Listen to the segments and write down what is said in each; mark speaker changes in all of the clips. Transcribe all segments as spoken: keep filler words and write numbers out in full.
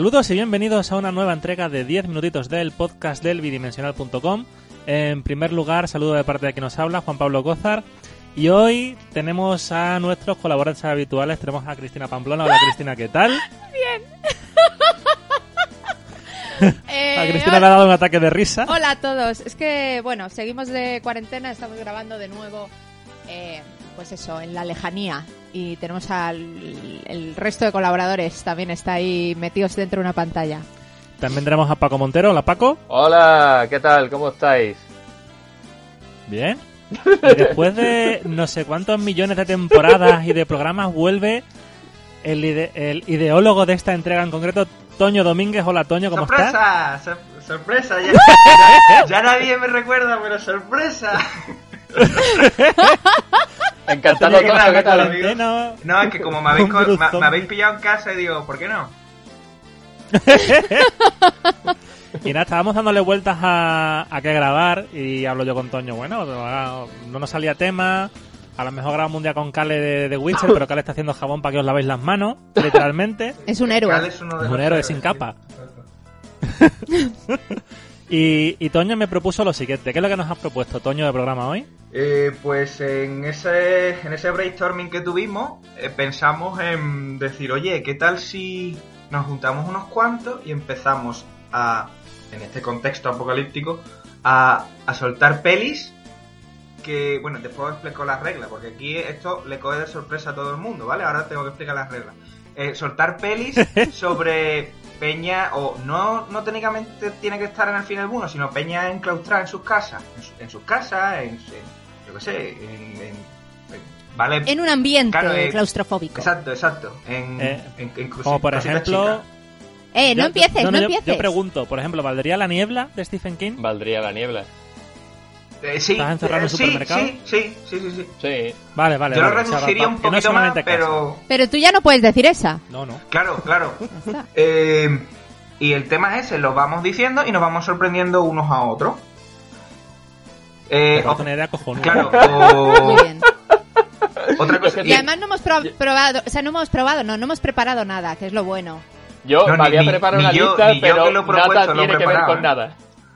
Speaker 1: Saludos y bienvenidos a una nueva entrega de diez minutitos del podcast del bidimensional punto com. En primer lugar, saludo de parte de quien nos habla, Juan Pablo Cózar. Y hoy tenemos a nuestros colaboradores habituales. Tenemos a Cristina Pamplona. Hola, Cristina, ¿qué tal?
Speaker 2: Bien. eh,
Speaker 1: a Cristina le ha dado un ataque de risa.
Speaker 2: Hola a todos. Es que, bueno, seguimos de cuarentena, estamos grabando de nuevo, eh, pues eso, en la lejanía. Y tenemos al el resto de colaboradores, también está ahí metidos dentro de una pantalla.
Speaker 1: También tenemos a Paco Montero. Hola, Paco.
Speaker 3: Hola, ¿qué tal? ¿Cómo estáis?
Speaker 1: Bien. Y después de no sé cuántos millones de temporadas y de programas vuelve el, ide- el ideólogo de esta entrega en concreto, Toño Domínguez. Hola, Toño, ¿cómo
Speaker 4: ¡Sorpresa!
Speaker 1: estás?
Speaker 4: Sor- ¡Sorpresa! Ya, ya, ya nadie me recuerda, pero ¡sorpresa!
Speaker 3: Encantado,
Speaker 4: Tenía que
Speaker 3: Toño, ¿qué tal?
Speaker 4: amigos.
Speaker 1: No,
Speaker 4: No, es que como me habéis,
Speaker 1: Un
Speaker 4: co-
Speaker 1: virus
Speaker 4: me, me
Speaker 1: zombie.
Speaker 4: habéis pillado en casa y digo, ¿por qué no?
Speaker 1: Y nada, estábamos dándole vueltas a, a qué grabar y hablo yo con Toño. Bueno, no nos salía tema. A lo mejor grabamos un día con Kale de, de Witcher, pero Kale está haciendo jabón para que os lavéis las manos, literalmente.
Speaker 2: Es un héroe.
Speaker 4: Cal es uno de
Speaker 1: Es
Speaker 4: los
Speaker 1: un héroe
Speaker 4: héroes,
Speaker 1: sin
Speaker 4: sí.
Speaker 1: capa. Y, y Toño me propuso lo siguiente. ¿Qué es lo que nos has propuesto, Toño, de programa hoy?
Speaker 4: Eh, pues en ese, en ese brainstorming que tuvimos, eh, pensamos en decir, oye, ¿qué tal si nos juntamos unos cuantos y empezamos a, en este contexto apocalíptico, a, a soltar pelis que, bueno, después os explico las reglas, porque aquí esto le coge de sorpresa a todo el mundo, ¿vale? Ahora tengo que explicar las reglas. Eh, soltar pelis sobre peña, o no, no técnicamente tiene que estar en el fin del mundo, sino peña enclaustrada en sus casas, en, su- en sus casas, en, en- yo qué sé, en, en- en- ¿vale?
Speaker 2: En un ambiente
Speaker 4: Claro, eh,
Speaker 2: claustrofóbico.
Speaker 4: Exacto, exacto. En,
Speaker 1: Eh,
Speaker 4: en, en cosi-
Speaker 1: Como por
Speaker 4: cositas
Speaker 1: ejemplo...
Speaker 4: chicas.
Speaker 2: Eh, no
Speaker 1: Yo-
Speaker 2: empieces,
Speaker 1: yo-
Speaker 2: no,
Speaker 1: yo-
Speaker 2: empieces.
Speaker 1: Yo pregunto, por ejemplo, ¿valdría La niebla de Stephen King?
Speaker 3: Valdría la niebla.
Speaker 4: Eh, sí,
Speaker 1: ¿Estás encerrado en
Speaker 4: eh,
Speaker 1: un
Speaker 4: sí,
Speaker 1: supermercado?
Speaker 4: Sí, sí, sí, sí, sí.
Speaker 3: Sí.
Speaker 1: Vale, vale.
Speaker 4: Yo
Speaker 1: vale,
Speaker 4: lo
Speaker 1: o sea,
Speaker 4: reduciría
Speaker 1: pa-
Speaker 4: un
Speaker 1: que no
Speaker 4: poquito más,
Speaker 1: solamente casa.
Speaker 4: pero...
Speaker 2: Pero tú ya no puedes decir esa.
Speaker 1: No, no.
Speaker 4: Claro, claro.
Speaker 2: está.
Speaker 4: Eh, y el tema es ese, lo vamos diciendo y nos vamos sorprendiendo unos a otros. Eh,
Speaker 1: Me parece
Speaker 4: o-
Speaker 1: una idea cojonuda.
Speaker 4: claro, o...
Speaker 2: Muy bien.
Speaker 4: Otra cosa...
Speaker 3: Es que
Speaker 2: Y además no hemos pro- probado, o sea, no hemos probado, no, no hemos preparado nada, que es lo bueno.
Speaker 3: Yo
Speaker 4: No,
Speaker 3: me
Speaker 4: ni-
Speaker 3: había
Speaker 4: ni-
Speaker 3: preparado
Speaker 4: ni
Speaker 3: una
Speaker 4: yo-
Speaker 3: lista,
Speaker 4: ni yo
Speaker 3: pero
Speaker 4: que lo he propuesto,
Speaker 3: nada
Speaker 4: lo he
Speaker 3: tiene que ver
Speaker 4: preparado,
Speaker 3: con
Speaker 4: ¿eh?
Speaker 3: nada.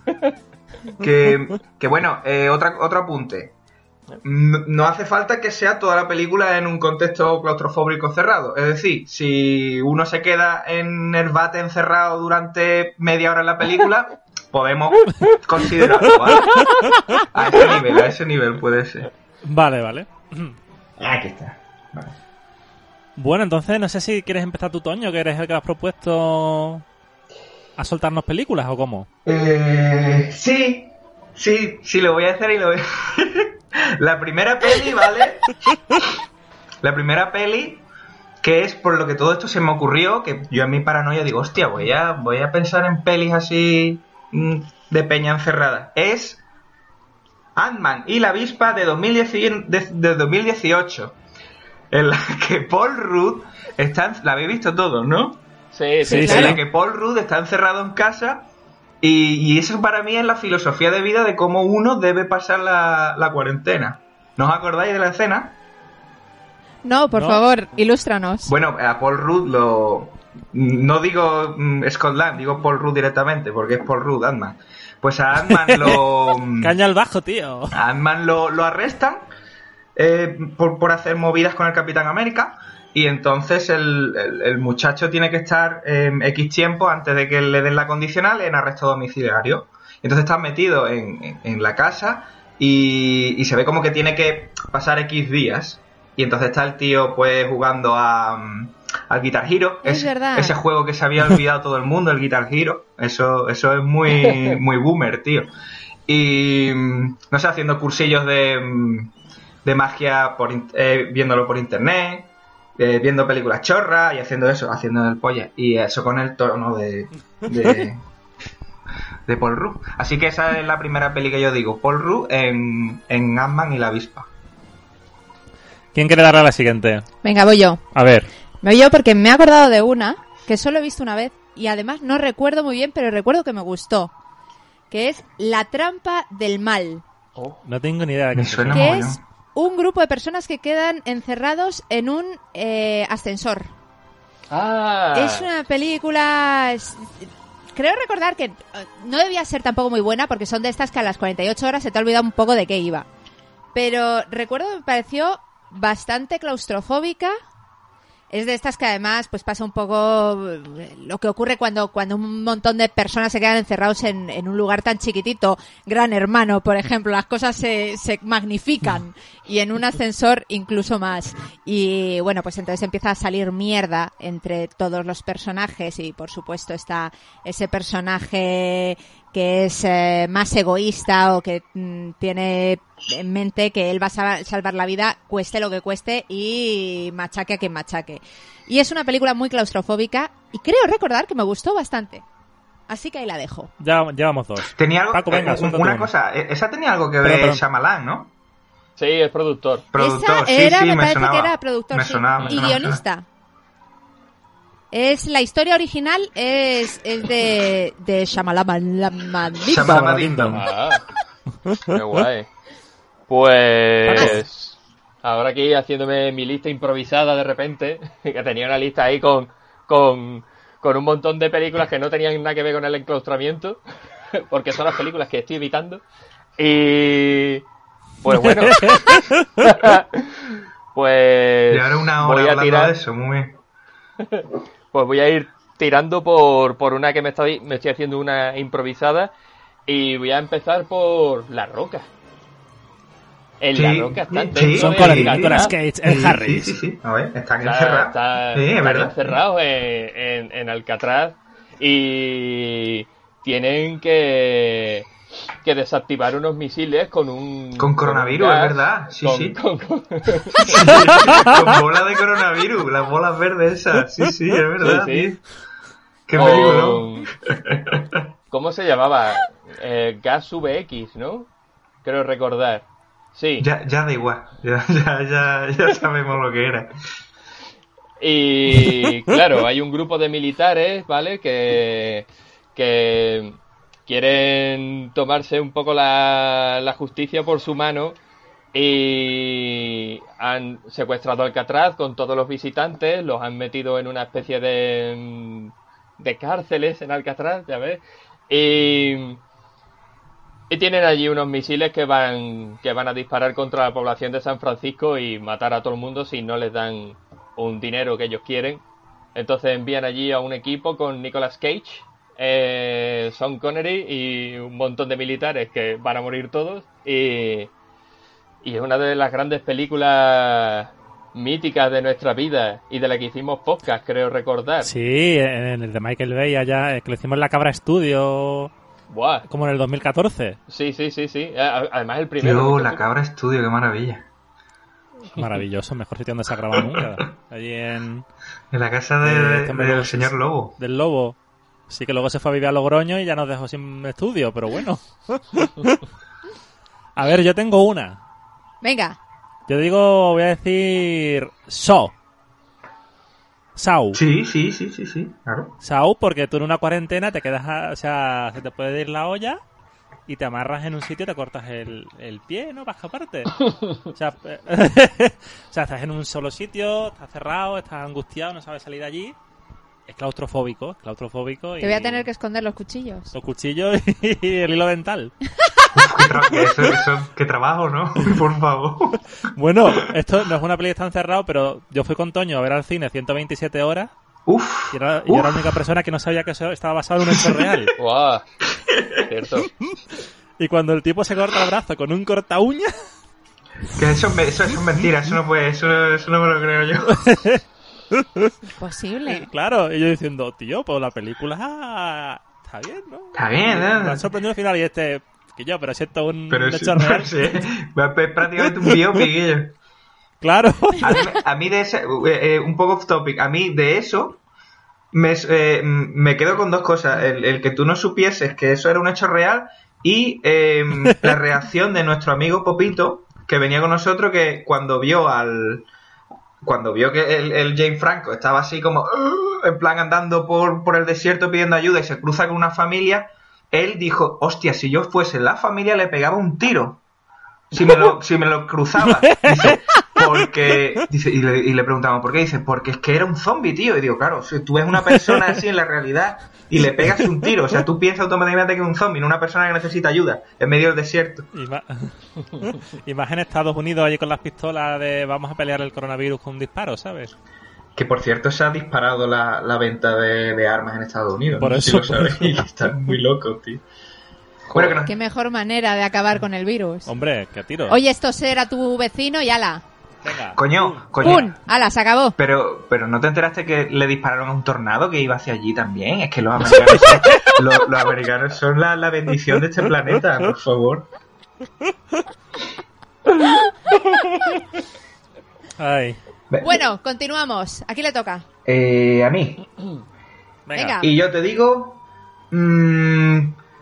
Speaker 4: Que, que bueno, eh, otra, otro apunte. No, no hace falta que sea toda la película en un contexto claustrofóbico cerrado. Es decir, si uno se queda en el bate encerrado durante media hora en la película, podemos considerarlo, ¿vale? A ese nivel, a ese nivel puede ser.
Speaker 1: Vale, vale.
Speaker 4: Aquí está. Vale.
Speaker 1: Bueno, entonces no sé si quieres empezar tú, Toño, que eres el que has propuesto a soltarnos películas o cómo.
Speaker 4: Eh, sí, sí, sí, lo voy a hacer y lo voy a... La primera peli, ¿vale? La primera peli, que es por lo que todo esto se me ocurrió, que yo en mi paranoia digo, hostia, voy a, voy a pensar en pelis así mm, de peña encerrada. Es Ant-Man y la avispa de, dos mil diez, de, de dos mil dieciocho, en la que Paul Rudd está... en- la habéis visto todos, ¿no?
Speaker 3: Sí, sí,
Speaker 1: Sí,
Speaker 3: sí.
Speaker 4: En
Speaker 1: sí.
Speaker 4: la que Paul Rudd está encerrado en casa y, y eso para mí es la filosofía de vida de cómo uno debe pasar la, la cuarentena. ¿No os acordáis de la escena?
Speaker 2: No, por
Speaker 1: No.
Speaker 2: favor, ilústranos.
Speaker 4: Bueno, a Paul Rudd lo... No digo mm, Scott Lang, digo Paul Rudd directamente, porque es Paul Rudd, Ant-Man. Pues a Ant-Man lo...
Speaker 1: Caña al bajo, tío.
Speaker 4: A Ant-Man lo, lo arrestan eh, por, por hacer movidas con el Capitán América. Y entonces el, el, el muchacho tiene que estar eh, X tiempo antes de que le den la condicional en arresto domiciliario. Entonces está metido en, en, en la casa y, y se ve como que tiene que pasar X días. Y entonces está el tío pues jugando a, mm, al Guitar Hero.
Speaker 2: Es
Speaker 4: ese,
Speaker 2: verdad.
Speaker 4: ese juego que se había olvidado todo el mundo, el Guitar Hero. Eso, eso es muy, muy boomer, tío. Y mm, no sé, haciendo cursillos de, mm, de magia por in- eh, viéndolo por internet. Eh, viendo películas chorras y haciendo eso, haciendo el polla. Y eso con el tono de, de, de Paul Rudd. Así que esa es la primera peli que yo digo. Paul Rudd en, en Ant-Man y la avispa.
Speaker 1: ¿Quién quiere darle a la siguiente?
Speaker 2: Venga, voy yo.
Speaker 1: A ver.
Speaker 2: Me voy yo porque me he acordado de una que solo he visto una vez y además no recuerdo muy bien, pero recuerdo que me gustó. Que es La trampa del mal.
Speaker 3: Oh.
Speaker 1: No tengo ni idea de qué
Speaker 4: Me
Speaker 1: es.
Speaker 4: suena
Speaker 2: Que
Speaker 4: mogollón.
Speaker 2: es un grupo de personas que quedan encerrados en un eh, ascensor.
Speaker 3: Ah.
Speaker 2: Es una película... es- Creo recordar que eh, no debía ser tampoco muy buena porque son de estas que a las cuarenta y ocho horas se te ha olvidado un poco de qué iba. Pero recuerdo que me pareció bastante claustrofóbica. Es de estas que además pues pasa un poco eh, lo que ocurre cuando, cuando un montón de personas se quedan encerrados en, en un lugar tan chiquitito. Gran Hermano, por ejemplo, las cosas se, se magnifican y en un ascensor incluso más. Y bueno, pues entonces empieza a salir mierda entre todos los personajes y por supuesto está ese personaje que es eh, más egoísta o que mm, tiene en mente que él va a sal- salvar la vida cueste lo que cueste y machaque a quien machaque. Y es una película muy claustrofóbica y creo recordar que me gustó bastante. Así que ahí la dejo.
Speaker 1: Ya llevamos dos.
Speaker 4: Tenía algo,
Speaker 1: Paco, venga,
Speaker 4: eh,
Speaker 1: suelta tú
Speaker 4: una
Speaker 1: uno.
Speaker 4: cosa, eh, esa tenía algo que
Speaker 1: Perdón,
Speaker 4: ver
Speaker 1: perdón.
Speaker 4: Shyamalan, ¿no?
Speaker 3: Sí, es productor.
Speaker 4: Productor,
Speaker 2: Esa
Speaker 4: sí,
Speaker 2: era,
Speaker 4: sí,
Speaker 2: me,
Speaker 4: me
Speaker 2: parece
Speaker 4: sonaba.
Speaker 2: que era productor
Speaker 4: Me
Speaker 2: sí.
Speaker 4: sonaba, me
Speaker 2: y
Speaker 4: sonaba,
Speaker 2: guionista. Es la historia original es, es de de Shyamalan.
Speaker 4: Shyamalan Ding Dong.
Speaker 3: Ah, qué guay. Pues ahora aquí haciéndome mi lista improvisada de repente, que tenía una lista ahí con, con, con un montón de películas que no tenían nada que ver con el enclaustramiento, porque son las películas que estoy evitando. Y pues bueno, pues
Speaker 4: Y ahora una hora
Speaker 3: voy a
Speaker 4: hablando
Speaker 3: tirar,
Speaker 4: de eso, muy bien.
Speaker 3: pues voy a ir tirando por, por una que me estoy, me estoy haciendo una improvisada y voy a empezar por La Roca. En
Speaker 4: Sí,
Speaker 3: La Roca están
Speaker 4: sí,
Speaker 3: dentro
Speaker 1: Son
Speaker 3: de
Speaker 1: Connery,
Speaker 3: Alcatraz.
Speaker 1: Nicolas Cage, Ed
Speaker 4: Sí,
Speaker 1: Harris.
Speaker 4: Sí, sí, sí. A ver, están
Speaker 3: Está-
Speaker 4: encerrados.
Speaker 3: está-
Speaker 4: Sí, es
Speaker 3: están
Speaker 4: verdad.
Speaker 3: encerrados en, en, en Alcatraz y tienen que, que desactivar unos misiles con un...
Speaker 4: Con coronavirus,
Speaker 3: un
Speaker 4: es
Speaker 3: gas,
Speaker 4: verdad. Sí,
Speaker 3: con-
Speaker 4: sí.
Speaker 3: con- con-
Speaker 4: Con bola de coronavirus, las bolas verdes esas. Sí, sí, es verdad.
Speaker 3: Sí, sí.
Speaker 4: tío. Qué
Speaker 3: con-
Speaker 4: película.
Speaker 3: ¿Cómo se llamaba? Eh, Gas V X, ¿no? Creo recordar. Sí.
Speaker 4: Ya, ya da igual. Ya, ya, ya, ya sabemos lo que era.
Speaker 3: Y claro, hay un grupo de militares, ¿vale? Que, que quieren tomarse un poco la, la justicia por su mano y han secuestrado Alcatraz con todos los visitantes, los han metido en una especie de, de cárceles en Alcatraz, ya ves, y, y tienen allí unos misiles que van, que van a disparar contra la población de San Francisco y matar a todo el mundo si no les dan un dinero que ellos quieren. Entonces envían allí a un equipo con Nicolas Cage, eh, Sean Connery y un montón de militares que van a morir todos. Y, y es una de las grandes películas míticas de nuestra vida y de la que hicimos podcast, creo recordar.
Speaker 1: Sí, en el de Michael Bay allá, eh, que lo hicimos en la Cabra Studio,
Speaker 3: Buah.
Speaker 1: como en el dos mil catorce.
Speaker 3: Sí, sí, sí, sí. A- Además el primero...
Speaker 4: Tío,
Speaker 3: porque
Speaker 4: la
Speaker 3: tú-
Speaker 4: cabra estudio, qué maravilla.
Speaker 1: Maravilloso, mejor sitio donde se ha grabado nunca. Allí en
Speaker 4: En la casa de-
Speaker 1: Eh,
Speaker 4: de-
Speaker 1: este hombre
Speaker 4: del
Speaker 1: no-
Speaker 4: señor Lobo.
Speaker 1: del Lobo. Sí que luego se fue a vivir a Logroño y ya nos dejó sin estudio, pero bueno. A ver, yo tengo una.
Speaker 2: Venga.
Speaker 1: Yo digo, voy a decir Saw. Saw.
Speaker 4: Sí, sí, sí, sí, sí, claro.
Speaker 1: Saw, porque tú en una cuarentena te quedas, a- o sea, se te puede ir la olla y te amarras en un sitio y te cortas el, el pie, ¿no? Para escaparte. O sea, eh, o sea, estás en un solo sitio, estás cerrado, estás angustiado, no sabes salir de allí. Es claustrofóbico, es claustrofóbico. Y
Speaker 2: Te voy a tener que esconder los cuchillos.
Speaker 1: los cuchillos y el hilo dental.
Speaker 4: Uf, qué, tra- eso, eso, qué trabajo, ¿no? Por favor.
Speaker 1: Bueno, esto no es una peli que está encerrado, pero yo fui con Toño a ver al cine ciento veintisiete horas
Speaker 4: Uf.
Speaker 1: y era, y yo era la única persona que no sabía que eso estaba basado en un hecho real.
Speaker 3: Buah. Cierto.
Speaker 1: Y cuando el tipo se corta el brazo con un corta uña,
Speaker 4: Que eso, me- eso, eso es mentira, eso no puede, eso, eso no me lo creo yo.
Speaker 2: Posible.
Speaker 1: claro, y yo diciendo, tío, pues la película está bien, ¿no?
Speaker 4: Está bien,
Speaker 1: Me
Speaker 4: ¿eh?
Speaker 1: ha sorprendido el final y este, que yo, pero si esto es un
Speaker 4: Pero
Speaker 1: hecho
Speaker 4: sí,
Speaker 1: real.
Speaker 4: sí, es prácticamente un biopic, ello.
Speaker 1: Claro.
Speaker 4: A mí, a mí de ese, eh, eh, un poco off topic, a mí de eso me, eh, me quedo con dos cosas. El, el que tú no supieses que eso era un hecho real y eh, la reacción de nuestro amigo Popito, que venía con nosotros, que cuando vio al... Cuando vio que el, el Jane Franco estaba así como... "Ugh", en plan andando por, por el desierto pidiendo ayuda y se cruza con una familia, él dijo, hostia, si yo fuese la familia le pegaba un tiro. Si me lo, si me lo cruzaba. Dice, por porque... Dice, y, le, y le preguntamos, ¿por qué? Dice, porque es que era un zombie, tío. Y digo, claro, si tú ves una persona así en la realidad y le pegas un tiro, o sea, tú piensas automáticamente que es un zombie, no una persona que necesita ayuda en medio del desierto.
Speaker 1: Ima- y más en Estados Unidos, allí con las pistolas de vamos a pelear el coronavirus con un disparo, ¿sabes?
Speaker 4: Que por cierto se ha disparado la, la venta de, de armas en Estados Unidos.
Speaker 1: Por
Speaker 4: no
Speaker 1: eso,
Speaker 4: sé si lo
Speaker 1: por
Speaker 4: sabéis, están muy locos, tío. Bueno, que no-
Speaker 2: Qué mejor manera de acabar con el virus.
Speaker 1: Hombre, qué tiro.
Speaker 2: Oye, esto será tu vecino y ala.
Speaker 1: Venga.
Speaker 4: Coño, coño.
Speaker 2: ¡Pum! ¡Ala, se acabó!
Speaker 4: Pero, pero ¿no te enteraste que le dispararon a un tornado que iba hacia allí también? Es que los americanos son, los, los americanos son la, la bendición de este planeta, por favor.
Speaker 1: Ay.
Speaker 4: Ve-
Speaker 2: Bueno, continuamos. ¿A quién le toca?
Speaker 4: Eh, a mí.
Speaker 1: Venga.
Speaker 2: Venga.
Speaker 4: Y yo te digo... Mmm,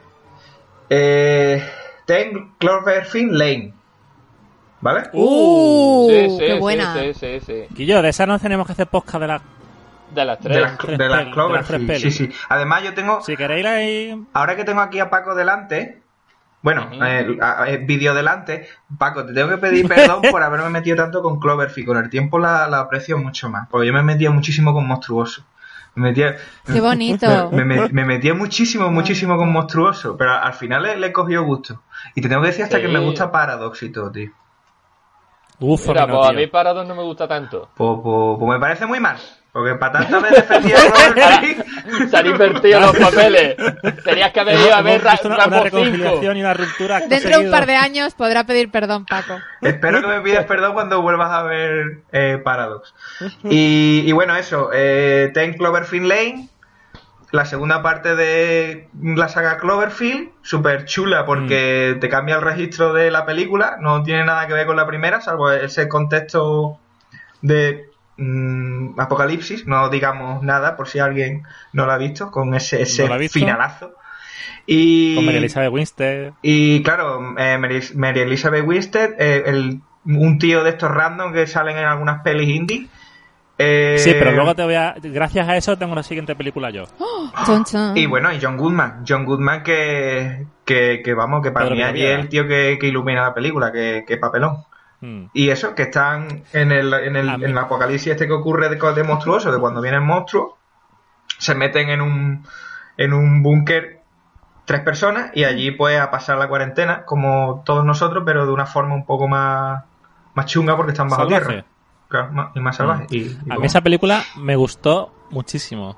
Speaker 4: eh, Ten Cloverfield Lane. ¿Vale?
Speaker 2: ¡Uh!
Speaker 3: Sí, sí,
Speaker 2: ¡Qué
Speaker 3: sí,
Speaker 2: buena!
Speaker 3: Sí, sí, sí.
Speaker 1: Guillo, de esa no tenemos que hacer podcast de la...
Speaker 3: De las tres.
Speaker 4: De las,
Speaker 1: Tres
Speaker 4: de las
Speaker 1: pelis,
Speaker 4: Cloverfield.
Speaker 1: de las tres
Speaker 4: Sí,
Speaker 1: pelis.
Speaker 4: sí. Además yo tengo...
Speaker 1: Si queréis ahí...
Speaker 4: Ahora que tengo aquí a Paco delante, bueno,
Speaker 3: Ujú.
Speaker 4: eh, a- eh, vídeo delante, Paco, te tengo que pedir perdón por haberme metido tanto con Cloverfield. Con el tiempo la, la aprecio mucho más, porque yo me metía muchísimo con Monstruoso. Me metía,
Speaker 2: ¡Qué bonito!
Speaker 4: me, me- me metía muchísimo, muchísimo con Monstruoso, pero al final le, le cogió gusto. Y te tengo que decir hasta
Speaker 3: Sí.
Speaker 4: que me gusta Paradox y todo, tío.
Speaker 1: Uf,
Speaker 3: Mira,
Speaker 1: a mí no,
Speaker 3: pues a
Speaker 1: tío.
Speaker 3: mí Paradox no me gusta tanto.
Speaker 4: Pues, pues- pues me parece muy mal, porque para tanto me defendía Cloverfield.
Speaker 3: Se han invertido los papeles. Tenías que haber ido a ver
Speaker 1: Hemos visto una, una
Speaker 3: Rambo
Speaker 1: reconciliación
Speaker 3: cinco.
Speaker 1: y una ruptura.
Speaker 2: Dentro de un
Speaker 1: conseguido.
Speaker 2: par de años podrá pedir perdón, Paco.
Speaker 4: Espero que me pidas perdón cuando vuelvas a ver eh, Paradox. Y, y bueno, eso, eh, Ten Cloverfield Lane, la segunda parte de la saga Cloverfield, súper chula porque te cambia el registro de la película, no tiene nada que ver con la primera, salvo ese contexto de mm, apocalipsis, no digamos nada por si alguien no lo ha visto, con ese, ese
Speaker 1: ¿No lo ha visto?
Speaker 4: finalazo. Y,
Speaker 1: Con María Elizabeth Winstead.
Speaker 4: y claro, eh, Mary, Mary Elizabeth Winstead, eh, el, un tío de estos random que salen en algunas pelis indie. Eh,
Speaker 1: Sí, pero luego te voy a... Gracias a eso tengo la siguiente película yo.
Speaker 2: Chon, chon.
Speaker 4: Y bueno, y John Goodman. John Goodman que, que, que vamos, que para
Speaker 1: Pedro
Speaker 4: mí allí
Speaker 1: Villavera.
Speaker 4: es el tío que, que ilumina la película, que, que papelón.
Speaker 1: Mm.
Speaker 4: Y eso, que están en el, en el,
Speaker 1: A mí-
Speaker 4: en el apocalipsis este que ocurre de, de monstruoso, de cuando viene el monstruo, se meten en un, en un búnker tres personas y allí pues a pasar la cuarentena, como todos nosotros, pero de una forma un poco más, más chunga porque están bajo
Speaker 1: Salvaje.
Speaker 4: tierra. Claro, más- y más salvaje. Y, y
Speaker 1: A
Speaker 4: como-
Speaker 1: mí esa película me gustó muchísimo.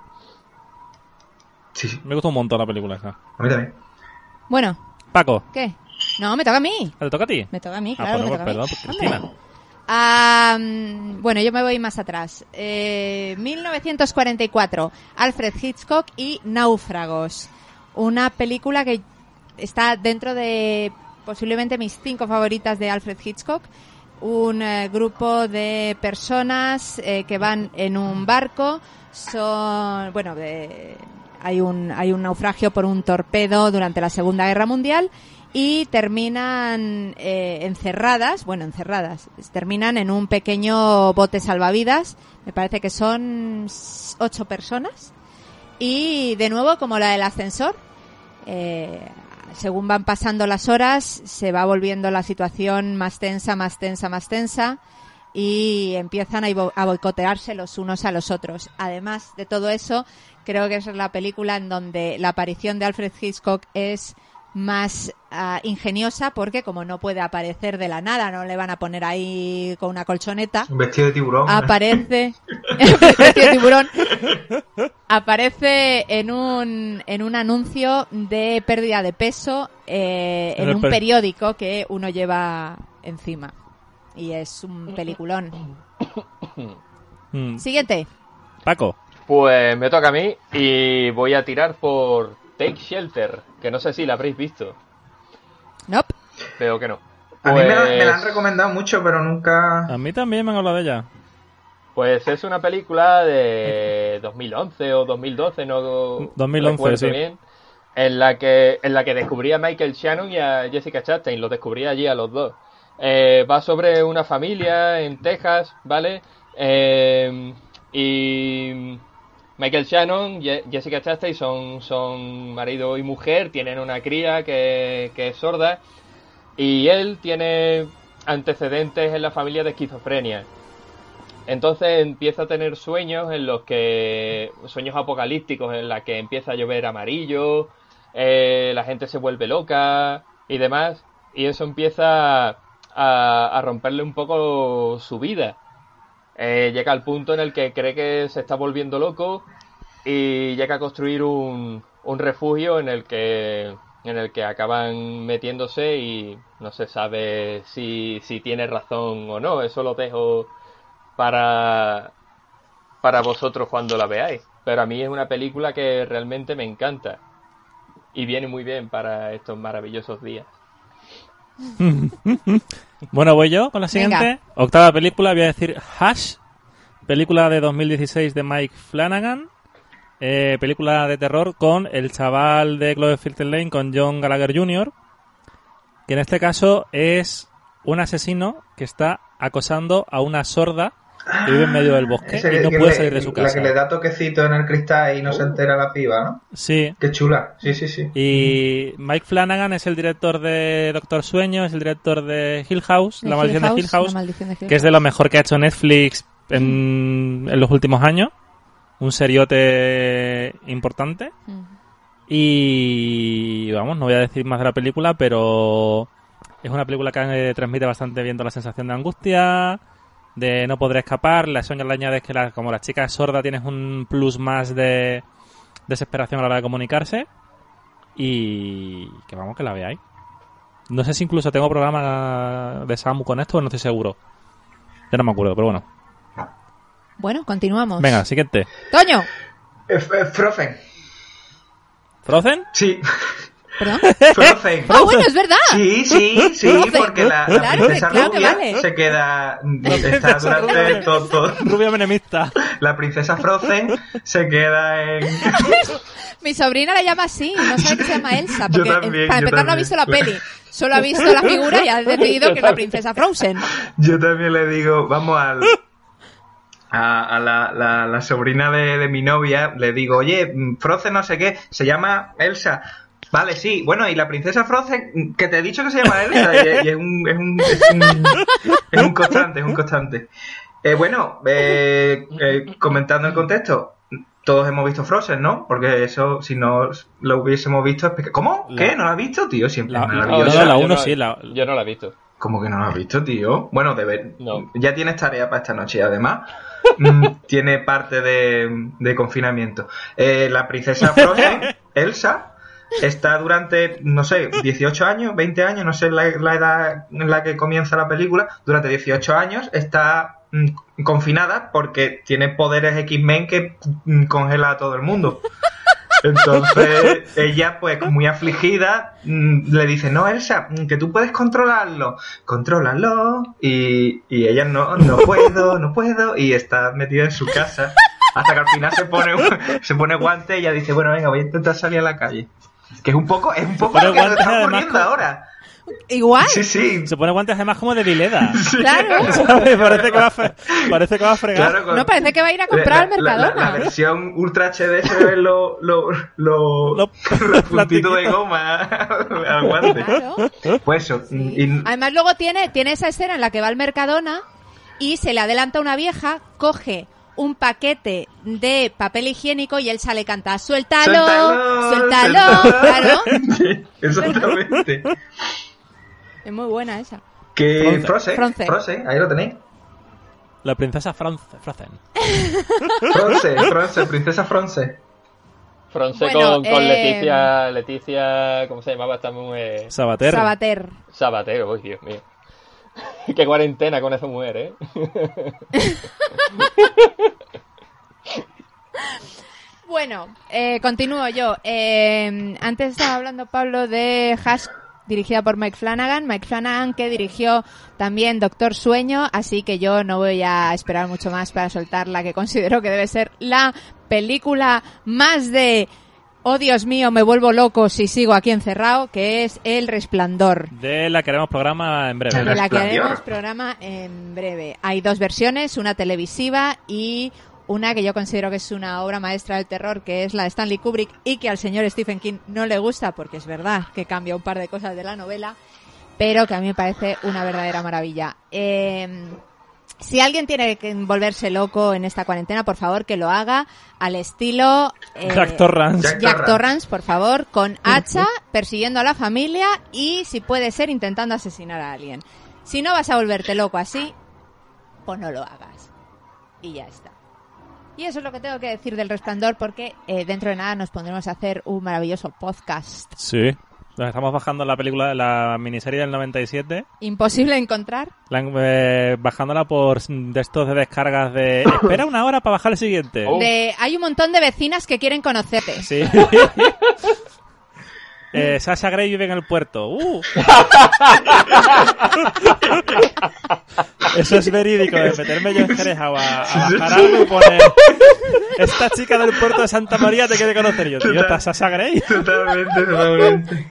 Speaker 4: Sí, sí,
Speaker 1: Me gustó un montón la película esa.
Speaker 4: a mí también.
Speaker 2: Bueno,
Speaker 1: Paco,
Speaker 2: ¿qué? No, me toca a mí.
Speaker 1: ¿te toca a ti?
Speaker 2: Me toca a mí,
Speaker 1: Ah,
Speaker 2: claro.
Speaker 1: pues
Speaker 2: me
Speaker 1: no,
Speaker 2: toca a mí.
Speaker 1: perdón, pues,
Speaker 2: Hombre.
Speaker 1: Cristina.
Speaker 2: Ah, mm, bueno, yo me voy más atrás. Eh, mil novecientos cuarenta y cuatro, Alfred Hitchcock y Náufragos. Una película que está dentro de posiblemente mis cinco favoritas de Alfred Hitchcock. Un eh, grupo de personas eh, que van en un barco. Son, bueno, de- hay un hay un naufragio por un torpedo durante la Segunda Guerra Mundial. Y terminan eh, encerradas, bueno, encerradas, terminan en un pequeño bote salvavidas, me parece que son s- ocho personas, y de nuevo, como la del ascensor, eh, según van pasando las horas, se va volviendo la situación más tensa, más tensa, más tensa, y empiezan a, bo- a boicotearse los unos a los otros. Además de todo eso, creo que es la película en donde la aparición de Alfred Hitchcock es más ah, ingeniosa, porque como no puede aparecer de la nada, no le van a poner ahí con una colchoneta,
Speaker 4: Un vestido de tiburón.
Speaker 2: aparece vestido de tiburón, aparece en un en un anuncio de pérdida de peso eh,
Speaker 1: En
Speaker 2: en
Speaker 1: el
Speaker 2: un
Speaker 1: per-
Speaker 2: periódico que uno lleva encima, y es un peliculón.
Speaker 1: Mm.
Speaker 2: Siguiente.
Speaker 1: Paco,
Speaker 3: Pues me toca a mí y voy a tirar por Take Shelter, que no sé si la habréis visto.
Speaker 2: Nope.
Speaker 3: Veo que no.
Speaker 4: A mí me la, me la han
Speaker 3: Pues-
Speaker 4: recomendado mucho, pero nunca...
Speaker 1: a mí también me han hablado de ella.
Speaker 3: Pues es una película de dos mil once o dos mil doce, no
Speaker 1: dos mil once,
Speaker 3: recuerdo
Speaker 1: sí.
Speaker 3: bien, en la que en la que descubrí a Michael Shannon y a Jessica Chastain, los descubrí allí a los dos. Eh, va sobre una familia en Texas, ¿vale? Eh, y Michael Shannon y Jessica Chastain son, son marido y mujer, tienen una cría que, que es sorda, y él tiene antecedentes en la familia de esquizofrenia. Entonces empieza a tener sueños en los que... sueños apocalípticos en los que empieza a llover amarillo, eh, la gente se vuelve loca y demás. Y eso empieza a, a romperle un poco su vida. Eh, llega al punto en el que cree que se está volviendo loco y llega a construir un, un refugio en el que en el que acaban metiéndose y no se sabe si, si tiene razón o no. Eso lo dejo para, para vosotros cuando la veáis. Pero a mí es una película que realmente me encanta y viene muy bien para estos maravillosos días.
Speaker 1: Bueno, voy yo con la siguiente.
Speaker 2: Venga.
Speaker 1: Octava película, voy a decir Hush, película de dos mil dieciséis de Mike Flanagan, eh, película de terror con el chaval de Cloverfield Lane, con John Gallagher junior, que en este caso es un asesino que está acosando a una sorda que vive en medio del bosque
Speaker 4: Ese
Speaker 1: y no
Speaker 4: que
Speaker 1: puede
Speaker 4: le-
Speaker 1: salir de su
Speaker 4: La
Speaker 1: casa.
Speaker 4: que le da toquecito en el cristal y no se entera la piba, ¿no?
Speaker 1: Sí.
Speaker 4: Qué chula. Sí, sí, sí.
Speaker 1: Y Mike Flanagan es el director de Doctor Sueño, es el director de Hill House,
Speaker 2: De
Speaker 1: La Maldición
Speaker 2: Hill
Speaker 1: de Hill
Speaker 2: House,
Speaker 1: House,
Speaker 2: La Maldición de Hill
Speaker 1: que es de lo mejor que ha hecho Netflix en, en los últimos años. Un seriote importante.
Speaker 2: Mm.
Speaker 1: Y vamos, no voy a decir más de la película, pero es una película que eh, transmite bastante bien toda la sensación de angustia, de no poder escapar. La Sonia le añades que la, como la chica es sorda tienes un plus más de desesperación a la hora de comunicarse. Y que vamos, que la veáis. No sé si incluso tengo programa de Samu con esto, no estoy seguro. Ya no me acuerdo, pero bueno.
Speaker 2: Bueno, continuamos.
Speaker 1: Venga, siguiente.
Speaker 2: ¡Toño!
Speaker 4: Eh, eh, Frozen.
Speaker 1: ¿Frozen?
Speaker 4: Sí.
Speaker 2: ¿Perdón?
Speaker 4: Frozen.
Speaker 2: ¡Ah, bueno, es verdad!
Speaker 4: Sí, sí, sí,
Speaker 2: Frozen.
Speaker 4: porque la, la
Speaker 2: Claro,
Speaker 4: princesa
Speaker 2: claro que
Speaker 4: rubia
Speaker 2: vale.
Speaker 4: se queda... Está durante todo, todo-
Speaker 1: Rubia menemista.
Speaker 4: La princesa Frozen se queda en...
Speaker 2: Mi sobrina la llama así, no sabe que se llama Elsa,
Speaker 4: Yo
Speaker 2: porque
Speaker 4: también,
Speaker 2: eh, para
Speaker 4: yo
Speaker 2: empezar no ha
Speaker 4: también.
Speaker 2: visto la peli, solo ha visto la figura y ha decidido que es la princesa Frozen.
Speaker 4: Yo también le digo, vamos al... A, a la, la, la sobrina de, de mi novia, le digo, oye, Frozen no sé qué, se llama Elsa. Vale, sí, bueno, y la princesa Frozen, que te he dicho que se llama Elsa, y, y es, un, es, un, es, un, es un constante, es un constante. Eh, bueno, eh, eh, comentando el contexto, todos hemos visto Frozen, ¿no? Porque eso, si no lo hubiésemos visto... es peque- ¿Cómo?
Speaker 1: La-
Speaker 4: ¿Qué? ¿No lo has visto, tío? Siempre
Speaker 1: La-
Speaker 4: es
Speaker 1: no,
Speaker 4: maravilloso.
Speaker 1: no, la
Speaker 3: yo
Speaker 1: uno sí, la-
Speaker 3: Yo no la he visto.
Speaker 4: ¿Cómo que no lo has visto, tío? Bueno, de ver.
Speaker 3: No.
Speaker 4: Ya tienes tarea para esta noche y además mm, tiene parte de, de confinamiento. Eh, la princesa Frozen, Elsa, está durante, no sé, dieciocho años, veinte años, no sé la, la edad en la que comienza la película, durante dieciocho años está mm, confinada porque tiene poderes X-Men que mm, congela a todo el mundo. Entonces ella, pues muy afligida, mm, le dice, no, Elsa, mm, que tú puedes controlarlo, contrólalo. Y, y ella, no, no puedo, no puedo. Y está metida en su casa hasta que al final se pone un- se pone guante y ella dice, bueno, venga, voy a intentar salir a la calle. Que es un poco, es un poco
Speaker 1: Pone
Speaker 4: lo que nos
Speaker 1: guantes,
Speaker 4: está
Speaker 1: además,
Speaker 4: ocurriendo
Speaker 1: con-
Speaker 4: ahora.
Speaker 2: Igual,
Speaker 4: Sí, sí.
Speaker 1: Se pone guantes además como de Vileda.
Speaker 2: claro.
Speaker 1: ¿Sabes? Parece que va a, fre- parece que va a fregar.
Speaker 4: Claro, con-
Speaker 2: No, parece que va a ir a comprar al
Speaker 4: la, la- la-
Speaker 2: Mercadona.
Speaker 4: la versión Ultra H D se ve lo, lo, lo,
Speaker 1: Los
Speaker 4: los puntitos de
Speaker 1: plastiquitos.
Speaker 4: goma al guante.
Speaker 2: Claro.
Speaker 4: Pues eso. y-
Speaker 2: Además luego tiene, tiene esa escena en la que va al Mercadona y se le adelanta una vieja, coge un paquete de papel higiénico y Elsa le canta ¡Suéltalo! ¡Suéltalo! Claro.
Speaker 4: Sí, exactamente.
Speaker 2: Es muy buena esa.
Speaker 4: Que
Speaker 1: Frozen.
Speaker 4: Frozen,
Speaker 2: Frozen.
Speaker 4: Frozen, ahí lo tenéis.
Speaker 1: La princesa Franz- Frozen.
Speaker 4: Frozen, Frozen, princesa Frozen.
Speaker 3: Fronce
Speaker 2: Bueno,
Speaker 3: con, con
Speaker 2: eh,
Speaker 3: Leticia, Leticia, ¿cómo se llamaba esta mujer?
Speaker 1: Sabater.
Speaker 2: Sabater.
Speaker 3: Sabatero, uy, Dios mío. Qué cuarentena con esa mujer, ¿eh?
Speaker 2: Bueno, eh, continúo yo. Eh, antes estaba hablando Pablo de Hush, dirigida por Mike Flanagan. Mike Flanagan que dirigió también Doctor Sueño, así que yo no voy a esperar mucho más para soltar la que considero que debe ser la película más de oh Dios mío, me vuelvo loco si sigo aquí encerrado, que es El Resplandor.
Speaker 1: De la que haremos programa en breve.
Speaker 4: El
Speaker 2: De la que
Speaker 4: Resplandor.
Speaker 2: haremos programa en breve. Hay dos versiones, una televisiva y una que yo considero que es una obra maestra del terror, que es la de Stanley Kubrick y que al señor Stephen King no le gusta, porque es verdad que cambia un par de cosas de la novela. pero que a mí me parece una verdadera maravilla. Eh, si alguien tiene que volverse loco en esta cuarentena, por favor que lo haga al estilo eh,
Speaker 1: Jack Torrance.
Speaker 2: Jack, Jack Torrance, por favor, con hacha, persiguiendo a la familia y, si puede ser, intentando asesinar a alguien. Si no vas a volverte loco así, pues no lo hagas. Y ya está. Y eso es lo que tengo que decir del Resplandor, porque eh, dentro de nada nos pondremos a hacer un maravilloso podcast.
Speaker 1: Sí. Nos estamos bajando la película, la miniserie del noventa y siete.
Speaker 2: Imposible de encontrar.
Speaker 1: La, eh, bajándola por de estos de descargas de... Espera una hora para bajar el siguiente.
Speaker 2: Oh. De, hay un montón de vecinas que quieren conocerte.
Speaker 1: Sí. eh, Sasha Grey vive en el puerto. Uh. Eso es verídico, de meterme yo en Jerez a, a bajar algo y poner... Esta chica del puerto de Santa María te quiere conocer. Yo, tío, ¿estás Sasha Grey?
Speaker 4: Totalmente, totalmente.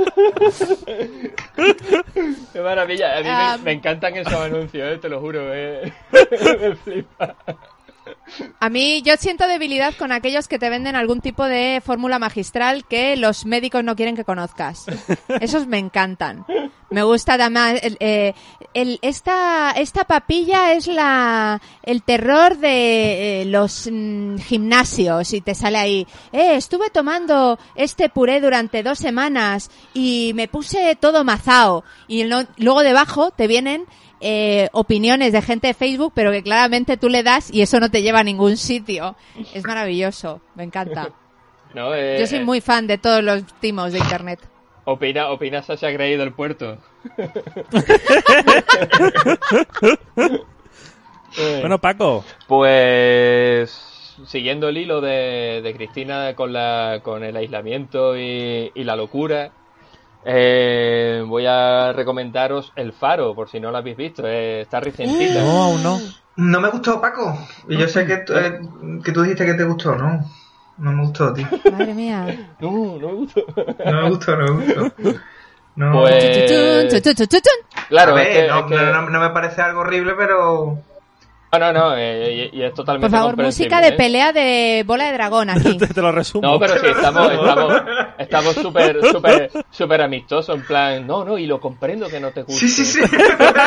Speaker 3: Qué maravilla. A mí um... me, me encantan esos anuncios, ¿eh? Te lo juro. ¿eh? Me flipa.
Speaker 2: A mí, yo siento debilidad con aquellos que te venden algún tipo de fórmula magistral que los médicos no quieren que conozcas. Esos me encantan. Me gusta además el, eh, el, esta esta papilla es la el terror de eh, los mm, gimnasios, y te sale ahí, eh, estuve tomando este puré durante dos semanas y me puse todo mazao, y no, luego debajo te vienen Eh, opiniones de gente de Facebook, pero que claramente tú le das y eso no te lleva a ningún sitio. Es maravilloso, me encanta.
Speaker 3: No, eh,
Speaker 2: Yo soy
Speaker 3: eh,
Speaker 2: muy fan de todos los timos de internet.
Speaker 3: Opina, opina Sasha Grey del puerto.
Speaker 1: Bueno, Paco.
Speaker 3: Pues siguiendo el hilo de, de Cristina con la con el aislamiento y, y la locura. Eh, voy a recomendaros El Faro, por si no lo habéis visto. Eh, está recientita.
Speaker 1: No, aún no.
Speaker 4: No me gustó, Paco. Y yo sé que, eh, que tú dijiste que te gustó, ¿no? No me gustó, tío.
Speaker 2: Madre mía.
Speaker 3: No, no me gustó.
Speaker 4: No me gustó, no me gustó. No.
Speaker 3: Pues... Claro,
Speaker 4: a ver,
Speaker 3: es que,
Speaker 4: no,
Speaker 3: es que...
Speaker 4: no, no me parece algo horrible, pero...
Speaker 3: No, no, no, eh, y, y es totalmente
Speaker 2: por favor,
Speaker 3: comprensible,
Speaker 2: música de
Speaker 3: ¿eh?
Speaker 2: pelea de bola de dragón aquí.
Speaker 1: te, te lo resumo.
Speaker 3: No, pero sí, estamos estamos estamos súper súper súper amistosos, en plan, no, no, y lo comprendo que no te guste.
Speaker 4: Sí, sí, sí.
Speaker 3: eh,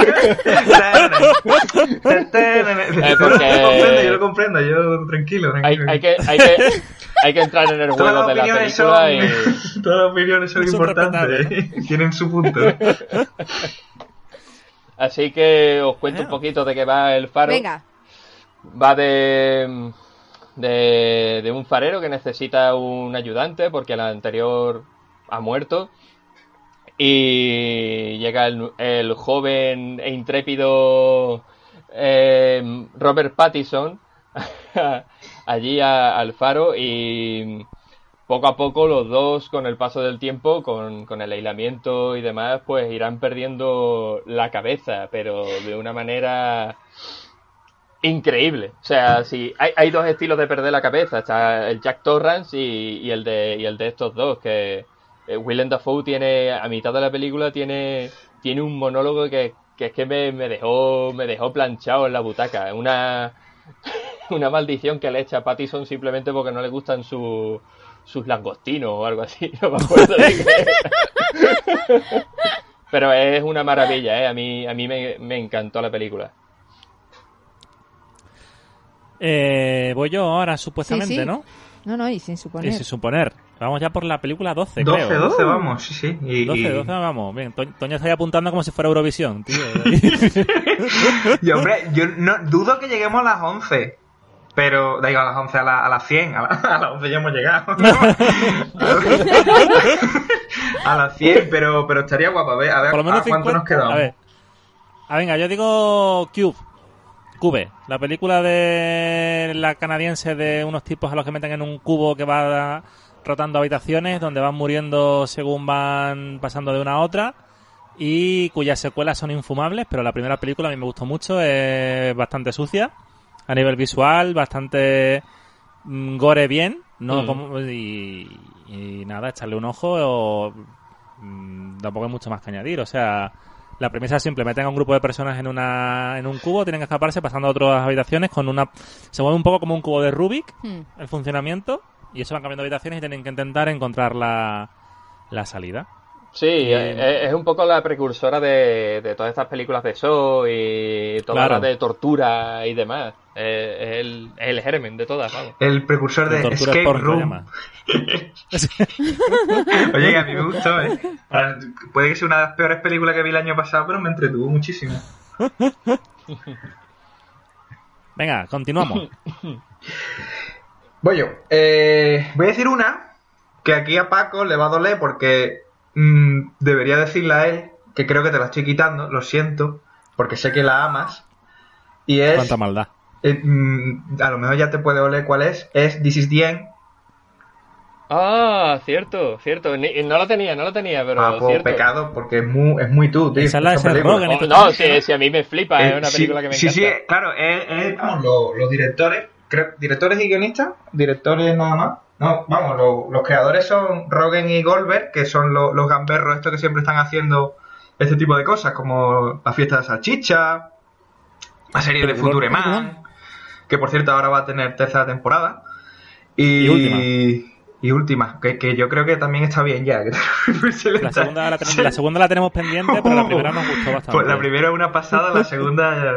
Speaker 3: porque...
Speaker 4: Yo lo comprendo, yo lo comprendo, yo tranquilo, tranquilo.
Speaker 3: Hay, hay que hay que hay que entrar en el juego de la película
Speaker 4: son,
Speaker 3: y
Speaker 4: todas las opiniones son, son importantes, ¿eh? Tienen su punto.
Speaker 3: Así que os cuento un poquito de qué va El Faro.
Speaker 2: Venga.
Speaker 3: Va de, de de un farero que necesita un ayudante porque el anterior ha muerto. Y llega el, el joven e intrépido eh, Robert Pattinson allí a, al faro, y poco a poco los dos, con el paso del tiempo, con, con el aislamiento y demás, pues irán perdiendo la cabeza, pero de una manera increíble. O sea, sí, hay, hay dos estilos de perder la cabeza. Está el Jack Torrance y, y el de y el de estos dos, que eh, Willem Dafoe tiene, a mitad de la película, tiene tiene un monólogo que, que es que me, me dejó me dejó planchado en la butaca. Una una maldición que le echa a Pattinson simplemente porque no le gustan su, sus langostinos o algo así. No me acuerdo de qué. Pero es una maravilla, ¿eh? A mí, a mí me, me encantó la película.
Speaker 1: Eh, voy yo ahora, supuestamente,
Speaker 2: sí, sí.
Speaker 1: ¿no?
Speaker 2: No, no, y sin suponer.
Speaker 1: Y sin suponer. Vamos ya por la película doce,
Speaker 4: doce,
Speaker 1: creo.
Speaker 4: doce,
Speaker 1: uh,
Speaker 4: vamos, sí, sí. Y,
Speaker 1: doce,
Speaker 4: y...
Speaker 1: doce, vamos. Bien, To- Toño está ahí apuntando como si fuera Eurovisión, tío.
Speaker 4: Y hombre, yo no dudo que lleguemos a las once. Pero, digo, a las once, a, la, a las cien. A, la, a las once ya hemos llegado. A las cien, pero, pero estaría guapo. A ver, a ver
Speaker 1: Por lo menos
Speaker 4: a cuánto
Speaker 1: cincuenta
Speaker 4: nos quedamos.
Speaker 1: A ver. Ah, venga, yo digo Cube. Cube, la película de la canadiense de unos tipos a los que meten en un cubo que va rotando habitaciones, donde van muriendo según van pasando de una a otra, y cuyas secuelas son infumables, pero la primera película a mí me gustó mucho, es bastante sucia a nivel visual, bastante mm, gore bien, no
Speaker 3: mm.
Speaker 1: como, y, y nada, echarle un ojo, o, mm, tampoco hay mucho más que añadir, o sea... La premisa es simple, meten a un grupo de personas en una en un cubo, tienen que escaparse pasando a otras habitaciones con una... Se mueve un poco como un cubo de Rubik, hmm. el funcionamiento, y eso van cambiando habitaciones y tienen que intentar encontrar la, la salida.
Speaker 3: Sí, y... es, es un poco la precursora de, de todas estas películas de Saw y todas
Speaker 1: claro.
Speaker 3: las de tortura y demás. Es, es, el, es el germen de todas, vamos.
Speaker 4: El precursor de, de Escape
Speaker 1: porn,
Speaker 4: Room. Oye, a mí me gustó, ¿eh? Puede que sea una de las peores películas que vi el año pasado, pero me entretuvo muchísimo.
Speaker 1: Venga, continuamos.
Speaker 4: Voy yo. Eh, voy a decir una que aquí a Paco le va a doler porque mmm, debería decirla a él, que creo que te la estoy quitando, lo siento, porque sé que la amas. Y es...
Speaker 1: Cuánta maldad.
Speaker 4: Eh, mmm, a lo mejor ya te puede oler cuál es. Es This Is The End.
Speaker 3: Ah, cierto, cierto. Ni, no lo tenía, no lo tenía, pero
Speaker 4: ah, pues
Speaker 3: cierto.
Speaker 4: Pecado, porque es muy, es muy tú, tío.
Speaker 1: Esa es la de Seth Rogen.
Speaker 3: Oh, no, si, si a mí me flipa, eh, es una película
Speaker 4: sí,
Speaker 3: que me
Speaker 4: sí,
Speaker 3: encanta.
Speaker 4: Sí, sí, claro, es, es vamos, los, los directores, creo, directores y guionistas, directores nada más. No, vamos, los, los creadores son Rogen y Goldberg, que son los, los gamberros estos que siempre están haciendo este tipo de cosas, como La Fiesta de Salchicha, la serie de Futureman, que por cierto ahora va a tener tercera temporada. Y,
Speaker 1: y última.
Speaker 4: Y última, que, que yo creo que también está bien ya.
Speaker 1: La segunda la, tenemos, la segunda la tenemos pendiente, pero la primera nos gustó bastante.
Speaker 4: Pues la primera es una pasada, la segunda...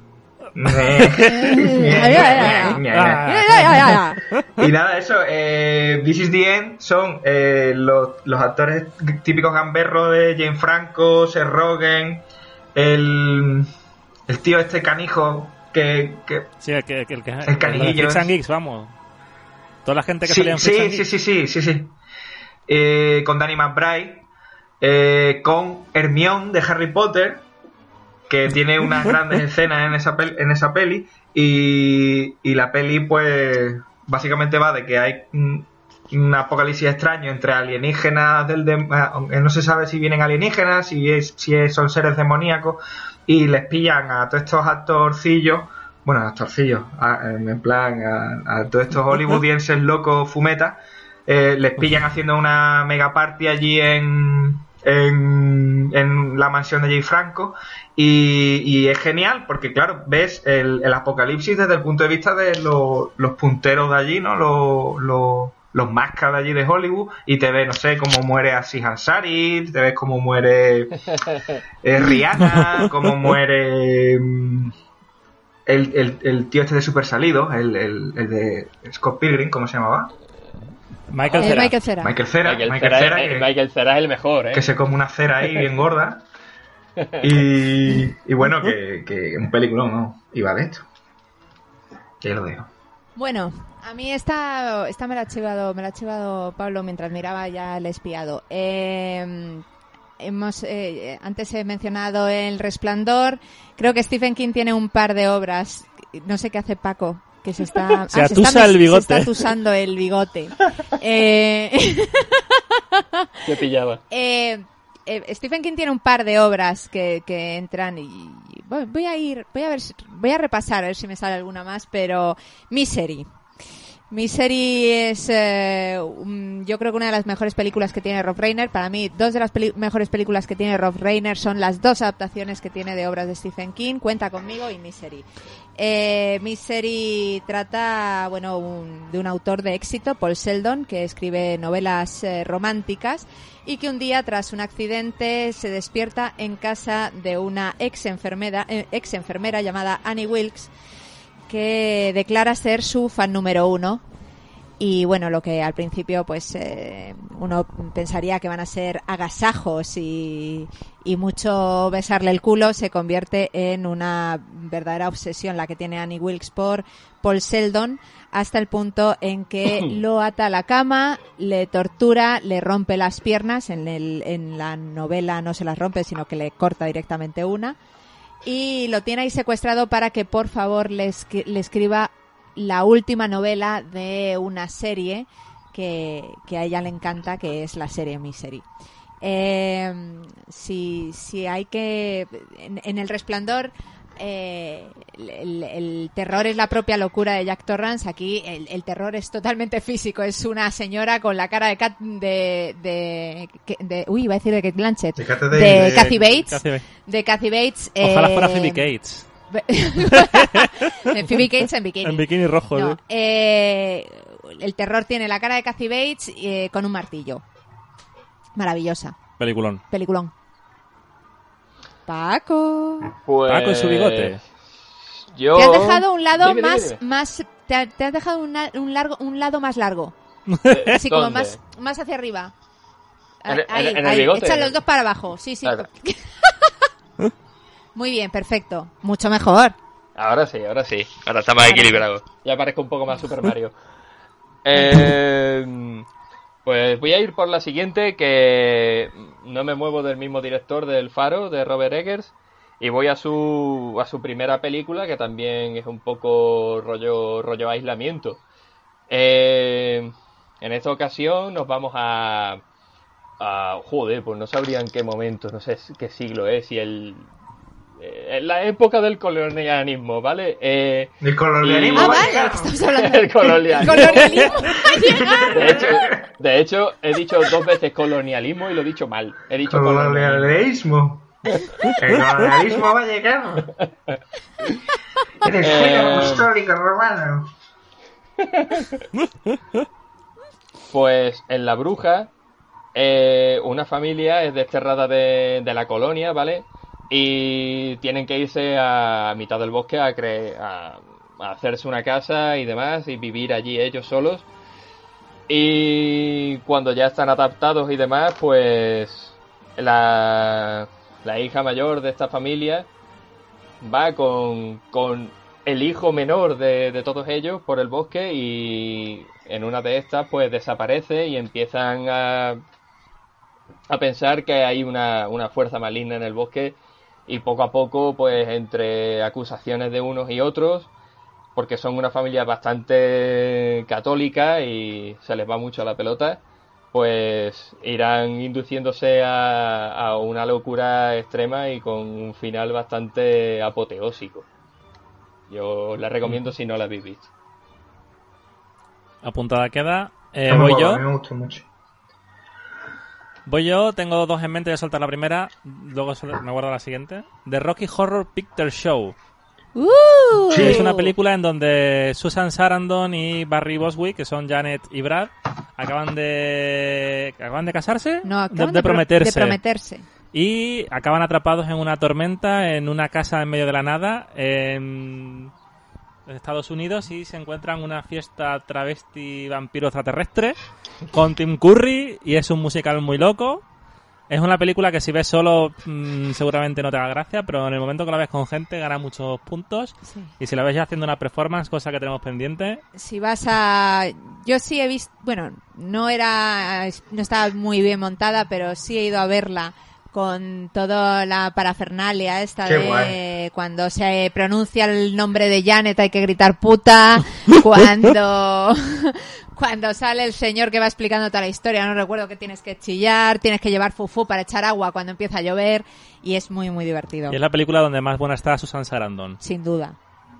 Speaker 4: Y nada, eso, eh, This Is The End son eh, los, los actores típicos gamberros de Jane Franco, Seth Rogen, el, el tío este canijo que... que
Speaker 1: sí, el que... El, que,
Speaker 4: el canijillo.
Speaker 1: Freaks and Geeks, vamos. Toda la gente que
Speaker 4: sí,
Speaker 1: salía en
Speaker 4: sí,
Speaker 1: Freaks and
Speaker 4: sí,
Speaker 1: Geeks.
Speaker 4: sí, sí, sí, sí. Eh, con Danny McBride, eh, con Hermione de Harry Potter, que tiene unas grandes escenas en esa peli, en esa peli y, y la peli pues básicamente va de que hay un, un apocalipsis extraño entre alienígenas del de, no se sabe si vienen alienígenas, si es, si es, son seres demoníacos, y les pillan a todos estos actorcillos, bueno, actorcillos, a, en plan a, a todos estos hollywoodienses locos fumetas, eh, les pillan haciendo una mega party allí en En, en la mansión de Jay Franco y, y es genial porque claro, ves el, el apocalipsis desde el punto de vista de lo, los punteros de allí, ¿no? Los, los, los máscaras de allí de Hollywood, y te ves, no sé, cómo muere Aziz Ansari, te ves cómo muere eh, Rihanna, cómo muere el, el, el tío este de Super Salido, el, el, el de Scott Pilgrim, ¿cómo se llamaba?
Speaker 1: Michael
Speaker 2: eh,
Speaker 1: Cera.
Speaker 2: Michael Cera.
Speaker 3: Michael
Speaker 4: Michael Cera,
Speaker 3: Cera,
Speaker 4: Michael Cera,
Speaker 3: es,
Speaker 4: que,
Speaker 3: Michael Cera es el mejor, ¿eh?
Speaker 4: Que se come una cera ahí bien gorda. Y, y bueno, que, que un peliculón, ¿no? Y va de esto. Que lo dejo.
Speaker 2: Bueno, a mí esta, esta me la ha chivado, me la ha chivado Pablo mientras miraba ya El Espiado. Eh, hemos eh, antes he mencionado El Resplandor. Creo que Stephen King tiene un par de obras. No sé qué hace Paco. Que se está,
Speaker 1: se
Speaker 2: ah,
Speaker 1: atusa
Speaker 2: se está,
Speaker 1: el bigote.
Speaker 2: Se está atusando el bigote. eh,
Speaker 3: Te pillaba.
Speaker 2: eh, eh, Stephen King tiene un par de obras que, que entran y voy, voy a ir, voy a ver, voy a repasar a ver si me sale alguna más, pero Misery. Misery es, eh, un, yo creo que una de las mejores películas que tiene Rob Reiner. Para mí, dos de las peli- mejores películas que tiene Rob Reiner son las dos adaptaciones que tiene de obras de Stephen King, Cuenta conmigo y Misery. Eh, Misery trata, bueno, un, de un autor de éxito, Paul Sheldon, que escribe novelas eh, románticas y que un día, tras un accidente, se despierta en casa de una ex enfermera, eh, ex enfermera llamada Annie Wilkes, que declara ser su fan número uno. Y bueno, lo que al principio pues eh, uno pensaría que van a ser agasajos y, y mucho besarle el culo, se convierte en una verdadera obsesión la que tiene Annie Wilkes por Paul Sheldon, hasta el punto en que lo ata a la cama, le tortura, le rompe las piernas. En, el, en la novela no se las rompe, sino que le corta directamente una. Y lo tiene ahí secuestrado para que por favor le, escri- le escriba la última novela de una serie que, que a ella le encanta, que es la serie Misery. Eh, si, si hay que... En, en El Resplandor eh, el, el terror es la propia locura de Jack Torrance. Aquí el, el terror es totalmente físico. Es una señora con la cara de Cat, de, de, de uy, iba a decir de Kate Blanchett,
Speaker 4: De, Kate
Speaker 2: de,
Speaker 4: de,
Speaker 2: de Kathy Bates,
Speaker 1: Kathy.
Speaker 2: de Kathy Bates.
Speaker 1: Ojalá
Speaker 2: eh,
Speaker 1: fuera Phoebe Cates.
Speaker 2: de Phoebe Cates en bikini.
Speaker 1: En bikini rojo.
Speaker 2: No,
Speaker 1: ¿sí?
Speaker 2: eh, el terror tiene la cara de Kathy Bates eh, con un martillo. Maravillosa.
Speaker 1: Peliculón.
Speaker 2: Peliculón. Paco.
Speaker 3: Pues...
Speaker 1: Paco y su bigote.
Speaker 3: Yo...
Speaker 2: Te has dejado un lado
Speaker 3: Dime,
Speaker 2: más,
Speaker 3: dime.
Speaker 2: más, te, ha- te has dejado un, la- un largo, un lado más largo,
Speaker 3: Eh,
Speaker 2: así como
Speaker 3: ¿dónde?
Speaker 2: más, más hacia arriba.
Speaker 3: En el-
Speaker 2: Ahí,
Speaker 3: en el
Speaker 2: ahí.
Speaker 3: bigote.
Speaker 2: Echa los dos para abajo, sí, sí.
Speaker 3: Claro.
Speaker 2: Muy bien, perfecto, mucho mejor.
Speaker 3: Ahora sí, ahora sí. Ahora está más equilibrado. Ya parezco un poco más Super Mario. Eh, pues voy a ir por la siguiente, que no me muevo del mismo director del Faro, de Robert Eggers, y voy a su a su primera película, que también es un poco rollo rollo aislamiento. Eh, en esta ocasión nos vamos a, a... Joder, pues no sabría en qué momento, no sé qué siglo es, si el... eh, en la época del colonialismo, ¿vale? Eh,
Speaker 4: El colonialismo
Speaker 2: Ah,
Speaker 4: va a
Speaker 2: vale,
Speaker 4: llegar.
Speaker 2: que estamos hablando
Speaker 3: el colonialismo.
Speaker 2: colonialismo.
Speaker 3: De hecho, de hecho, he dicho dos veces colonialismo y lo he dicho mal. He dicho colonialismo.
Speaker 4: Colonialismo. El colonialismo va a llegar. Eres
Speaker 3: Eh.
Speaker 4: frío apostólico romano.
Speaker 3: Pues en La Bruja, eh, una familia es desterrada de, de la colonia, ¿vale? Y tienen que irse a mitad del bosque a, cre- a, a hacerse una casa y demás y vivir allí ellos solos. Y cuando ya están adaptados y demás, pues la, la hija mayor de esta familia va con, con el hijo menor de, de todos ellos por el bosque y en una de estas pues desaparece y empiezan a, a pensar que hay una, una fuerza maligna en el bosque y poco a poco pues entre acusaciones de unos y otros, porque son una familia bastante católica y se les va mucho a la pelota, pues irán induciéndose a, a una locura extrema y con un final bastante apoteósico. Yo la recomiendo si no la habéis visto.
Speaker 1: Apuntada queda. Eh,
Speaker 4: No me
Speaker 1: voy
Speaker 4: acuerdo,
Speaker 1: yo.
Speaker 4: a mí me gustó mucho.
Speaker 1: Voy yo. Tengo dos en mente. Voy a soltar la primera. Luego sol- me guardo la siguiente. The Rocky Horror Picture Show.
Speaker 2: Uh.
Speaker 4: Sí.
Speaker 1: Es una película en donde Susan Sarandon y Barry Boswick, que son Janet y Brad, acaban de acaban de casarse,
Speaker 2: No,
Speaker 1: de,
Speaker 2: acaban
Speaker 1: de
Speaker 2: pro-
Speaker 1: prometerse.
Speaker 2: de prometerse.
Speaker 1: Y acaban atrapados en una tormenta, en una casa en medio de la nada, en Estados Unidos, y se encuentran una fiesta travesti vampiro extraterrestre con Tim Curry, y es un musical muy loco. Es una película que si ves solo mmm, seguramente no te haga gracia, pero en el momento que la ves con gente gana muchos puntos.
Speaker 2: Sí.
Speaker 1: Y si la ves ya haciendo una performance, cosa que tenemos pendiente,
Speaker 2: Si vas a... Yo sí he visto... Bueno, no era... No estaba muy bien montada, pero sí he ido a verla con toda la parafernalia esta
Speaker 4: Qué
Speaker 2: de
Speaker 4: guay.
Speaker 2: cuando se pronuncia el nombre de Janet hay que gritar puta, cuando cuando sale el señor que va explicando toda la historia, no recuerdo que tienes que chillar, tienes que llevar fufú para echar agua cuando empieza a llover, y es muy muy divertido,
Speaker 1: y es la película donde más buena está Susan Sarandon.
Speaker 2: sin duda.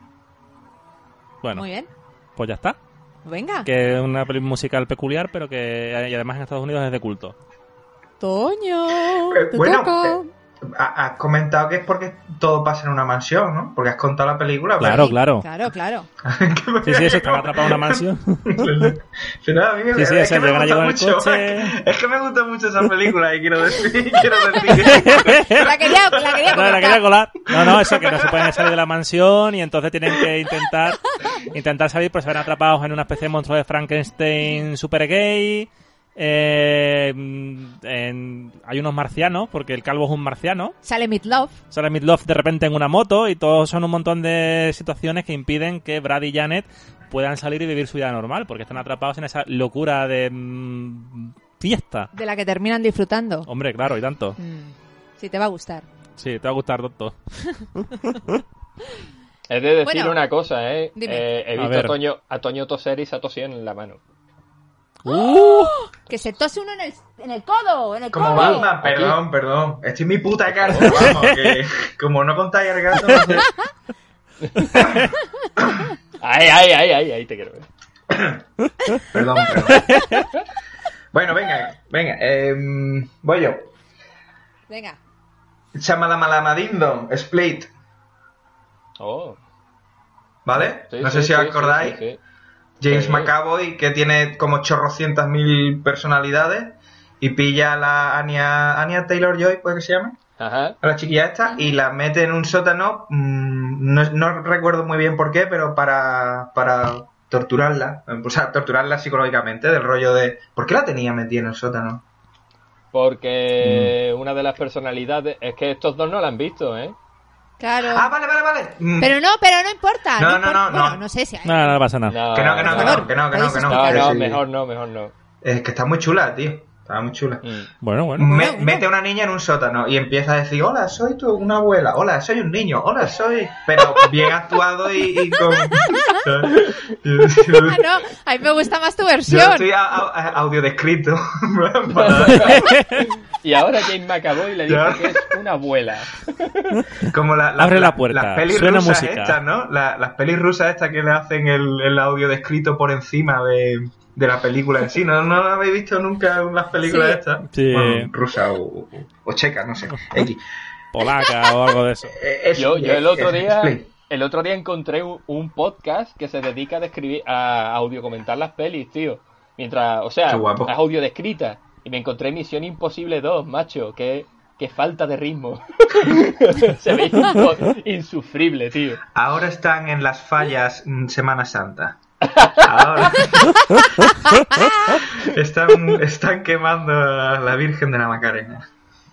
Speaker 1: Bueno,
Speaker 2: Muy bien,
Speaker 1: pues ya está.
Speaker 2: venga.
Speaker 1: Que es una película musical peculiar, pero que y además en Estados Unidos es de culto.
Speaker 2: Toño,
Speaker 4: Eh,
Speaker 2: te
Speaker 4: bueno,
Speaker 2: toca.
Speaker 4: eh, ha- has comentado que es porque todo pasa en una mansión, ¿no? Porque has contado la película. pero-
Speaker 1: Claro, claro.
Speaker 2: Claro, claro.
Speaker 4: Que me
Speaker 1: Sí, sí, eso,
Speaker 4: veía
Speaker 1: están
Speaker 4: como-
Speaker 1: atrapados en una mansión.
Speaker 4: Sí, no, a mí me-
Speaker 1: Sí, sí,
Speaker 4: es
Speaker 1: eso,
Speaker 4: que me
Speaker 1: llegan a
Speaker 4: gusta
Speaker 1: llevar el
Speaker 4: mucho.
Speaker 1: coche.
Speaker 4: Es que me gusta mucho esa película y quiero decir, quiero decir que...
Speaker 2: La quería, la quería
Speaker 1: No, la
Speaker 2: comentar.
Speaker 1: quería colar. No, no, eso, que no se pueden salir de la mansión y entonces tienen que intentar intentar salir, pues se ven atrapados en una especie de monstruo de Frankenstein super gay. Eh, en- hay unos marcianos, porque el calvo es un marciano.
Speaker 2: Sale Meatloaf.
Speaker 1: Sale Midlove de repente en una moto y todos son un montón de situaciones que impiden que Brad y Janet puedan salir y vivir su vida normal, porque están atrapados en esa locura de mm, fiesta.
Speaker 2: De la que terminan disfrutando.
Speaker 1: Hombre, claro, y tanto.
Speaker 2: Mm, sí, te va a gustar.
Speaker 1: Sí, te va a gustar, doctor.
Speaker 3: Es de decir
Speaker 2: Bueno,
Speaker 3: una cosa, ¿eh?
Speaker 2: dime.
Speaker 3: Eh, he
Speaker 1: A
Speaker 3: visto
Speaker 1: ver.
Speaker 3: a Toño, a Toño toser y se ha tosido en la mano.
Speaker 1: ¡Uh!
Speaker 2: Que se tose uno en el, en el codo, en el
Speaker 4: Como
Speaker 2: codo.
Speaker 4: Batman, perdón, perdón. Estoy en mi puta casa, vamos, que como no contáis el gato, no sé.
Speaker 3: Ay, ay, ay, ay, ahí te quiero ver.
Speaker 4: Perdón, perdón. Bueno, venga, venga, em, voy yo.
Speaker 2: Venga.
Speaker 4: Chamalamalamadindo, Split,
Speaker 3: Oh.
Speaker 4: ¿vale?
Speaker 3: Sí,
Speaker 4: no
Speaker 3: sí,
Speaker 4: sé si
Speaker 3: sí,
Speaker 4: os
Speaker 3: sí,
Speaker 4: acordáis.
Speaker 3: sí, sí.
Speaker 4: James
Speaker 3: Sí.
Speaker 4: McAvoy, que tiene como chorrocientas mil personalidades y pilla a la Anya, Anya Taylor-Joy, ¿puede que se llame?
Speaker 3: Ajá.
Speaker 4: A la chiquilla esta, y la mete en un sótano, mmm, no, no recuerdo muy bien por qué, pero para, para torturarla, o sea, torturarla psicológicamente, del rollo de... ¿Por qué la tenía metida en el sótano?
Speaker 3: Porque mm. una de las personalidades... Es que estos dos no la han visto, ¿eh?
Speaker 2: Claro.
Speaker 4: Ah, vale, vale, vale. Mm.
Speaker 2: Pero no, pero no importa.
Speaker 4: No,
Speaker 2: no,
Speaker 4: no,
Speaker 2: importa.
Speaker 4: no,
Speaker 2: Bueno,
Speaker 4: no.
Speaker 2: no sé si hay...
Speaker 1: No, no pasa nada.
Speaker 3: No,
Speaker 4: que no, que no, que no, que no, que no, que no.
Speaker 3: No,
Speaker 4: Que
Speaker 3: no,
Speaker 4: sí.
Speaker 3: mejor no, mejor no, mejor no.
Speaker 4: Es que está muy chula, tío. Está muy chula.
Speaker 3: Mm.
Speaker 1: Bueno, bueno.
Speaker 4: Me-
Speaker 2: bueno.
Speaker 4: Mete a una niña en un sótano y empieza a decir, hola, soy tu, una abuela, hola, soy un niño, hola, soy... Pero bien actuado y, y con...
Speaker 2: Ah, no, a mí me gusta más tu
Speaker 4: Yo
Speaker 2: versión.
Speaker 4: estoy a, a, audio descrito.
Speaker 3: Y ahora James McAvoy le dice
Speaker 4: Ya.
Speaker 3: que es una abuela.
Speaker 4: Como la, la,
Speaker 1: Abre la
Speaker 4: la-
Speaker 1: puerta,
Speaker 4: las pelis
Speaker 1: suena
Speaker 4: rusas
Speaker 1: música.
Speaker 4: estas, ¿no? La- las pelis rusas estas que le hacen el, el audio descrito por encima de, de la película en sí. ¿No, no habéis visto nunca las películas
Speaker 2: Sí.
Speaker 4: estas?
Speaker 1: Sí.
Speaker 4: Bueno, rusa o, o checa, no sé. X.
Speaker 1: Polaca o algo de eso.
Speaker 4: Eh, es-
Speaker 3: Yo, yo el otro
Speaker 4: es-
Speaker 3: día...
Speaker 4: explain.
Speaker 3: El otro día encontré un, un podcast que se dedica a describir, a audio comentar las pelis, tío. Mientras, o sea,
Speaker 4: Qué guapo.
Speaker 3: es audio descrita. Y me encontré Misión Imposible dos, macho. Qué, qué falta de ritmo. Se ve impo- insufrible, tío.
Speaker 4: Ahora están en las fallas mm, Semana Santa. Ahora están, están quemando a la Virgen de la Macarena.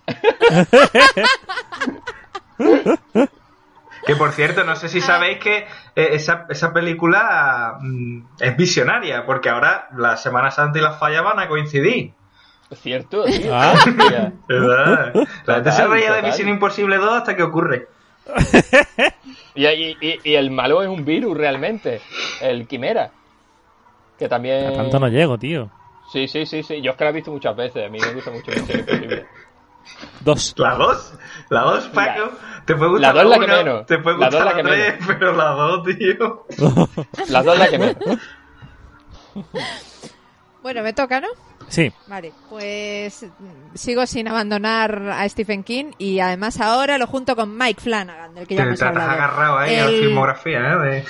Speaker 4: Que por cierto, no sé si sabéis que eh, esa, esa película mm, es visionaria, porque ahora la Semana Santa y las fallas van a coincidir.
Speaker 3: Es cierto, tío.
Speaker 1: Ah.
Speaker 3: Hostia.
Speaker 4: ¿Verdad? La gente se
Speaker 3: Total,
Speaker 4: reía de
Speaker 3: total.
Speaker 4: Misión Imposible dos hasta que ocurre.
Speaker 3: Y, y, y, y el malo es un virus realmente. El Quimera. Que también...
Speaker 1: A tanto no llego, tío.
Speaker 3: Sí, sí, sí, sí. Yo es que la he visto muchas veces. A mí me gusta mucho Misión Imposible.
Speaker 1: Dos.
Speaker 4: La dos, la dos, Paco, te puede
Speaker 3: la
Speaker 4: gustar
Speaker 3: dos
Speaker 4: la
Speaker 3: es la que
Speaker 4: uno,
Speaker 3: menos.
Speaker 4: te puede
Speaker 3: La dos
Speaker 4: gustar
Speaker 3: es
Speaker 4: la,
Speaker 3: la que
Speaker 4: tres, pero la dos, tío.
Speaker 3: Las dos las que me...
Speaker 2: Bueno, me toca, ¿no?
Speaker 1: Sí.
Speaker 2: Vale, pues mm, sigo sin abandonar a Stephen King y además ahora lo junto con Mike Flanagan, del que ya
Speaker 4: Te,
Speaker 2: hemos
Speaker 4: te has
Speaker 2: hablado.
Speaker 4: agarrado ahí a la
Speaker 2: El-
Speaker 4: filmografía, ¿eh? De...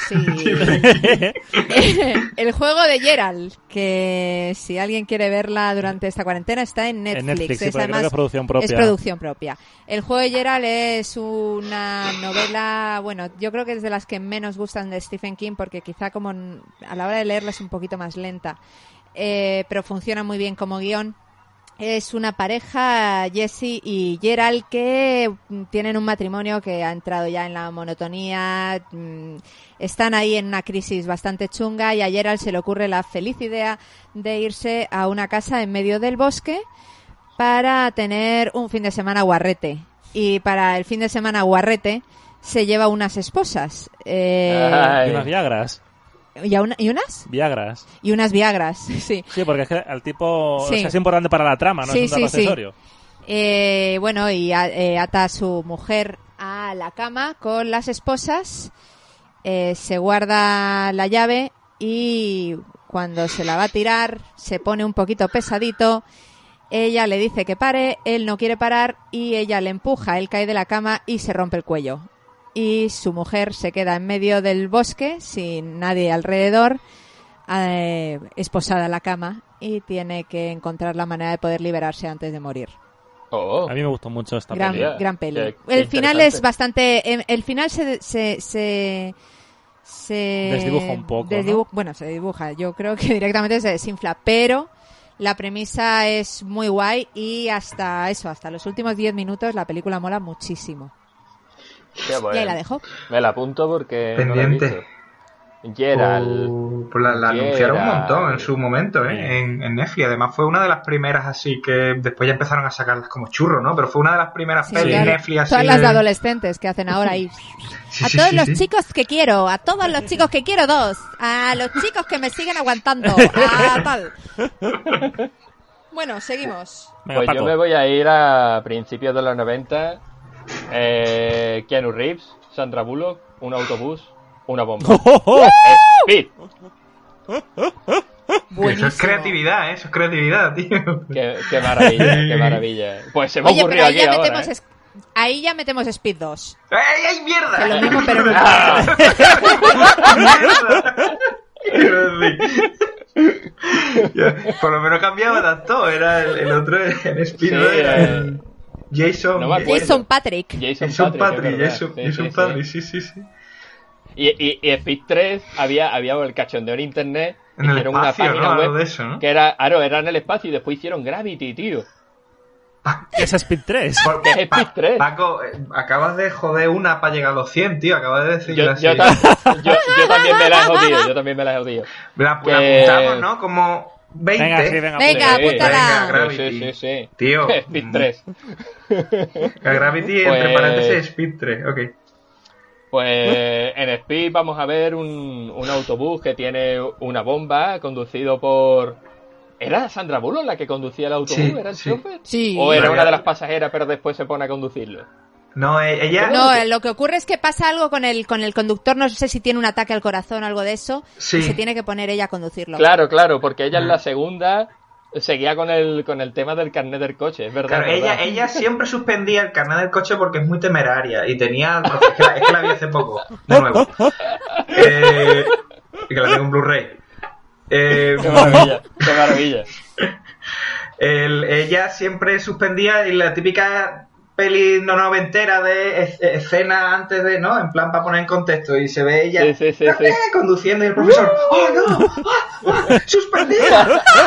Speaker 2: Sí. El juego de Geralt, que si alguien quiere verla durante esta cuarentena está en Netflix.
Speaker 1: En Netflix, sí,
Speaker 2: Es
Speaker 1: porque creo
Speaker 2: además-
Speaker 1: que es producción propia.
Speaker 2: Es producción propia. El juego de Geralt es una novela, bueno, yo creo que es de las que menos gustan de Stephen King porque quizá como n- a la hora de leerla es un poquito más lenta, eh, pero funciona muy bien como guión. Es una pareja, Jesse y Geralt, que mm, tienen un matrimonio que ha entrado ya en la monotonía. mm, Están ahí en una crisis bastante chunga y a Geralt se le ocurre la feliz idea de irse a una casa en medio del bosque para tener un fin de semana guarrete. Y para el fin de semana guarrete se lleva unas esposas. Eh,
Speaker 3: Ay.
Speaker 1: Y unas viagras.
Speaker 2: ¿y, a una- ¿Y unas?
Speaker 1: Viagras.
Speaker 2: Y unas viagras, sí.
Speaker 1: Sí, porque es que el tipo
Speaker 2: Sí.
Speaker 1: o sea, es importante para la trama, no
Speaker 2: Sí,
Speaker 1: es un dato
Speaker 2: sí, sí.
Speaker 1: accesorio.
Speaker 2: Eh, bueno, y a- eh, ata a su mujer a la cama con las esposas, eh, se guarda la llave y cuando se la va a tirar se pone un poquito pesadito. Ella le dice que pare, él no quiere parar y ella le empuja, él cae de la cama y se rompe el cuello. Y su mujer se queda en medio del bosque sin nadie alrededor, eh, esposada a la cama y tiene que encontrar la manera de poder liberarse antes de morir.
Speaker 3: Oh.
Speaker 1: A mí me gustó mucho esta
Speaker 2: Gran,
Speaker 1: película.
Speaker 2: gran peli.
Speaker 3: Qué- qué
Speaker 2: el final
Speaker 3: interesante.
Speaker 2: es bastante... em, El final se... se, se se
Speaker 1: Desdibuja un poco,
Speaker 2: desdibu-
Speaker 1: ¿no?
Speaker 2: Bueno, se dibuja. Yo creo que directamente se desinfla. Pero la premisa es muy guay y hasta eso, hasta los últimos diez minutos la película mola muchísimo.
Speaker 3: Qué bueno.
Speaker 2: Y ahí la dejo.
Speaker 3: Me la apunto porque
Speaker 4: Pendiente.
Speaker 3: no la he visto. Geralt.
Speaker 4: Uh, pues la, la
Speaker 3: Geralt.
Speaker 4: anunciaron un montón en su momento, ¿eh?
Speaker 1: Sí.
Speaker 4: En, en Netflix. Además fue una de las primeras así que después ya empezaron a sacarlas como churros, ¿no? Pero fue una de las primeras
Speaker 2: Sí,
Speaker 4: pelis
Speaker 2: claro.
Speaker 4: Netflix así.
Speaker 2: Todas las de
Speaker 4: de-
Speaker 2: adolescentes que hacen ahora ahí.
Speaker 4: Sí,
Speaker 2: A
Speaker 4: sí,
Speaker 2: todos
Speaker 4: sí,
Speaker 2: los
Speaker 4: sí.
Speaker 2: chicos que quiero, a todos los chicos que quiero dos, a los chicos que me siguen aguantando, a tal. Bueno, seguimos.
Speaker 1: Venga,
Speaker 3: Pues
Speaker 1: Paco.
Speaker 3: yo me voy a ir a principios de los noventa. Eh, Keanu Reeves, Sandra Bullock, un autobús, una bomba.
Speaker 1: ¡Oh, oh, oh!
Speaker 3: Speed.
Speaker 4: Eso
Speaker 2: Buenísimo.
Speaker 4: es creatividad, ¿eh? Eso es creatividad, tío.
Speaker 3: Qué, qué maravilla, qué maravilla. Pues se me ha
Speaker 2: Oye, pero
Speaker 3: ocurrido
Speaker 2: ahí
Speaker 3: aquí
Speaker 2: ya,
Speaker 3: ahora.
Speaker 2: metemos
Speaker 3: ¿eh?
Speaker 2: es- ahí ya metemos Speed dos.
Speaker 4: ¡Ay, ay, mierda!
Speaker 2: Que lo mismo, pero no.
Speaker 4: ¡Mierda! Quiero decir, Ya, por lo menos cambiaba de actor. Era el, el otro en Speed,
Speaker 3: Sí,
Speaker 4: era
Speaker 3: eh,
Speaker 4: el Jason.
Speaker 3: no me acuerdo.
Speaker 2: Jason Patrick.
Speaker 3: Jason,
Speaker 4: Jason
Speaker 3: Patrick,
Speaker 4: Patrick,
Speaker 3: es verdad.
Speaker 4: Jason,
Speaker 3: Sí,
Speaker 4: Jason
Speaker 3: sí, sí.
Speaker 4: Patrick, sí, sí, sí.
Speaker 3: Y, y, y Speed tres había, había el cachondeo en internet.
Speaker 4: En el
Speaker 3: hicieron
Speaker 4: espacio,
Speaker 3: una
Speaker 4: ¿no?
Speaker 3: página
Speaker 4: Algo
Speaker 3: web
Speaker 4: de eso, ¿no?
Speaker 3: que era, claro, era en el espacio y después hicieron Gravity, tío.
Speaker 1: ¿Qué es Speed tres?
Speaker 4: Por-
Speaker 3: ¿Qué es Speed tres?
Speaker 4: Paco, eh, acabas de joder una para llegar a los cien, tío. Acabas de decir
Speaker 3: Yo,
Speaker 4: así.
Speaker 3: yo, ta- yo, yo también me la he jodido, yo también me la he jodido.
Speaker 4: La, la
Speaker 3: que-
Speaker 4: apuntamos, ¿no? Como veinte.
Speaker 1: Venga, sí, venga.
Speaker 2: Venga,
Speaker 1: pues.
Speaker 3: Sí,
Speaker 2: apúntala.
Speaker 4: Venga,
Speaker 3: Sí,
Speaker 4: Gravity.
Speaker 3: sí, sí, sí.
Speaker 4: Tío.
Speaker 3: Speed tres.
Speaker 4: La Gravity, entre
Speaker 3: Pues-
Speaker 4: paréntesis, Speed tres. Ok.
Speaker 3: Pues en Speed vamos a ver un, un autobús que tiene una bomba conducido por... ¿Era Sandra Bullock la que conducía el autobús?
Speaker 4: Sí,
Speaker 3: ¿Era el
Speaker 4: sí.
Speaker 3: chofer?
Speaker 2: Sí.
Speaker 3: ¿O era
Speaker 4: Pero
Speaker 3: una
Speaker 4: ya-
Speaker 3: de las pasajeras pero después se pone a conducirlo?
Speaker 4: No, eh, ella.
Speaker 2: No, eh, lo que ocurre es que pasa algo con el con el conductor, no sé si tiene un ataque al corazón o algo de eso,
Speaker 4: Sí.
Speaker 2: y se tiene que poner ella a conducirlo.
Speaker 3: Claro, claro, porque ella en la
Speaker 4: Ah.
Speaker 3: segunda seguía con el con el tema del carnet del coche, es verdad.
Speaker 4: Claro,
Speaker 3: es verdad.
Speaker 4: ella, ella siempre suspendía el carnet del coche porque es muy temeraria y tenía... Es que la, es que la vi hace poco, de nuevo. Eh, y que la tengo en Blu-ray. Eh,
Speaker 3: Qué maravilla, qué maravilla.
Speaker 4: el- ella siempre suspendía y la típica peli no noventera de es- escena antes de, ¿no? En plan para poner en contexto y se ve ella
Speaker 3: Sí, sí, sí, sí.
Speaker 4: eh, conduciendo y el profesor ¡oh no! ¡Ah, ah, ¡suspendida!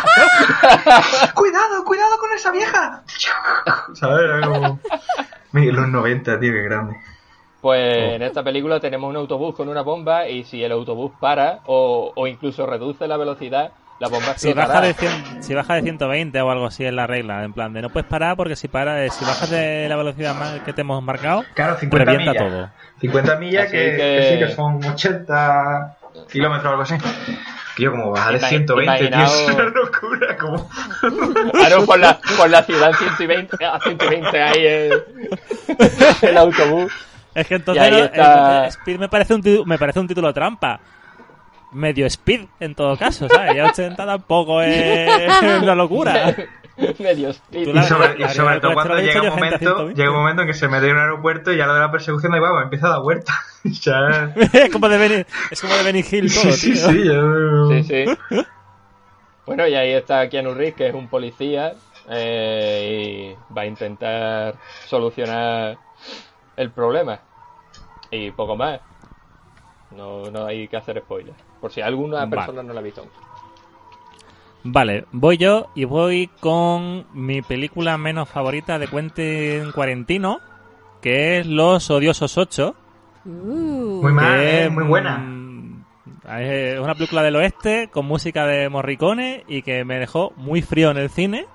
Speaker 4: ¡Cuidado, cuidado con esa vieja! ¿Sabes? Era como... Mira, los noventa, tío, qué grande.
Speaker 3: Pues en esta película tenemos un autobús con una bomba y si el autobús para o, o incluso reduce la velocidad, la bomba
Speaker 1: Si
Speaker 3: explotará.
Speaker 1: baja, de cien, si baja de ciento veinte o algo así es la regla, en plan de no puedes parar porque si para, si bajas de la velocidad más que te hemos marcado,
Speaker 4: Claro, cincuenta
Speaker 1: revienta
Speaker 4: millas.
Speaker 1: todo.
Speaker 4: cincuenta millas
Speaker 3: Así
Speaker 4: que,
Speaker 3: que-
Speaker 4: que sí, que son ochenta kilómetros o algo así. Tío, como baja de
Speaker 3: Ima-
Speaker 4: ciento veinte, tío,
Speaker 3: imaginaos-
Speaker 4: es una locura. Como...
Speaker 3: Claro, por la, por la ciudad ciento veinte, a ciento veinte ahí el, el autobús.
Speaker 1: Es que
Speaker 3: Y
Speaker 1: entonces
Speaker 3: ahí
Speaker 1: no,
Speaker 3: está-
Speaker 1: el- Speed me parece un ti- me parece un título trampa. Medio Speed en todo caso, ¿sabes? Ya ochenta tampoco es una locura.
Speaker 3: Medio speed.
Speaker 1: Tú
Speaker 4: Y
Speaker 1: la-
Speaker 4: sobre, y
Speaker 1: la-
Speaker 4: sobre
Speaker 1: la-
Speaker 4: todo
Speaker 1: la-
Speaker 4: cuando
Speaker 1: la-
Speaker 4: llega un
Speaker 1: la- gente a
Speaker 4: momento,
Speaker 1: ciento veinte.
Speaker 4: llega un momento en que se mete en un aeropuerto y ya lo de la persecución da igual, empieza a dar vuelta. Ya...
Speaker 1: es como de Benny, es como de Benny Hill todo,
Speaker 4: Sí, sí,
Speaker 1: tío.
Speaker 4: sí, ya...
Speaker 3: Sí, sí. Bueno, y ahí está Keanu Reeves, que es un policía, eh, y va a intentar solucionar el problema. Y poco más. No, no hay que hacer spoilers. Por si alguna
Speaker 1: Vale.
Speaker 3: persona no la ha visto aún.
Speaker 1: Vale, voy yo y voy con mi película menos favorita de Quentin Quarantino, que es Los Odiosos ocho.
Speaker 2: Uh,
Speaker 4: Muy mal,
Speaker 1: que
Speaker 4: eh,
Speaker 1: es,
Speaker 4: muy buena.
Speaker 1: mm, Es una película del oeste con música de Morricone y que me dejó muy frío en el cine.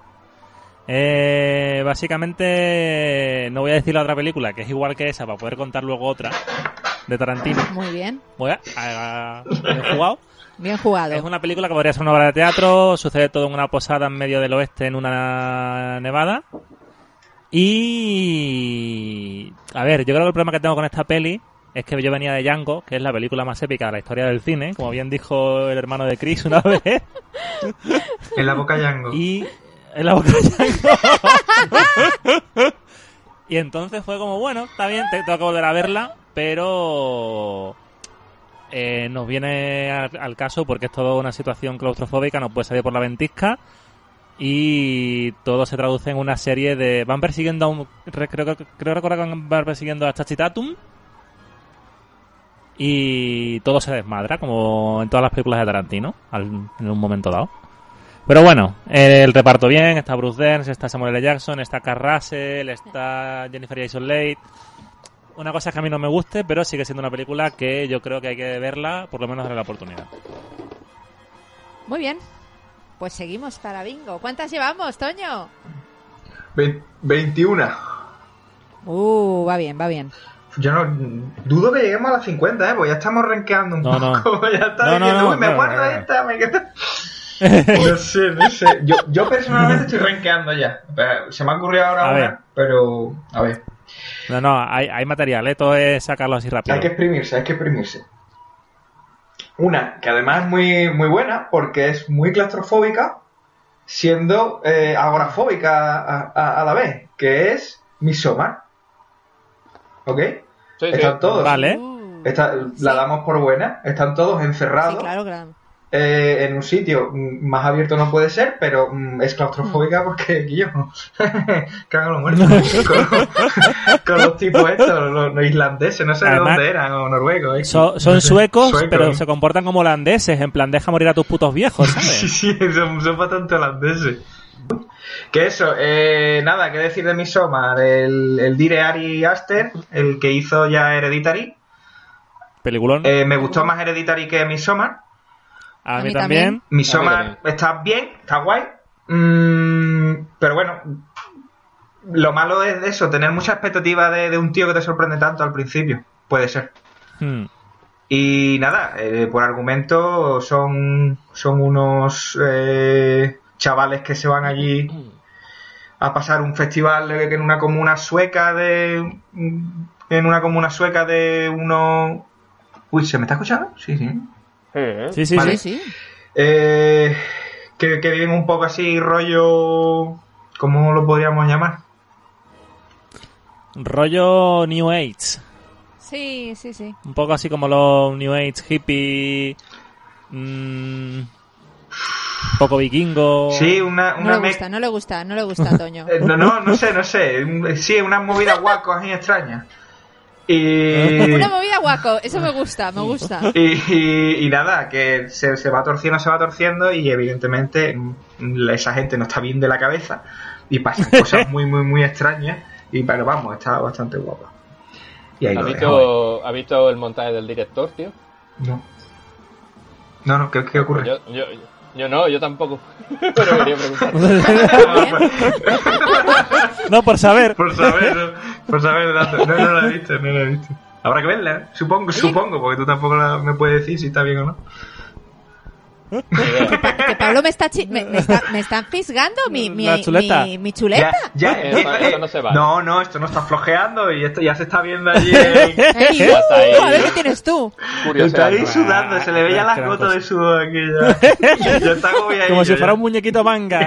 Speaker 1: Eh, básicamente, no voy a decir la otra película, que es igual que esa, para poder contar luego otra de Tarantino.
Speaker 2: muy bien.
Speaker 1: Voy a, a- a- he jugado.
Speaker 2: Bien jugado.
Speaker 1: Es una película que podría ser una obra de teatro, sucede todo en una posada en medio del oeste en una nevada. Y... A ver, yo creo que el problema que tengo con esta peli es que yo venía de Django, que es la película más épica de la historia del cine, como bien dijo el hermano de Chris una vez.
Speaker 4: En la boca Django.
Speaker 1: Y... En la boca de Django. Y entonces fue como, bueno, está bien, te- tengo que volver a verla, pero... Eh, nos viene al, al caso porque es toda una situación claustrofóbica, no puede salir por la ventisca y todo se traduce en una serie de... Van persiguiendo a un... re- Creo, creo, creo recordar que van persiguiendo a Chachi Tatum y todo se desmadra, como en todas las películas de Tarantino, al- en un momento dado. Pero bueno, el reparto bien, está Bruce Dern, está Samuel L. Jackson, está Kurt Russell, está Jennifer Jason Leigh. Una cosa es que a mí no me guste, pero sigue siendo una película que yo creo que hay que verla, por lo menos darle la oportunidad.
Speaker 2: Muy bien. Pues seguimos para bingo. ¿Cuántas llevamos, Toño?
Speaker 4: Ve- veintiuno.
Speaker 2: Uh, va bien, va bien.
Speaker 4: Yo no dudo que lleguemos a las cincuenta, ¿eh? Porque ya estamos renqueando un
Speaker 1: No, no.
Speaker 4: poco. Ya está
Speaker 1: No, no,
Speaker 4: diciendo,
Speaker 1: no,
Speaker 4: uy, me
Speaker 1: no,
Speaker 4: guardo
Speaker 1: no, no.
Speaker 4: esta, me queda... No sé, no sé. Yo, yo personalmente estoy renqueando ya. Pero se me ha ocurrido ahora
Speaker 1: A
Speaker 4: una,
Speaker 1: ver.
Speaker 4: pero... A ver.
Speaker 1: No, no, hay, hay material, ¿eh? Todo es sacarlo así rápido.
Speaker 4: Hay que exprimirse, hay que exprimirse. Una, que además es muy, muy buena porque es muy claustrofóbica, siendo eh, agorafóbica a, a, a la vez, que es Midsommar. ¿Ok?
Speaker 3: Sí, sí.
Speaker 4: Están todos.
Speaker 1: Vale.
Speaker 2: Uh,
Speaker 4: Está-
Speaker 2: Sí.
Speaker 4: La damos por buena. Están todos
Speaker 2: sí,
Speaker 4: encerrados
Speaker 2: claro, claro.
Speaker 4: eh, en un sitio mm, más abierto no puede ser, pero mm, es claustrofóbica porque yo cago en los muertos con, con los tipos estos, los, los islandeses, no sé
Speaker 1: Además,
Speaker 4: de dónde eran, o noruegos. ¿eh?
Speaker 1: So, son
Speaker 4: no sé,
Speaker 1: suecos,
Speaker 4: suecos,
Speaker 1: pero
Speaker 4: ¿eh?
Speaker 1: se comportan como holandeses, en plan, deja morir a tus putos viejos,
Speaker 4: Sí,
Speaker 1: ¿sabes?
Speaker 4: sí, son, son bastante holandeses. Que eso, eh, nada, qué decir de Midsommar, el, el Dire Ari Aster, el que hizo ya Hereditary.
Speaker 1: Peliculón.
Speaker 4: Eh, me gustó más Hereditary que Midsommar.
Speaker 1: a,
Speaker 2: a
Speaker 1: mí
Speaker 2: mí
Speaker 1: también.
Speaker 2: también.
Speaker 4: Midsommar está bien, está guay. Mm, pero bueno, lo malo es de eso, tener mucha expectativa de, de un tío que te sorprende tanto al principio. Puede ser.
Speaker 1: Hmm.
Speaker 4: Y nada, eh, por argumento son, son unos eh, chavales que se van allí a pasar un festival en una comuna sueca de... En una comuna sueca de unos... Uy, ¿se me está escuchando? Sí, sí.
Speaker 1: Sí, sí,
Speaker 4: Vale.
Speaker 1: sí.
Speaker 2: Sí, sí.
Speaker 4: Eh, que, que viven un poco así, rollo... ¿Cómo lo podríamos llamar?
Speaker 1: Rollo New Age.
Speaker 2: Sí, sí, sí.
Speaker 1: Un poco así como los New Age hippie. Mmm, poco vikingo.
Speaker 4: Sí, una...
Speaker 2: No
Speaker 4: una
Speaker 2: le
Speaker 4: me-
Speaker 2: gusta, no le gusta, no le gusta a Toño.
Speaker 4: Eh, No, no, no sé, no sé. Un- Sí, unas movidas guacos así extrañas. Y...
Speaker 2: Una movida guaco, eso me gusta, me gusta.
Speaker 4: Y, y- y nada, que se, se va torciendo, se va torciendo y evidentemente mm, esa gente no está bien de la cabeza y pasan cosas muy, muy, muy extrañas. Y pero vamos, está bastante guapa. Y ahí
Speaker 3: ¿Has
Speaker 4: lo dejo.
Speaker 3: visto, ¿Has visto el montaje del director, tío?
Speaker 4: No. No, no, ¿qué, qué ocurre?
Speaker 3: Yo, yo, yo no, yo tampoco. Pero quería preguntar.
Speaker 1: No, por saber.
Speaker 4: Por saber, ¿no? Por saber el dato. No, no la he visto, no la he visto. Habrá que verla, ¿eh? Supongo, supongo, porque tú tampoco la- me puedes decir si está bien o no.
Speaker 2: Que Pablo me está, chi- me, me está, me está fisgando mi, mi,
Speaker 1: La chuleta.
Speaker 2: mi, mi chuleta.
Speaker 4: Ya, ya,
Speaker 3: Eso-
Speaker 4: ya,
Speaker 3: eso no se vale.
Speaker 4: no, no, esto no está flojeando y esto ya se está viendo allí. en-
Speaker 2: Ey,
Speaker 3: Ya está ahí.
Speaker 2: uh, a ver qué tienes tú.
Speaker 4: Está ahí
Speaker 3: Curiosidad.
Speaker 4: sudando, se le veía las
Speaker 1: Gran
Speaker 4: gotas
Speaker 1: cosa.
Speaker 4: de sudor aquí ya. Yo está agobiado.
Speaker 1: Como si fuera un muñequito manga.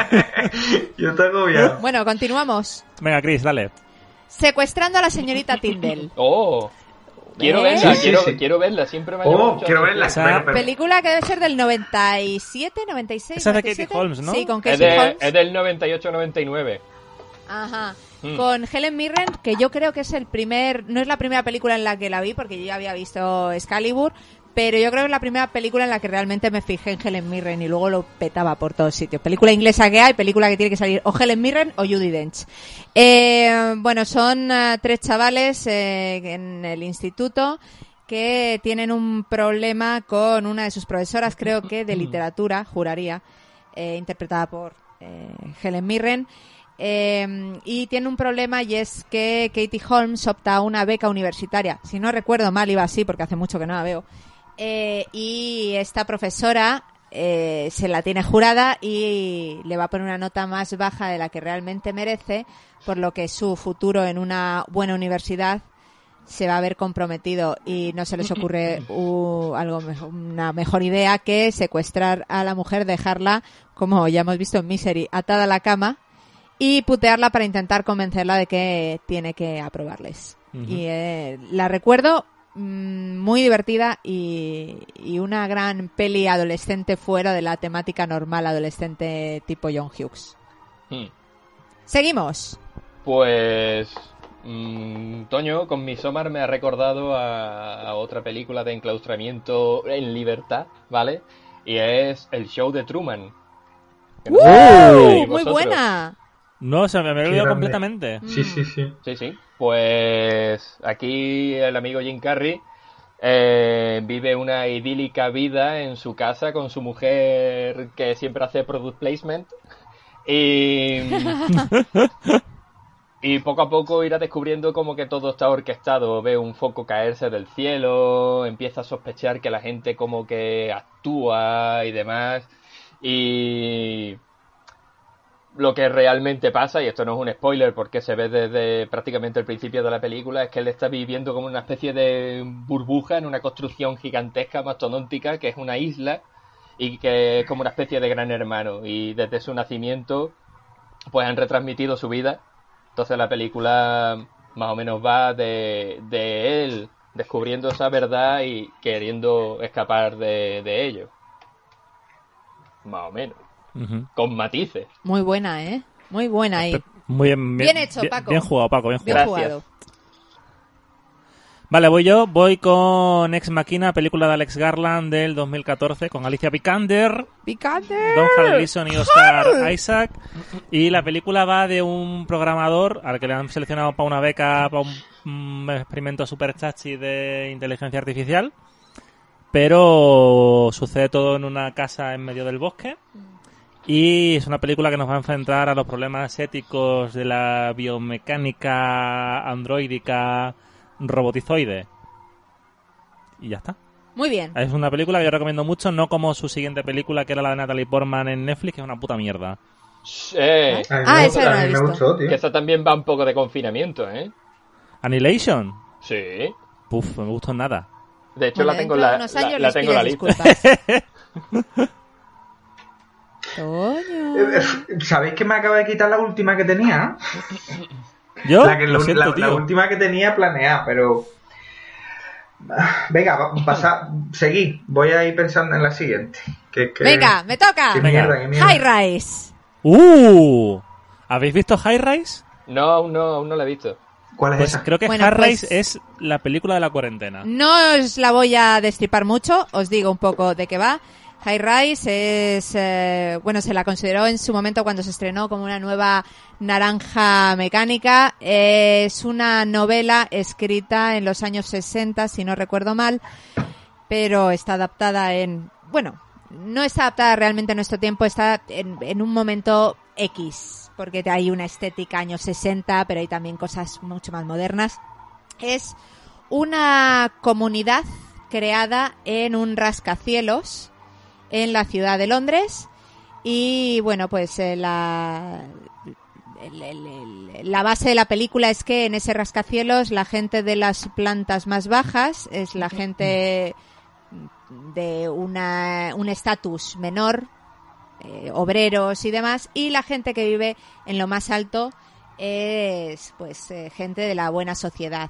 Speaker 4: Yo está agobiado.
Speaker 2: Bueno, continuamos.
Speaker 1: Venga, Chris, dale.
Speaker 2: Secuestrando a la señorita Tyndall.
Speaker 3: Oh, quiero
Speaker 2: ¿Eh?
Speaker 3: verla,
Speaker 4: Sí, sí,
Speaker 3: quiero,
Speaker 4: sí.
Speaker 3: quiero verla, siempre me ha llamado
Speaker 4: Oh,
Speaker 3: mucho
Speaker 4: quiero
Speaker 3: la
Speaker 4: verla.
Speaker 3: atención.
Speaker 1: Esa-
Speaker 4: pero- pero-
Speaker 2: Película que debe ser del noventa y siete, noventa y seis.
Speaker 1: Esa es de
Speaker 2: noventa y siete.
Speaker 1: Katie Holmes, ¿no?
Speaker 2: Sí, con
Speaker 3: Es,
Speaker 2: Katie
Speaker 3: de-
Speaker 2: Holmes.
Speaker 3: es del noventa y ocho noventa y nueve.
Speaker 2: Ajá.
Speaker 3: Mm.
Speaker 2: Con Helen Mirren, que yo creo que es el primer, no es la primera película en la que la vi, porque yo ya había visto Excalibur, pero yo creo que es la primera película en la que realmente me fijé en Helen Mirren y luego lo petaba por todos sitios. Película inglesa que hay, película que tiene que salir o Helen Mirren o Judi Dench. Eh, bueno, son eh, tres chavales eh, en el instituto que tienen un problema con una de sus profesoras, creo que de literatura, juraría, eh, interpretada por eh, Helen Mirren. Eh, y tiene un problema y es que Katie Holmes opta a una beca universitaria. Si no recuerdo mal, iba así porque hace mucho que no la veo. Eh, y esta profesora eh, se la tiene jurada y le va a poner una nota más baja de la que realmente merece, por lo que su futuro en una buena universidad se va a ver comprometido y no se les ocurre uh, algo mejor, una mejor idea que secuestrar a la mujer, dejarla, como ya hemos visto en Misery, atada a la cama y putearla para intentar convencerla de que tiene que aprobarles.
Speaker 1: Ujú.
Speaker 2: Y eh, la recuerdo mm, muy divertida y, y una gran peli adolescente fuera de la temática normal adolescente tipo John Hughes.
Speaker 3: Hmm.
Speaker 2: Seguimos.
Speaker 3: Pues... mm, Toño, con Midsommar me ha recordado a, a otra película de enclaustramiento en libertad, ¿vale? Y es El Show de Truman. Que no sé si
Speaker 2: ¡Uh!
Speaker 3: sabéis
Speaker 2: Muy
Speaker 3: vosotros.
Speaker 2: buena.
Speaker 1: No, se me había
Speaker 4: Qué
Speaker 1: olvidado
Speaker 4: grande.
Speaker 1: completamente.
Speaker 4: Sí, sí, sí.
Speaker 3: Sí, sí. Pues aquí el amigo Jim Carrey eh, vive una idílica vida en su casa con su mujer que siempre hace product placement y, y poco a poco irá descubriendo como que todo está orquestado. Ve un foco caerse del cielo, empieza a sospechar que la gente como que actúa y demás y... Lo que realmente pasa, y esto no es un spoiler porque se ve desde prácticamente el principio de la película, es que él está viviendo como una especie de burbuja en una construcción gigantesca, mastodóntica, que es una isla y que es como una especie de gran hermano. Y desde su nacimiento, pues han retransmitido su vida. Entonces la película más o menos va de, de él descubriendo esa verdad y queriendo escapar de, de ello. más o menos.
Speaker 1: Uh-huh.
Speaker 3: Con matices.
Speaker 2: Muy buena, ¿eh? Muy buena ahí.
Speaker 1: Muy bien, bien,
Speaker 2: Bien hecho,
Speaker 1: bien,
Speaker 2: Paco.
Speaker 1: Bien jugado, Paco, bien
Speaker 2: Bien
Speaker 1: jugado.
Speaker 3: Gracias.
Speaker 2: jugado.
Speaker 1: Vale, voy yo. Voy con Ex Machina, película de Alex Garland del dos mil catorce, con Alicia Vikander,
Speaker 2: ¡Picante!
Speaker 1: Don Harrelson y Oscar Isaac. Y la película va de un programador al que le han seleccionado para una beca, para un, un experimento super chachi de inteligencia artificial. Pero sucede todo en una casa en medio del bosque. Y es una película que nos va a enfrentar a los problemas éticos de la biomecánica androidica robotizoide. Y ya está.
Speaker 2: Muy bien.
Speaker 1: Es una película que yo recomiendo mucho, no como su siguiente película, que era la de Natalie Portman en Netflix, que es una puta mierda.
Speaker 3: Eh,
Speaker 4: A mí
Speaker 2: Ah,
Speaker 4: me-
Speaker 2: esa no la
Speaker 4: a
Speaker 2: he
Speaker 4: mí me
Speaker 2: visto.
Speaker 4: gustó, tío.
Speaker 3: que esa también va un poco de confinamiento, ¿eh?
Speaker 1: Annihilation.
Speaker 3: Sí.
Speaker 1: Puf, no me gustó nada.
Speaker 3: De hecho,
Speaker 2: Bueno,
Speaker 3: la tengo
Speaker 2: dentro
Speaker 3: en
Speaker 2: de
Speaker 3: la,
Speaker 2: unos
Speaker 3: la,
Speaker 2: años
Speaker 3: la
Speaker 2: les
Speaker 3: tengo en la
Speaker 2: pides
Speaker 3: lista.
Speaker 2: disculpas. Coño.
Speaker 4: Eh, ¿Sabéis que me acaba de quitar la última que tenía?
Speaker 1: Yo,
Speaker 4: La, que,
Speaker 1: lo
Speaker 4: la-
Speaker 1: siento,
Speaker 4: la-
Speaker 1: tío.
Speaker 4: la última que tenía planeada, pero... Ah, venga, va- pasa, seguid. Voy a ir pensando en la siguiente. Que, que-
Speaker 2: Venga, me toca.
Speaker 4: Qué
Speaker 1: Venga.
Speaker 4: mierda, qué mierda.
Speaker 2: High Rise.
Speaker 1: ¡Uh! ¿Habéis visto High Rise?
Speaker 3: No, aún no, aún no la he visto.
Speaker 4: ¿Cuál es
Speaker 1: Pues
Speaker 4: esa?
Speaker 1: creo que
Speaker 2: Bueno,
Speaker 1: High
Speaker 2: pues-
Speaker 1: Rise es la película de la cuarentena.
Speaker 2: No os la voy a destripar mucho, os digo un poco de qué va. High Rise es, eh, bueno, se la consideró en su momento cuando se estrenó como una nueva naranja mecánica. Eh, es una novela escrita en los años sesenta, si no recuerdo mal, pero está adaptada en, bueno, no está adaptada realmente a nuestro tiempo, está en, en un momento X, porque hay una estética años sesenta, pero hay también cosas mucho más modernas. Es una comunidad creada en un rascacielos en la ciudad de Londres y bueno, pues eh, la el- el- el- la base de la película es que en ese rascacielos la gente de las plantas más bajas es la gente de una un estatus menor, eh, obreros y demás, y la gente que vive en lo más alto es pues eh, gente de la buena sociedad.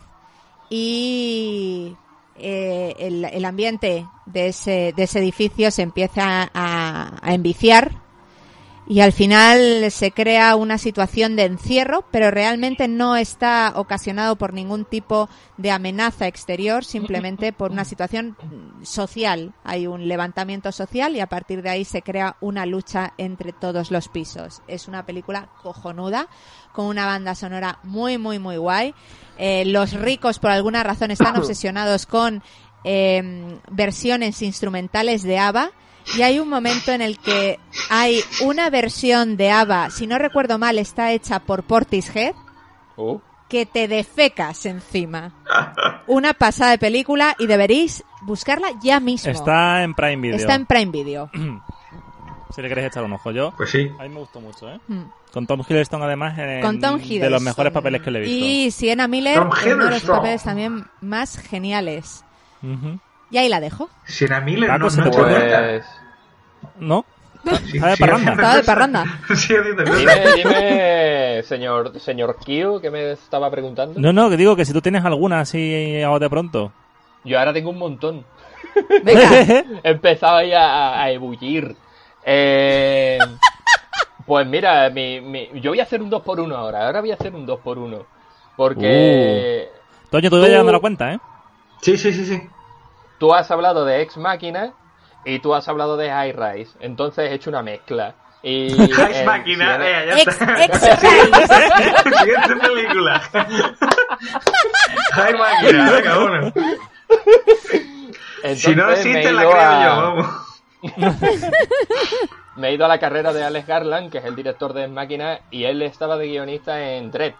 Speaker 2: Y eh, el, el ambiente de ese, de ese edificio se empieza a, a enviciar y al final se crea una situación de encierro, pero realmente no está ocasionado por ningún tipo de amenaza exterior, simplemente por una situación social. Hay un levantamiento social y a partir de ahí se crea una lucha entre todos los pisos. Es una película cojonuda, con una banda sonora muy, muy, muy guay. Eh, los ricos, por alguna razón, están obsesionados con eh, versiones instrumentales de ABBA. Y hay un momento en el que hay una versión de ABBA, si no recuerdo mal, está hecha por Portishead,
Speaker 3: Uh,
Speaker 2: que te defecas encima. Una pasada de película y deberéis buscarla ya mismo.
Speaker 1: Está en Prime Video.
Speaker 2: Está en Prime Video.
Speaker 1: Si le queréis echar un ojo. Yo,
Speaker 4: Pues sí.
Speaker 1: a mí me gustó mucho, ¿eh?
Speaker 2: Mm.
Speaker 1: Con Tom Hiddleston, además, en-
Speaker 2: Con Tom
Speaker 1: de
Speaker 2: Hiddleston.
Speaker 1: los mejores papeles que le he visto.
Speaker 2: Y Sienna Miller,
Speaker 4: Tom
Speaker 2: en uno de los
Speaker 4: Hiddleston.
Speaker 2: papeles también más geniales.
Speaker 1: Ujú.
Speaker 2: Y ahí la dejo.
Speaker 4: Sienna Miller
Speaker 1: Paco,
Speaker 4: no,
Speaker 1: ¿se
Speaker 4: no
Speaker 1: te
Speaker 4: he hecho
Speaker 1: ocurre?
Speaker 4: cuenta.
Speaker 3: pues...
Speaker 1: ¿No?
Speaker 4: Sí,
Speaker 1: Está de
Speaker 4: sí,
Speaker 1: parranda.
Speaker 4: haciendo
Speaker 2: Estaba de
Speaker 4: cosas.
Speaker 2: parranda.
Speaker 4: Sí, haciendo cosas.
Speaker 3: Dime, dime, señor, señor Kyo, que me estaba preguntando.
Speaker 1: No, no, que digo que si tú tienes alguna así a bote pronto.
Speaker 3: Yo ahora tengo un montón.
Speaker 2: Venga.
Speaker 3: He empezado ahí a, a ebullir. Eh, pues mira, mi, mi- yo voy a hacer un dos por uno ahora. Ahora voy a hacer un dos por uno. Porque
Speaker 1: Toño, tú,
Speaker 3: Tú-
Speaker 1: vas llegando a la cuenta, ¿eh?
Speaker 4: Sí, sí, sí, sí.
Speaker 3: tú has hablado de Ex Machina y tú has hablado de High Rise. Entonces he hecho una mezcla. Y,
Speaker 4: Ex
Speaker 3: eh,
Speaker 4: Máquina,
Speaker 3: si
Speaker 4: venga, ya
Speaker 2: Ex,
Speaker 4: está.
Speaker 2: ex Rise.
Speaker 4: Siguiente película. Ay, máquina, venga, uno.
Speaker 3: entonces
Speaker 4: Si no
Speaker 3: me he
Speaker 4: existe, la
Speaker 3: ido
Speaker 4: creo
Speaker 3: a-
Speaker 4: yo, vamos.
Speaker 3: Me he ido a la carrera de Alex Garland, que es el director de Ex Machina, y él estaba de guionista en Dredd.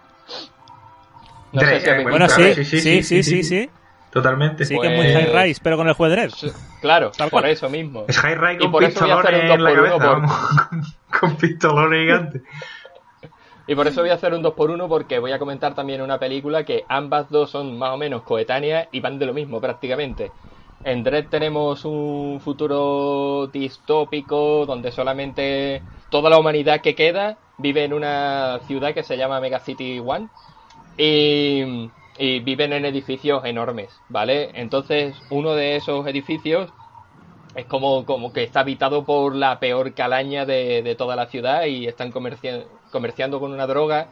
Speaker 3: No
Speaker 4: Dredd,
Speaker 3: sé si habéis
Speaker 4: eh,
Speaker 1: Bueno,
Speaker 3: visto.
Speaker 1: sí,
Speaker 4: claro,
Speaker 1: sí, sí, sí, sí, sí.
Speaker 4: Totalmente.
Speaker 1: Sí, que es muy
Speaker 3: Pues-
Speaker 1: High Rise, pero con el juez Dredd.
Speaker 3: Sí, Claro,
Speaker 1: Tal
Speaker 3: por
Speaker 1: cual.
Speaker 3: eso mismo.
Speaker 4: Es High Rise
Speaker 3: Y
Speaker 4: con
Speaker 3: por eso voy a hacer
Speaker 4: pistolones
Speaker 3: un
Speaker 4: en la
Speaker 3: dos por uno
Speaker 4: cabeza,
Speaker 3: por-
Speaker 4: vamos. Con pistolones gigantes.
Speaker 3: Y por eso voy a hacer un dos por uno porque voy a comentar también una película que ambas dos son más o menos coetáneas y van de lo mismo prácticamente. En Dredd tenemos un futuro distópico donde solamente toda la humanidad que queda vive en una ciudad que se llama Mega City One y, y viven en edificios enormes, ¿vale? Entonces uno de esos edificios es como, como que está habitado por la peor calaña de, de toda la ciudad y están comerci- comerciando con una droga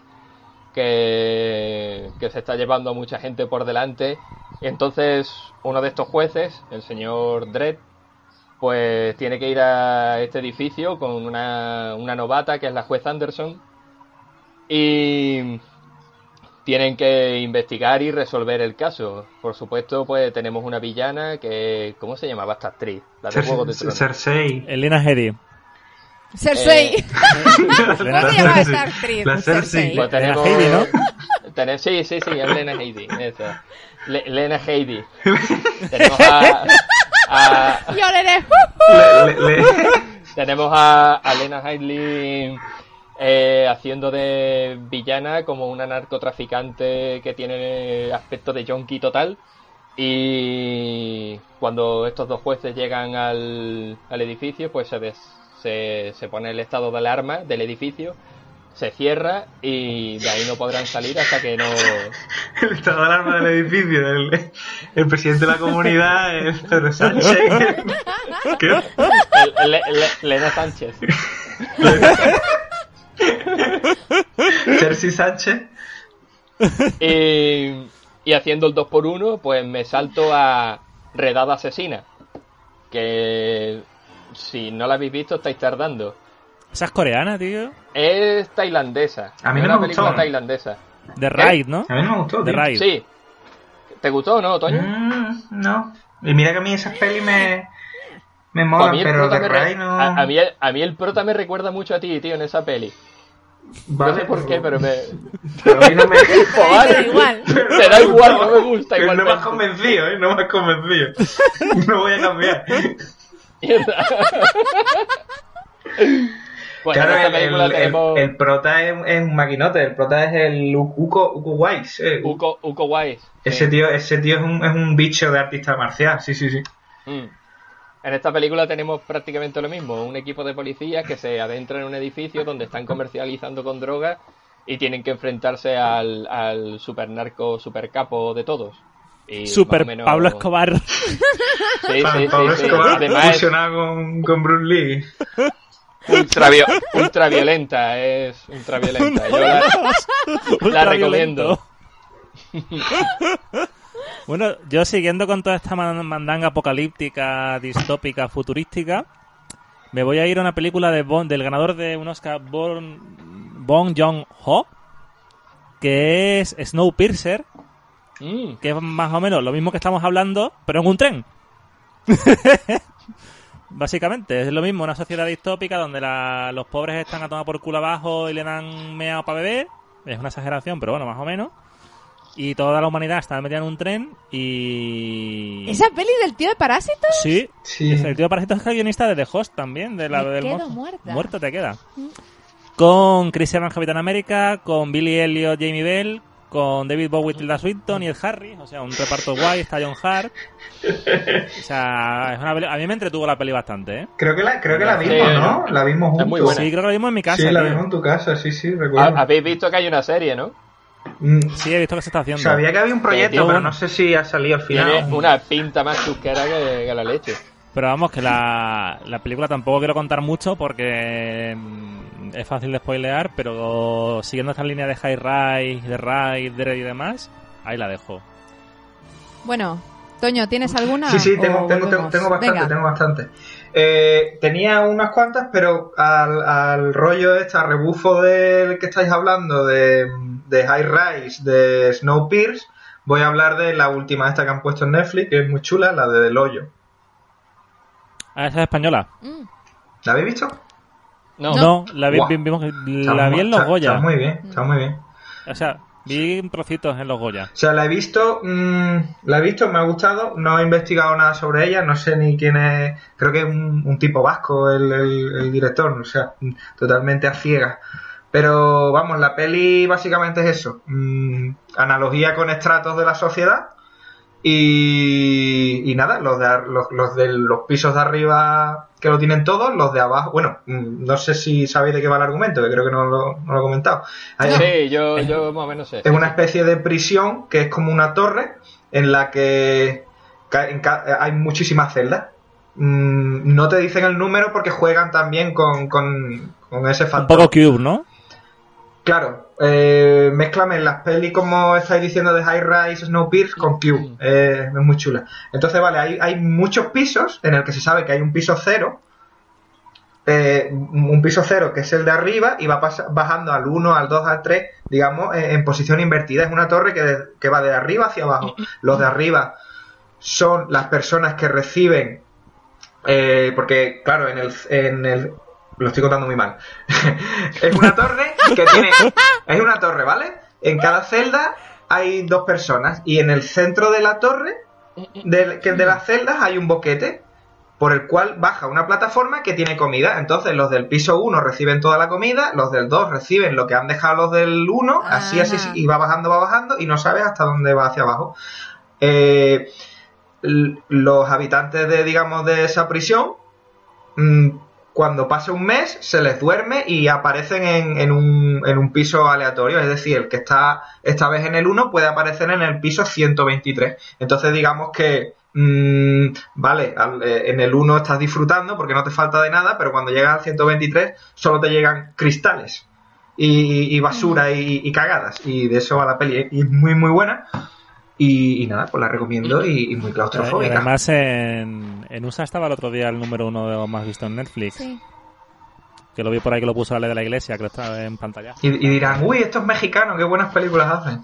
Speaker 3: que, que se está llevando a mucha gente por delante. Y entonces uno de estos jueces, el señor Dredd, pues tiene que ir a este edificio con una, una novata que es la juez Anderson y tienen que investigar y resolver el caso. Por supuesto, pues tenemos una villana que... ¿Cómo se llamaba esta actriz? La de Juego de Tronos.
Speaker 4: Cersei.
Speaker 1: Elena Headey.
Speaker 2: Cersei.
Speaker 3: Eh,
Speaker 2: ¿Cómo se llama esta actriz?
Speaker 4: La Cersei.
Speaker 3: Pues tenemos...
Speaker 1: Headey, ¿no?
Speaker 3: Tenemos, sí, sí, sí, es Lena Headey. Esa. Le, Lena Headey. Tenemos a... a
Speaker 2: Yo le dejo.
Speaker 4: Le- le- le-
Speaker 3: tenemos a, a Lena Headey eh, haciendo de villana como una narcotraficante que tiene aspecto de yonki total. Y cuando estos dos jueces llegan al, al edificio, pues se, des, se, se pone el estado de alarma del edificio, se cierra y de ahí no podrán salir hasta que no...
Speaker 4: El estado de alarma del edificio. El, el presidente de la comunidad es Pedro Sánchez. ¿Qué?
Speaker 3: El- Le- Le- Lena Sánchez.
Speaker 4: Cersei Sánchez.
Speaker 3: Y, y haciendo el dos por uno, pues me salto a Redada Asesina. Que si no la habéis visto, estáis tardando.
Speaker 1: Esa es coreana, tío.
Speaker 3: Es tailandesa.
Speaker 4: A mí
Speaker 3: es
Speaker 4: no
Speaker 3: una
Speaker 4: me
Speaker 3: película
Speaker 4: gustó.
Speaker 3: tailandesa.
Speaker 1: The Raid, ¿no?
Speaker 4: A mí no me gustó,
Speaker 1: The
Speaker 4: tío.
Speaker 1: Raid.
Speaker 3: Sí. ¿Te gustó o no, Toño?
Speaker 4: Mm, no. Y mira que a mí esas pelis me, me
Speaker 3: A
Speaker 4: molan,
Speaker 3: mí, el
Speaker 4: pero
Speaker 3: prota
Speaker 4: The
Speaker 3: me re-
Speaker 4: Raid no...
Speaker 3: a, a mí, el- a mí el prota me recuerda mucho a ti, tío, en esa peli.
Speaker 4: Vale,
Speaker 3: no sé por qué, pero me...
Speaker 4: pero a mí no me...
Speaker 3: Pues vale.
Speaker 2: Pero igual.
Speaker 3: Te da igual, no me gusta
Speaker 4: No me
Speaker 3: igualmente.
Speaker 4: has convencido, ¿eh? No me has convencido. No voy a cambiar.
Speaker 3: Mierda. Pues
Speaker 4: Claro,
Speaker 3: en esta
Speaker 4: el,
Speaker 3: película
Speaker 4: el-
Speaker 3: tenemos...
Speaker 4: el- el prota es, es un maquinote. El prota es el Uko, Uko Wise. eh.
Speaker 3: Uko, Uko Wise.
Speaker 4: Ese
Speaker 3: Sí.
Speaker 4: tío, ese tío es un, es un bicho de artista marcial. Sí, sí, sí.
Speaker 3: Mm. En esta película tenemos prácticamente lo mismo, un equipo de policías que se adentra en un edificio donde están comercializando con drogas y tienen que enfrentarse al, al super narco, super capo de todos. Y
Speaker 1: Super
Speaker 3: más o menos-
Speaker 1: Pablo Escobar.
Speaker 3: Sí, sí,
Speaker 4: Pa-
Speaker 3: sí,
Speaker 4: Pablo
Speaker 3: sí.
Speaker 4: Escobar
Speaker 3: Además es
Speaker 4: fusionado con, con Bruce Lee.
Speaker 3: ultravio- ultraviolenta, es ultraviolenta. Yo la, la recomiendo.
Speaker 1: Bueno, yo siguiendo con toda esta man- mandanga apocalíptica, distópica, futurística, me voy a ir a una película de Bond, del ganador de un Oscar, Bong, Bong Joon-ho, que es Snowpiercer,
Speaker 3: Mm.
Speaker 1: que es más o menos lo mismo que estamos hablando, pero en un tren. Básicamente, es lo mismo, una sociedad distópica donde la- los pobres están a tomar por culo abajo y le dan meao para beber. Es una exageración, pero bueno, más o menos. Y toda la humanidad está metida en un tren y...
Speaker 2: ¿Esa peli del tío de Parásitos?
Speaker 1: Sí,
Speaker 4: Sí.
Speaker 1: es el tío de Parásitos, es el guionista de The Host también, de la
Speaker 2: Me
Speaker 1: del
Speaker 2: quedo
Speaker 1: mozo.
Speaker 2: muerta.
Speaker 1: Muerto te queda. Con Chris Evans, Capitán América, con Billy Elliot, Jamie Bell, con David Bowie, Tilda Swinton y el Harry, o sea, un reparto guay, está John Hart. O sea, es una peli- a mí me entretuvo la peli bastante, ¿eh?
Speaker 4: Creo que la, creo que la
Speaker 3: Sí,
Speaker 4: vimos,
Speaker 3: ¿no?
Speaker 4: ¿no? La vimos juntos.
Speaker 3: Es muy buena.
Speaker 1: Sí, creo que lo vimos en mi casa.
Speaker 4: Sí, la
Speaker 1: tío.
Speaker 4: vimos en tu casa, sí, sí,
Speaker 3: Ha-
Speaker 4: recuerdo.
Speaker 3: Habéis visto que hay una serie, ¿no?
Speaker 4: Mm,
Speaker 1: Sí, he visto que se está haciendo.
Speaker 4: Sabía que había un proyecto,
Speaker 3: tío,
Speaker 4: pero
Speaker 1: bueno.
Speaker 4: no sé si ha salido al final.
Speaker 3: Tiene una pinta más chusquera que, que la leche.
Speaker 1: Pero vamos, que la, la película tampoco quiero contar mucho porque mm, es fácil de spoilear, pero siguiendo esta línea de High Rise, de Ride y demás, ahí la dejo.
Speaker 2: Bueno, Toño, ¿tienes alguna?
Speaker 4: Sí, sí,
Speaker 2: ¿O
Speaker 4: tengo, tengo, tengo,
Speaker 2: volvemos?
Speaker 4: tengo bastante,
Speaker 2: Venga.
Speaker 4: tengo bastante. Eh, tenía unas cuantas, pero al, al rollo este, al rebufo del que estáis hablando, de, de High Rise, de Snowpiercer, voy a hablar de la última esta que han puesto en Netflix, que es muy chula, la de Del Hoyo.
Speaker 1: Ah, esa es española.
Speaker 2: Mm.
Speaker 4: ¿La habéis visto?
Speaker 3: No.
Speaker 1: No, la vi,
Speaker 4: Guau.
Speaker 1: vi- vimos que
Speaker 4: Está
Speaker 1: la
Speaker 4: mu-
Speaker 1: vi en los
Speaker 4: está-
Speaker 1: Goya.
Speaker 4: Está muy bien, está muy bien.
Speaker 1: O sea, vi trocitos en los Goya.
Speaker 4: O sea, la he visto, mmm, la he visto, me ha gustado, no he investigado nada sobre ella, no sé ni quién es, creo que es un, un tipo vasco el, el, el director, o sea, totalmente a ciegas. Pero vamos, la peli básicamente es eso, mmm, analogía con estratos de la sociedad y, y nada, los de, ar- los, los de los pisos de arriba que lo tienen todos, los de abajo, bueno, mmm, no sé si sabéis de qué va el argumento, que creo que no lo, no lo he comentado. Hay-
Speaker 3: Sí, yo, yo más o menos sé.
Speaker 4: es una especie de prisión que es como una torre en la que ca- en ca- hay muchísimas celdas mmm, no te dicen el número porque juegan también con, con, con ese factor.
Speaker 1: Un poco Cube, ¿no?
Speaker 4: Claro, eh, mézclame las pelis como estáis diciendo de High Rise, Snowpiercer con Cube, eh, es muy chula. Entonces, vale, hay, hay muchos pisos en el que se sabe que hay un piso cero, eh, un piso cero que es el de arriba y va pas- bajando al uno, al dos, al tres, digamos, eh, en posición invertida. Es una torre que, de, que va de arriba hacia abajo. Los de arriba son las personas que reciben, eh, porque, claro, en el... En el lo estoy contando muy mal. Es una torre que tiene... Es una torre, ¿vale? En cada celda hay dos personas y en el centro de la torre, de, que de las celdas, hay un boquete por el cual baja una plataforma que tiene comida. Entonces los del piso uno reciben toda la comida, los del dos reciben lo que han dejado los del uno, así, así, así, y va bajando, va bajando y no sabes hasta dónde va hacia abajo. Eh, l- los habitantes de, digamos, de esa prisión... Mmm, cuando pase un mes, se les duerme y aparecen en, en, un, en un piso aleatorio. Es decir, el que está esta vez en el uno puede aparecer en el piso ciento veintitrés. Entonces, digamos que, mmm, vale, al, eh, en el uno estás disfrutando porque no te falta de nada, pero cuando llegas al ciento veintitrés solo te llegan cristales y, y basura y, y cagadas. Y de eso va la peli. Y es muy, muy buena. Y, y nada, pues la recomiendo y, y muy claustrofóbica.
Speaker 1: Y además en, en U S A estaba el otro día el número uno de los más visto en Netflix.
Speaker 2: Sí.
Speaker 1: Que lo vi por ahí que lo puso Ale de la Iglesia, que lo estaba en pantalla.
Speaker 4: Y, y dirán, uy, estos mexicanos, qué buenas películas hacen.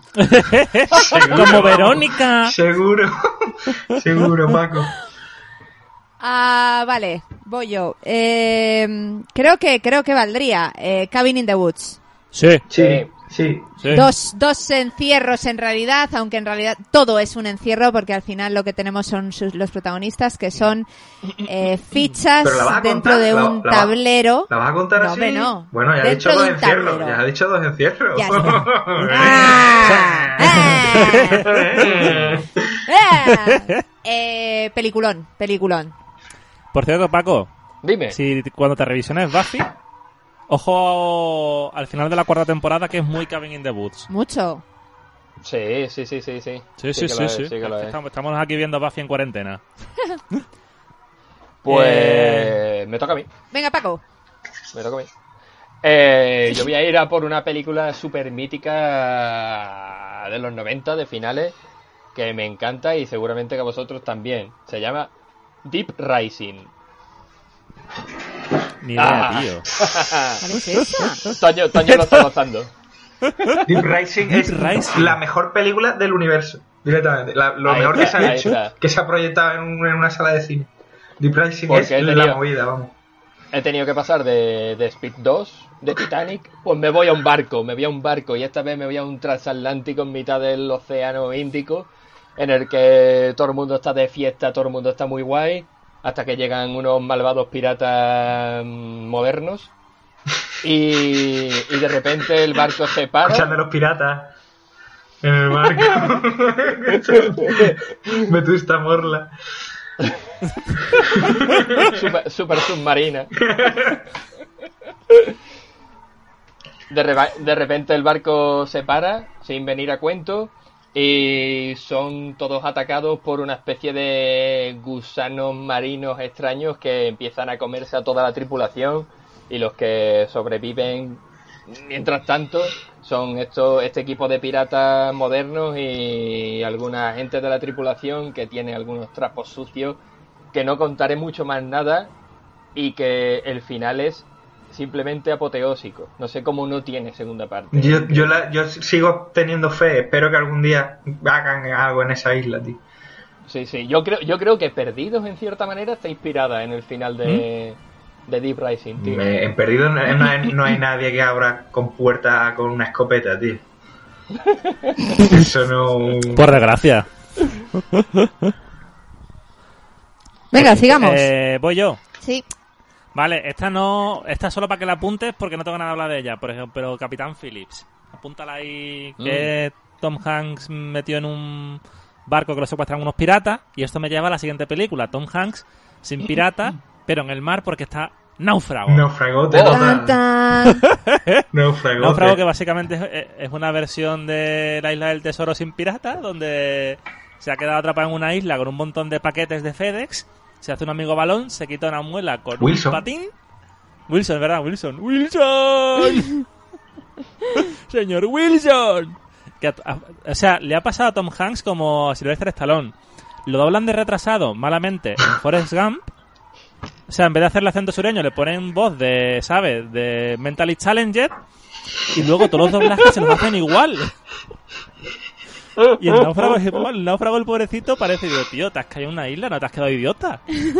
Speaker 1: Como Verónica.
Speaker 4: Seguro, seguro, Paco.
Speaker 2: Ah, vale, voy yo. Eh, creo que creo que valdría eh, Cabin in the Woods.
Speaker 1: Sí.
Speaker 4: Sí, sí.
Speaker 1: Sí.
Speaker 2: Dos, dos encierros en realidad, aunque en realidad todo es un encierro porque al final lo que tenemos son sus, los protagonistas que son eh, fichas
Speaker 4: Pero la vas a
Speaker 2: dentro
Speaker 4: contar,
Speaker 2: de
Speaker 4: la-
Speaker 2: un
Speaker 4: la va-
Speaker 2: tablero.
Speaker 4: ¿La vas a contar
Speaker 2: No,
Speaker 4: así?
Speaker 2: hombre, no.
Speaker 4: Bueno, ya ha
Speaker 2: Dentro
Speaker 4: dicho dos
Speaker 2: de un
Speaker 4: encierros.
Speaker 2: tablero.
Speaker 4: Ya ha dicho dos encierros.
Speaker 2: Ya está. ¡Ah! ¡Ah! ¡Ah! Eh, peliculón, peliculón.
Speaker 1: Por cierto, Paco,
Speaker 3: Dime.
Speaker 1: si cuando te revisiones Buffy, ojo al final de la cuarta temporada que es muy Cabin in the Woods.
Speaker 2: Mucho.
Speaker 3: Sí, sí, sí, sí, sí.
Speaker 1: Sí, sí,
Speaker 3: que
Speaker 1: sí,
Speaker 3: lo es,
Speaker 1: sí.
Speaker 3: sí que lo es.
Speaker 1: Estamos, estamos aquí viendo Buffy en cuarentena.
Speaker 3: Pues
Speaker 1: Eh.
Speaker 3: me toca a mí.
Speaker 2: Venga, Paco.
Speaker 3: Me toca a mí. Eh, yo voy a ir a por una película súper mítica de los noventa, de finales, que me encanta y seguramente que a vosotros también. Se llama Deep Rising.
Speaker 1: Ni idea,
Speaker 3: Ah.
Speaker 1: tío.
Speaker 2: ¿Cuál es esa?
Speaker 3: Toño, Toño lo está gozando.
Speaker 4: Deep Rising
Speaker 1: Deep
Speaker 4: es
Speaker 1: Rising.
Speaker 4: la mejor película del universo. Directamente. La- lo
Speaker 3: Ahí
Speaker 4: mejor
Speaker 3: está,
Speaker 4: que se ha
Speaker 3: ahí
Speaker 4: hecho,
Speaker 3: está.
Speaker 4: que se ha proyectado en, un- en una sala de cine. Deep Rising
Speaker 3: Porque
Speaker 4: es
Speaker 3: he
Speaker 4: la
Speaker 3: tenido-
Speaker 4: movida, vamos.
Speaker 3: He tenido que pasar de, de Speed dos, de Titanic, pues me voy a un barco, me voy a un barco y esta vez me voy a un transatlántico en mitad del océano Índico, en el que todo el mundo está de fiesta, todo el mundo está muy guay, hasta que llegan unos malvados piratas mm, modernos y, y de repente el barco se para.
Speaker 4: Escuchando a los piratas en el barco. Vetusta Morla.
Speaker 3: super, super submarina. De, reba- de repente el barco se para, sin venir a cuento, y son todos atacados por una especie de gusanos marinos extraños que empiezan a comerse a toda la tripulación, y los que sobreviven, mientras tanto, son estos, este equipo de piratas modernos y alguna gente de la tripulación que tiene algunos trapos sucios, que no contaré mucho más nada, y que el final es simplemente apoteósico. No sé cómo no tiene segunda parte.
Speaker 4: Yo, yo, la, yo sigo teniendo fe. Espero que algún día hagan algo en esa isla, tío.
Speaker 3: Sí, sí. Yo creo, yo creo que Perdidos, en cierta manera, está inspirada en el final de, de Deep Rising, tío.
Speaker 4: Me- en Perdido no, no hay, no hay nadie que abra con puerta con una escopeta, tío. Eso no...
Speaker 1: Por desgracia.
Speaker 2: Venga, sigamos.
Speaker 1: Eh, voy yo.
Speaker 2: Sí.
Speaker 1: Vale, esta no, esta solo para que la apuntes porque no tengo nada que hablar de ella, por ejemplo, pero Capitán Phillips. Apúntala ahí, que Tom Hanks metió en un barco que lo secuestran unos piratas, y esto me lleva a la siguiente película, Tom Hanks sin pirata, pero en el mar porque está náufrago.
Speaker 4: Naufragote,
Speaker 3: Oh.
Speaker 2: Tan,
Speaker 4: total.
Speaker 2: tan.
Speaker 4: Naufragote.
Speaker 1: Náufrago, que básicamente es, es una versión de la Isla del Tesoro sin pirata, donde se ha quedado atrapado en una isla con un montón de paquetes de FedEx se hace un amigo balón, se quita una muela con
Speaker 4: Wilson.
Speaker 1: un patín. Wilson, ¿verdad? Wilson. ¡Wilson! ¡Señor Wilson! Que, a- a- o sea, le ha pasado a Tom Hanks como a Sylvester Stallone. Lo doblan de retrasado malamente en Forrest Gump. O sea, en vez de hacerle acento sureño, le ponen voz de, ¿sabes? De Mentally Challenged. Y luego todos los doblajes se los hacen igual. Y el náufrago es igual. El náufrago, el pobrecito, parece, digo, tío, te has caído en una isla, no te has quedado idiota.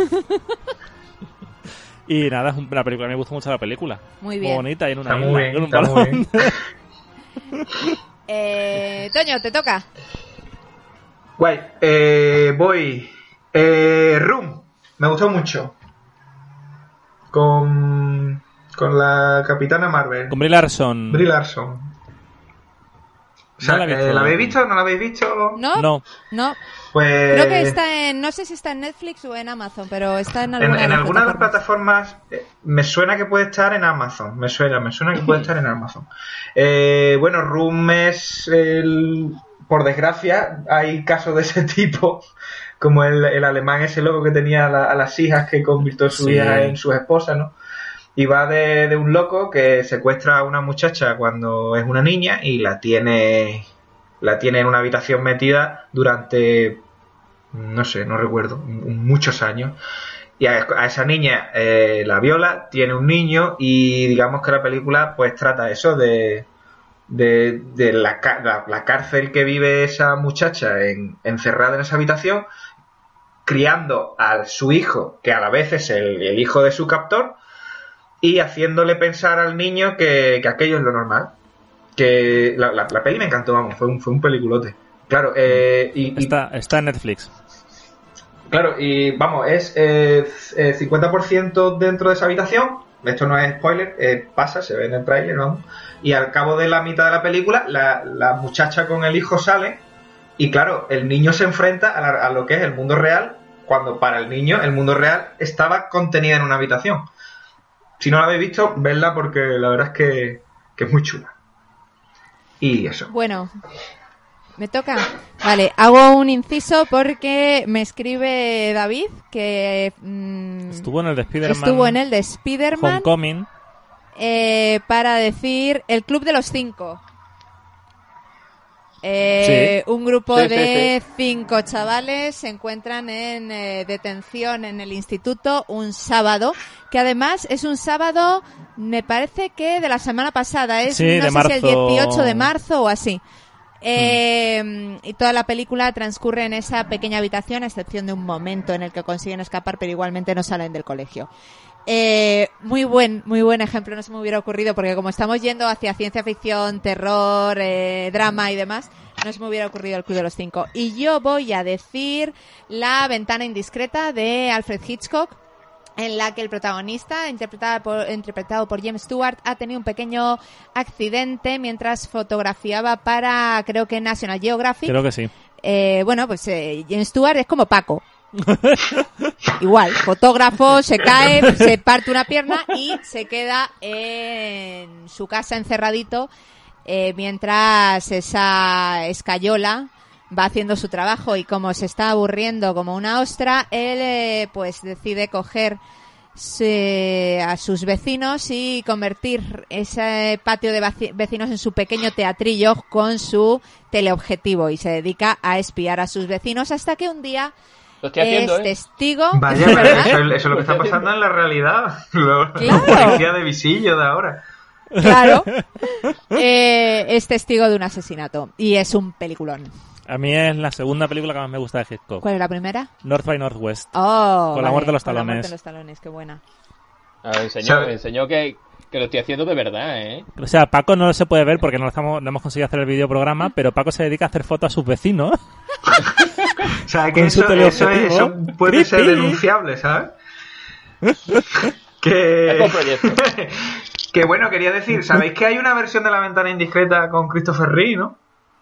Speaker 1: Y nada, es una película, me gusta mucho la película.
Speaker 2: Muy
Speaker 1: Muy
Speaker 2: bien.
Speaker 1: bonita, y en una
Speaker 4: Está
Speaker 1: isla,
Speaker 4: muy bien,
Speaker 1: con un
Speaker 4: está muy
Speaker 1: balón.
Speaker 4: bien.
Speaker 2: Eh, Toño, te toca.
Speaker 4: Guay. Eh, voy. Eh, Room. Me gustó mucho. Con. Con la Capitana Marvel.
Speaker 1: Con Brie Larson.
Speaker 4: Brie Larson. O sea,
Speaker 1: No la he visto.
Speaker 4: eh, ¿la habéis visto? ¿No la habéis visto?
Speaker 2: ¿No?
Speaker 1: No.
Speaker 2: No.
Speaker 4: Pues.
Speaker 2: Creo que está en... No sé si está en Netflix o en Amazon, pero está en
Speaker 4: En,
Speaker 2: alguna
Speaker 4: en
Speaker 2: de las
Speaker 4: alguna de las
Speaker 2: plataformas.
Speaker 4: plataformas eh, me suena que puede estar en Amazon. Me suena, me suena que puede estar en Amazon. Eh, bueno, Room es el... Por desgracia, hay casos de ese tipo, como el, el alemán ese loco que tenía a, la- a las hijas que convirtió a su
Speaker 1: Sí.
Speaker 4: hija en sus esposas, ¿no? Y va de, de un loco que secuestra a una muchacha cuando es una niña y la tiene la tiene en una habitación metida durante, no sé, no recuerdo, muchos años. Y a, a esa niña eh, la viola, tiene un niño y digamos que la película pues trata eso de, de, de la, ca- la, la cárcel que vive esa muchacha en, encerrada en esa habitación, criando a su hijo, que a la vez es el, el hijo de su captor, y haciéndole pensar al niño que, que aquello es lo normal. Que la, la, la peli me encantó, vamos, fue un, fue un peliculote. Claro, eh, y, y-
Speaker 1: Está, está en Netflix.
Speaker 4: claro, y vamos, es eh, eh, cincuenta por ciento dentro de esa habitación. Esto no es spoiler, eh, pasa, se ve en el tráiler, vamos. Y al cabo de la mitad de la película, la, la muchacha con el hijo sale. Y claro, el niño se enfrenta a, la- a lo que es el mundo real, cuando para el niño el mundo real estaba contenida en una habitación. Si no la habéis visto, vedla porque la verdad es que, que es muy chula. Y eso.
Speaker 2: Bueno, me toca. Vale, hago un inciso porque me escribe David que mm,
Speaker 1: Estuvo en el de Spider-Man.
Speaker 2: estuvo en el de Spider-Man
Speaker 1: Homecoming.
Speaker 2: eh, para decir el Club de los Cinco. Eh, Un grupo
Speaker 3: Sí, sí,
Speaker 2: de cinco chavales se encuentran en eh, detención en el instituto un sábado, que además es un sábado, me parece que de la semana pasada, es
Speaker 1: Sí,
Speaker 2: no
Speaker 1: de
Speaker 2: sé
Speaker 1: marzo.
Speaker 2: si el dieciocho de marzo o así. Eh, y toda la película transcurre en esa pequeña habitación, a excepción de un momento en el que consiguen escapar, pero igualmente no salen del colegio. Eh, muy buen, muy buen ejemplo, no se me hubiera ocurrido, porque como estamos yendo hacia ciencia ficción, terror, eh, drama y demás, no se me hubiera ocurrido el Club de los Cinco. Y yo voy a decir La ventana indiscreta de Alfred Hitchcock, en la que el protagonista, interpretada por, interpretado por James Stewart, ha tenido un pequeño accidente mientras fotografiaba para, creo que National Geographic.
Speaker 1: Creo que sí.
Speaker 2: Eh, bueno, pues eh, James Stewart es como Paco. Igual, fotógrafo, se cae, se parte una pierna y se queda en su casa encerradito eh, mientras esa escayola va haciendo su trabajo, y como se está aburriendo como una ostra, él eh, pues decide coger se- a sus vecinos y convertir ese patio de vaci- vecinos en su pequeño teatrillo con su teleobjetivo, y se dedica a espiar a sus vecinos hasta que un día
Speaker 3: Lo estoy haciendo,
Speaker 2: es
Speaker 3: ¿eh?
Speaker 2: testigo.
Speaker 4: Vaya,
Speaker 2: ¿Es
Speaker 4: pero
Speaker 2: verdad?
Speaker 4: eso, es- eso es lo que está pasando en la realidad. Lo-
Speaker 2: Claro.
Speaker 4: La policía de visillo de ahora.
Speaker 2: Claro. Eh, es testigo de un asesinato y es un peliculón.
Speaker 1: A mí es la segunda película que más me gusta de Hitchcock.
Speaker 2: ¿Cuál es la primera?
Speaker 1: North by Northwest.
Speaker 2: Oh,
Speaker 1: Con la muerte de los
Speaker 2: Con la muerte
Speaker 1: talones.
Speaker 2: de los talones, qué buena.
Speaker 3: Ah, me enseñó,
Speaker 4: ¿Sabe?
Speaker 3: me enseñó que, que lo estoy haciendo de verdad, ¿eh?
Speaker 1: O sea, Paco no se puede ver porque no, lo estamos, no hemos conseguido hacer el videoprograma, pero Paco se dedica a hacer fotos a sus vecinos.
Speaker 4: O sea, que
Speaker 1: Con su
Speaker 4: eso, eso,
Speaker 1: teleobjetivo.
Speaker 4: eso puede ser
Speaker 1: Creepy.
Speaker 4: denunciable, ¿sabes?
Speaker 3: Es
Speaker 4: que...
Speaker 3: un proyecto.
Speaker 4: que bueno, quería decir, ¿sabéis que hay una versión de La ventana indiscreta con Christopher Reeve, no?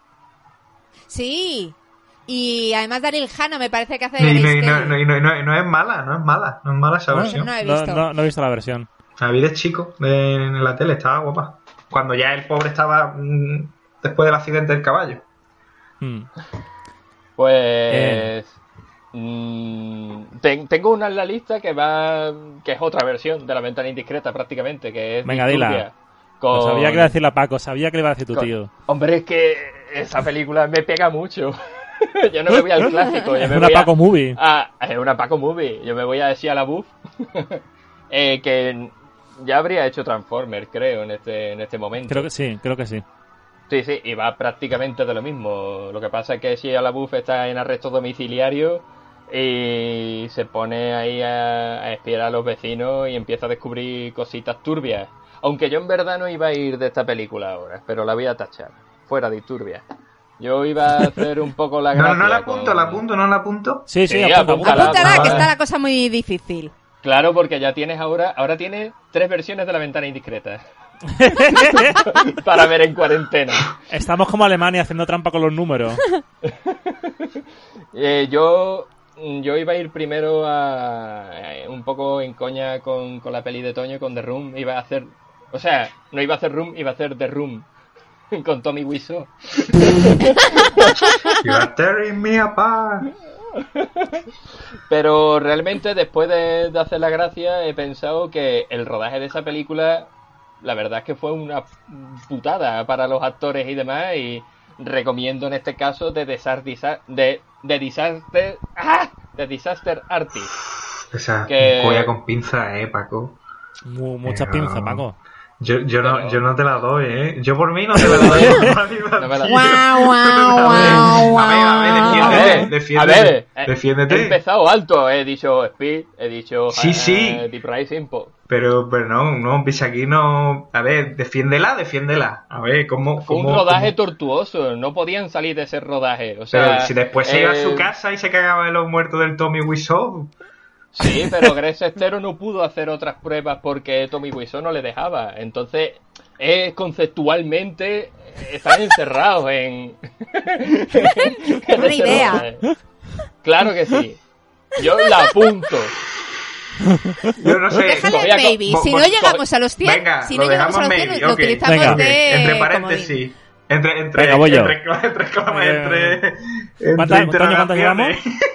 Speaker 2: Sí. Y además Daryl Hannah me parece que hace
Speaker 4: Y
Speaker 2: de
Speaker 4: no,
Speaker 2: Grace
Speaker 4: y no,
Speaker 2: Kelly.
Speaker 4: no, y no, y no- no es mala, no es mala, no es mala esa
Speaker 1: No,
Speaker 4: versión.
Speaker 2: no he
Speaker 1: No,
Speaker 2: visto.
Speaker 1: no, no he visto la versión.
Speaker 4: La vi de chico de- en la tele, estaba guapa. Cuando ya el pobre estaba mm, después del accidente del caballo.
Speaker 1: Hmm.
Speaker 3: Pues...
Speaker 1: Eh.
Speaker 3: mmm, ten, tengo una en la lista que va, que es otra versión de La Ventana Indiscreta prácticamente, que es
Speaker 1: Venga,
Speaker 3: Disturbia,
Speaker 1: dila.
Speaker 3: con...
Speaker 1: Pues sabía que iba a decirle a Paco, sabía que le iba a decir tu
Speaker 3: con...
Speaker 1: tío.
Speaker 3: Hombre, es que esa película me pega mucho. Yo no me voy al clásico. Yo
Speaker 1: Es
Speaker 3: me
Speaker 1: una
Speaker 3: voy
Speaker 1: Paco
Speaker 3: a...
Speaker 1: movie.
Speaker 3: Ah, es una Paco movie. Yo me voy a decir a la buff. eh, que ya habría hecho Transformers, creo, en este, en este momento.
Speaker 1: Creo que sí, creo que sí.
Speaker 3: Sí, sí, y va prácticamente de lo mismo. Lo que pasa es que si a la buff está en arresto domiciliario y se pone ahí a, a espiar a los vecinos y empieza a descubrir cositas turbias. Aunque yo en verdad no iba a ir de esta película ahora, pero la voy a tachar. Fuera de turbia. Yo iba a hacer un poco la gracia.
Speaker 4: No, no la apunto,
Speaker 3: con...
Speaker 4: la apunto, no la apunto.
Speaker 1: Sí, sí,
Speaker 3: Sí,
Speaker 1: apunta,
Speaker 3: apúntala.
Speaker 1: apunta.
Speaker 2: Apúntala,
Speaker 3: ah,
Speaker 2: que
Speaker 3: ah.
Speaker 2: está la cosa muy difícil.
Speaker 3: Claro, porque ya tienes ahora, ahora tienes tres versiones de La Ventana Indiscreta. Para ver en cuarentena.
Speaker 1: Estamos como Alemania haciendo trampa con los números.
Speaker 3: Eh, yo yo iba a ir primero a eh, un poco en coña con, con la peli de Toño, con The Room. Iba a hacer, o sea, no iba a hacer Room, iba a hacer The Room con Tommy Wiseau.
Speaker 4: You are tearing me apart.
Speaker 3: Pero realmente después de, de hacer la gracia he pensado que el rodaje de esa película, la verdad es que fue una putada para los actores y demás, y recomiendo en este caso de Disaster, de, de Disaster, ¡ah! de Disaster Artist.
Speaker 4: Esa
Speaker 3: Que-
Speaker 4: cuella con pinza, eh, Paco.
Speaker 1: Mu- muchas
Speaker 4: Pero-
Speaker 1: pinzas, Paco.
Speaker 4: Yo, yo, no,
Speaker 3: Pero-
Speaker 4: yo no te la doy, eh. Yo por mí no te la doy.
Speaker 3: No me la-
Speaker 2: Guau, guau, guau,
Speaker 4: A ver, a ver,
Speaker 3: A
Speaker 4: defiéndete,
Speaker 3: ver,
Speaker 4: defiéndete,
Speaker 3: a ver, eh,
Speaker 4: defiéndete.
Speaker 3: he empezado alto, he dicho Speed, he dicho
Speaker 4: Sí,
Speaker 3: eh,
Speaker 4: sí.
Speaker 3: Deep Rising, po.
Speaker 4: Pero, pero no, no, pisa aquí no. A ver, defiéndela, defiéndela. A ver, ¿cómo.
Speaker 3: Fue un
Speaker 4: cómo-
Speaker 3: rodaje
Speaker 4: cómo-
Speaker 3: tortuoso, no podían salir de ese rodaje, o sea...
Speaker 4: Pero si después se iba a
Speaker 3: eh,
Speaker 4: su casa y se cagaba en los muertos del Tommy Wiseau.
Speaker 3: Sí, pero Greg Sestero no pudo hacer otras pruebas porque Tommy Wiseau no le dejaba. Entonces, es conceptualmente eh, están encerrados en... en
Speaker 2: Buena
Speaker 3: ese
Speaker 2: idea.
Speaker 3: rodaje. Claro que sí. Yo la apunto.
Speaker 4: Yo no sé.
Speaker 2: Déjale
Speaker 3: cogía
Speaker 2: el
Speaker 3: co-
Speaker 2: maybe.
Speaker 4: bo-
Speaker 2: Si
Speaker 4: bo-
Speaker 2: no llegamos a los cien,
Speaker 4: Venga,
Speaker 2: si
Speaker 4: lo
Speaker 2: no llegamos a los
Speaker 4: dejamos
Speaker 2: cien,
Speaker 4: maybe,
Speaker 2: lo
Speaker 4: ok.
Speaker 2: utilizamos
Speaker 1: Venga.
Speaker 2: de
Speaker 4: Entre
Speaker 2: comodín.
Speaker 4: paréntesis. Entre, entre,
Speaker 1: Venga, voy yo.
Speaker 4: entre, entre, entre, entre, entre
Speaker 1: ¿Cuántas- Toño, cuántas
Speaker 4: interrogaciones.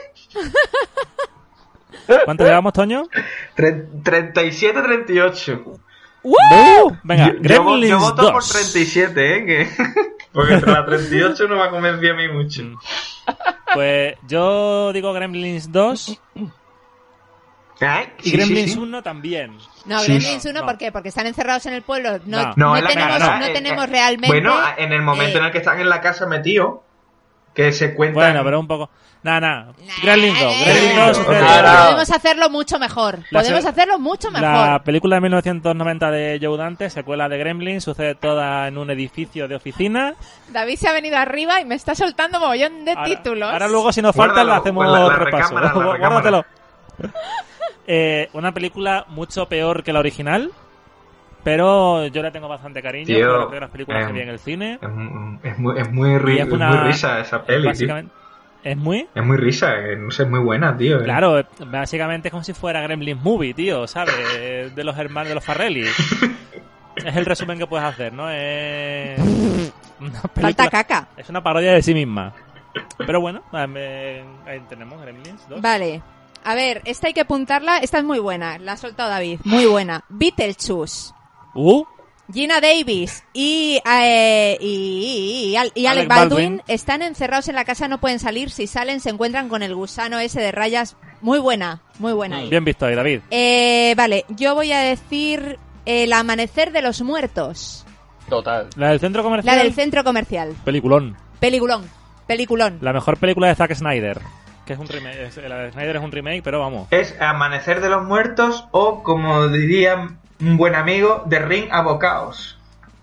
Speaker 1: ¿Cuánto llevamos, Toño?
Speaker 4: Tre- treinta y siete a treinta y ocho.
Speaker 1: ¡Uh! Venga,
Speaker 4: yo, yo, vo-
Speaker 1: Gremlins
Speaker 4: yo voto por
Speaker 1: dos.
Speaker 4: treinta y siete, ¿eh? Que... Porque entre la treinta y ocho no me ha convencido a mí mucho.
Speaker 1: Pues yo digo Gremlins dos
Speaker 4: Ay,
Speaker 1: y
Speaker 4: sí,
Speaker 1: Gremlins
Speaker 4: sí, sí.
Speaker 1: uno también.
Speaker 2: No,
Speaker 4: Sí,
Speaker 2: Gremlins
Speaker 1: no,
Speaker 2: uno,
Speaker 1: no.
Speaker 2: ¿por qué? Porque están encerrados en el pueblo. No,
Speaker 1: No.
Speaker 2: no,
Speaker 4: en la
Speaker 2: tenemos,
Speaker 4: casa,
Speaker 2: no
Speaker 4: eh,
Speaker 2: tenemos
Speaker 4: eh,
Speaker 2: realmente...
Speaker 4: Bueno, en el momento
Speaker 2: eh,
Speaker 4: en el que están en la casa metidos, que se cuentan...
Speaker 1: Bueno, pero un poco... Nada, nada.
Speaker 2: Nah,
Speaker 1: Gremlins dos.
Speaker 2: eh,
Speaker 1: Gremlins
Speaker 2: eh,
Speaker 1: dos
Speaker 4: eh,
Speaker 1: sucede-
Speaker 3: Ahora-
Speaker 2: Podemos hacerlo mucho mejor.
Speaker 1: La
Speaker 2: Podemos
Speaker 1: se-
Speaker 2: hacerlo mucho mejor.
Speaker 1: La película de mil novecientos noventa de Joe Dante, secuela de Gremlins, sucede toda en un edificio de oficina.
Speaker 2: David se ha venido arriba y me está soltando mogollón de
Speaker 1: Ahora,
Speaker 2: títulos.
Speaker 1: ahora luego si nos falta
Speaker 4: Guárdalo,
Speaker 1: le hacemos
Speaker 4: la- la
Speaker 1: repaso.
Speaker 4: recámara, la recámara.
Speaker 1: Guárdatelo. Eh, una película mucho peor que la original, pero yo le tengo bastante cariño.
Speaker 4: Tío,
Speaker 1: Fue una de las películas
Speaker 4: eh,
Speaker 1: que vi en el cine.
Speaker 4: Es, mu- es muy, es muy, ri-
Speaker 1: Y es
Speaker 4: es
Speaker 1: una-
Speaker 4: muy risa esa peli, tío.
Speaker 1: Básicamente, es muy...
Speaker 4: Es muy risa, eh, no sé, es muy buena, tío. eh.
Speaker 1: Claro, eh, básicamente es como si fuera Gremlins Movie, tío, ¿sabes? De los hermanos de los Farrelly. Es el resumen que puedes hacer, ¿no? Es una
Speaker 2: Falta
Speaker 1: película-
Speaker 2: caca.
Speaker 1: Es una parodia de sí misma. Pero bueno, eh, ahí tenemos Gremlins dos.
Speaker 2: Vale. A ver, esta hay que apuntarla. Esta es muy buena. La ha soltado David. Muy buena. Beetlejuice.
Speaker 1: Uh,
Speaker 2: Gina Davis y, eh, y, y, y Al- y Alec
Speaker 1: Alec
Speaker 2: Baldwin,
Speaker 1: Baldwin.
Speaker 2: están encerrados en la casa, no pueden salir. Si salen, se encuentran con el gusano ese de rayas. Muy buena, muy buena. ahí.
Speaker 1: bien visto ahí, David.
Speaker 2: Eh, vale, yo voy a decir El amanecer de los muertos.
Speaker 3: Total.
Speaker 1: La del centro comercial.
Speaker 2: La del centro comercial.
Speaker 1: Peliculón.
Speaker 2: Peliculón. Peliculón.
Speaker 1: La mejor película de Zack Snyder. Que es un remake. es- la de Snyder es un remake, pero vamos.
Speaker 4: Es Amanecer de los Muertos o, como diría un buen amigo, The Ring Abocaos.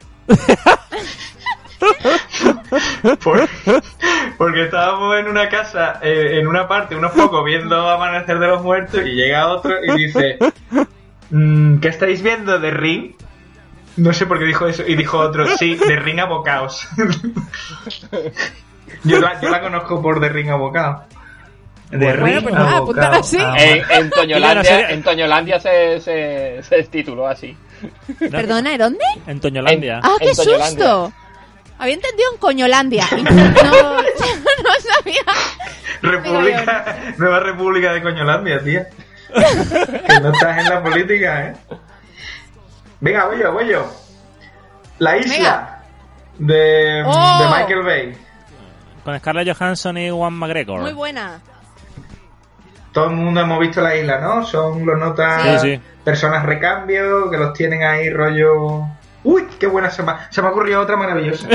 Speaker 4: Por- porque estábamos en una casa, eh, en una parte, unos pocos, viendo Amanecer de los Muertos, y llega otro y dice: "Mm, ¿qué estáis viendo? ¿The Ring?". No sé por qué dijo eso. Y dijo otro: "Sí, The Ring Abocaos". yo, la, yo la conozco por The Ring Abocaos. The
Speaker 1: Bueno,
Speaker 4: Ring
Speaker 2: pues nada,
Speaker 4: Abocaos.
Speaker 2: apúntalo así.
Speaker 4: Ah,
Speaker 3: En, en Toñolandia,
Speaker 1: Mira, no sé-
Speaker 3: en Toñolandia se, se, se tituló así.
Speaker 2: Perdona, ¿de dónde?
Speaker 1: En Toñolandia.
Speaker 2: ¡Ah, qué
Speaker 3: En Toñolandia.
Speaker 2: susto! Había entendido en Coñolandia. Y no, no, no sabía.
Speaker 4: República, Nueva República de Coñolandia, tía. Que no estás en la política, ¿eh? Venga, voy yo, voy yo. La isla de,
Speaker 2: oh.
Speaker 4: de Michael Bay.
Speaker 1: Con Scarlett Johansson y Juan McGregor.
Speaker 2: Muy buena.
Speaker 4: Todo el mundo hemos visto la isla, ¿no? Son los notas
Speaker 1: sí, sí.
Speaker 4: personas recambio que los tienen ahí rollo... Uy, qué buena se me ha, se me ha ocurrido otra maravillosa.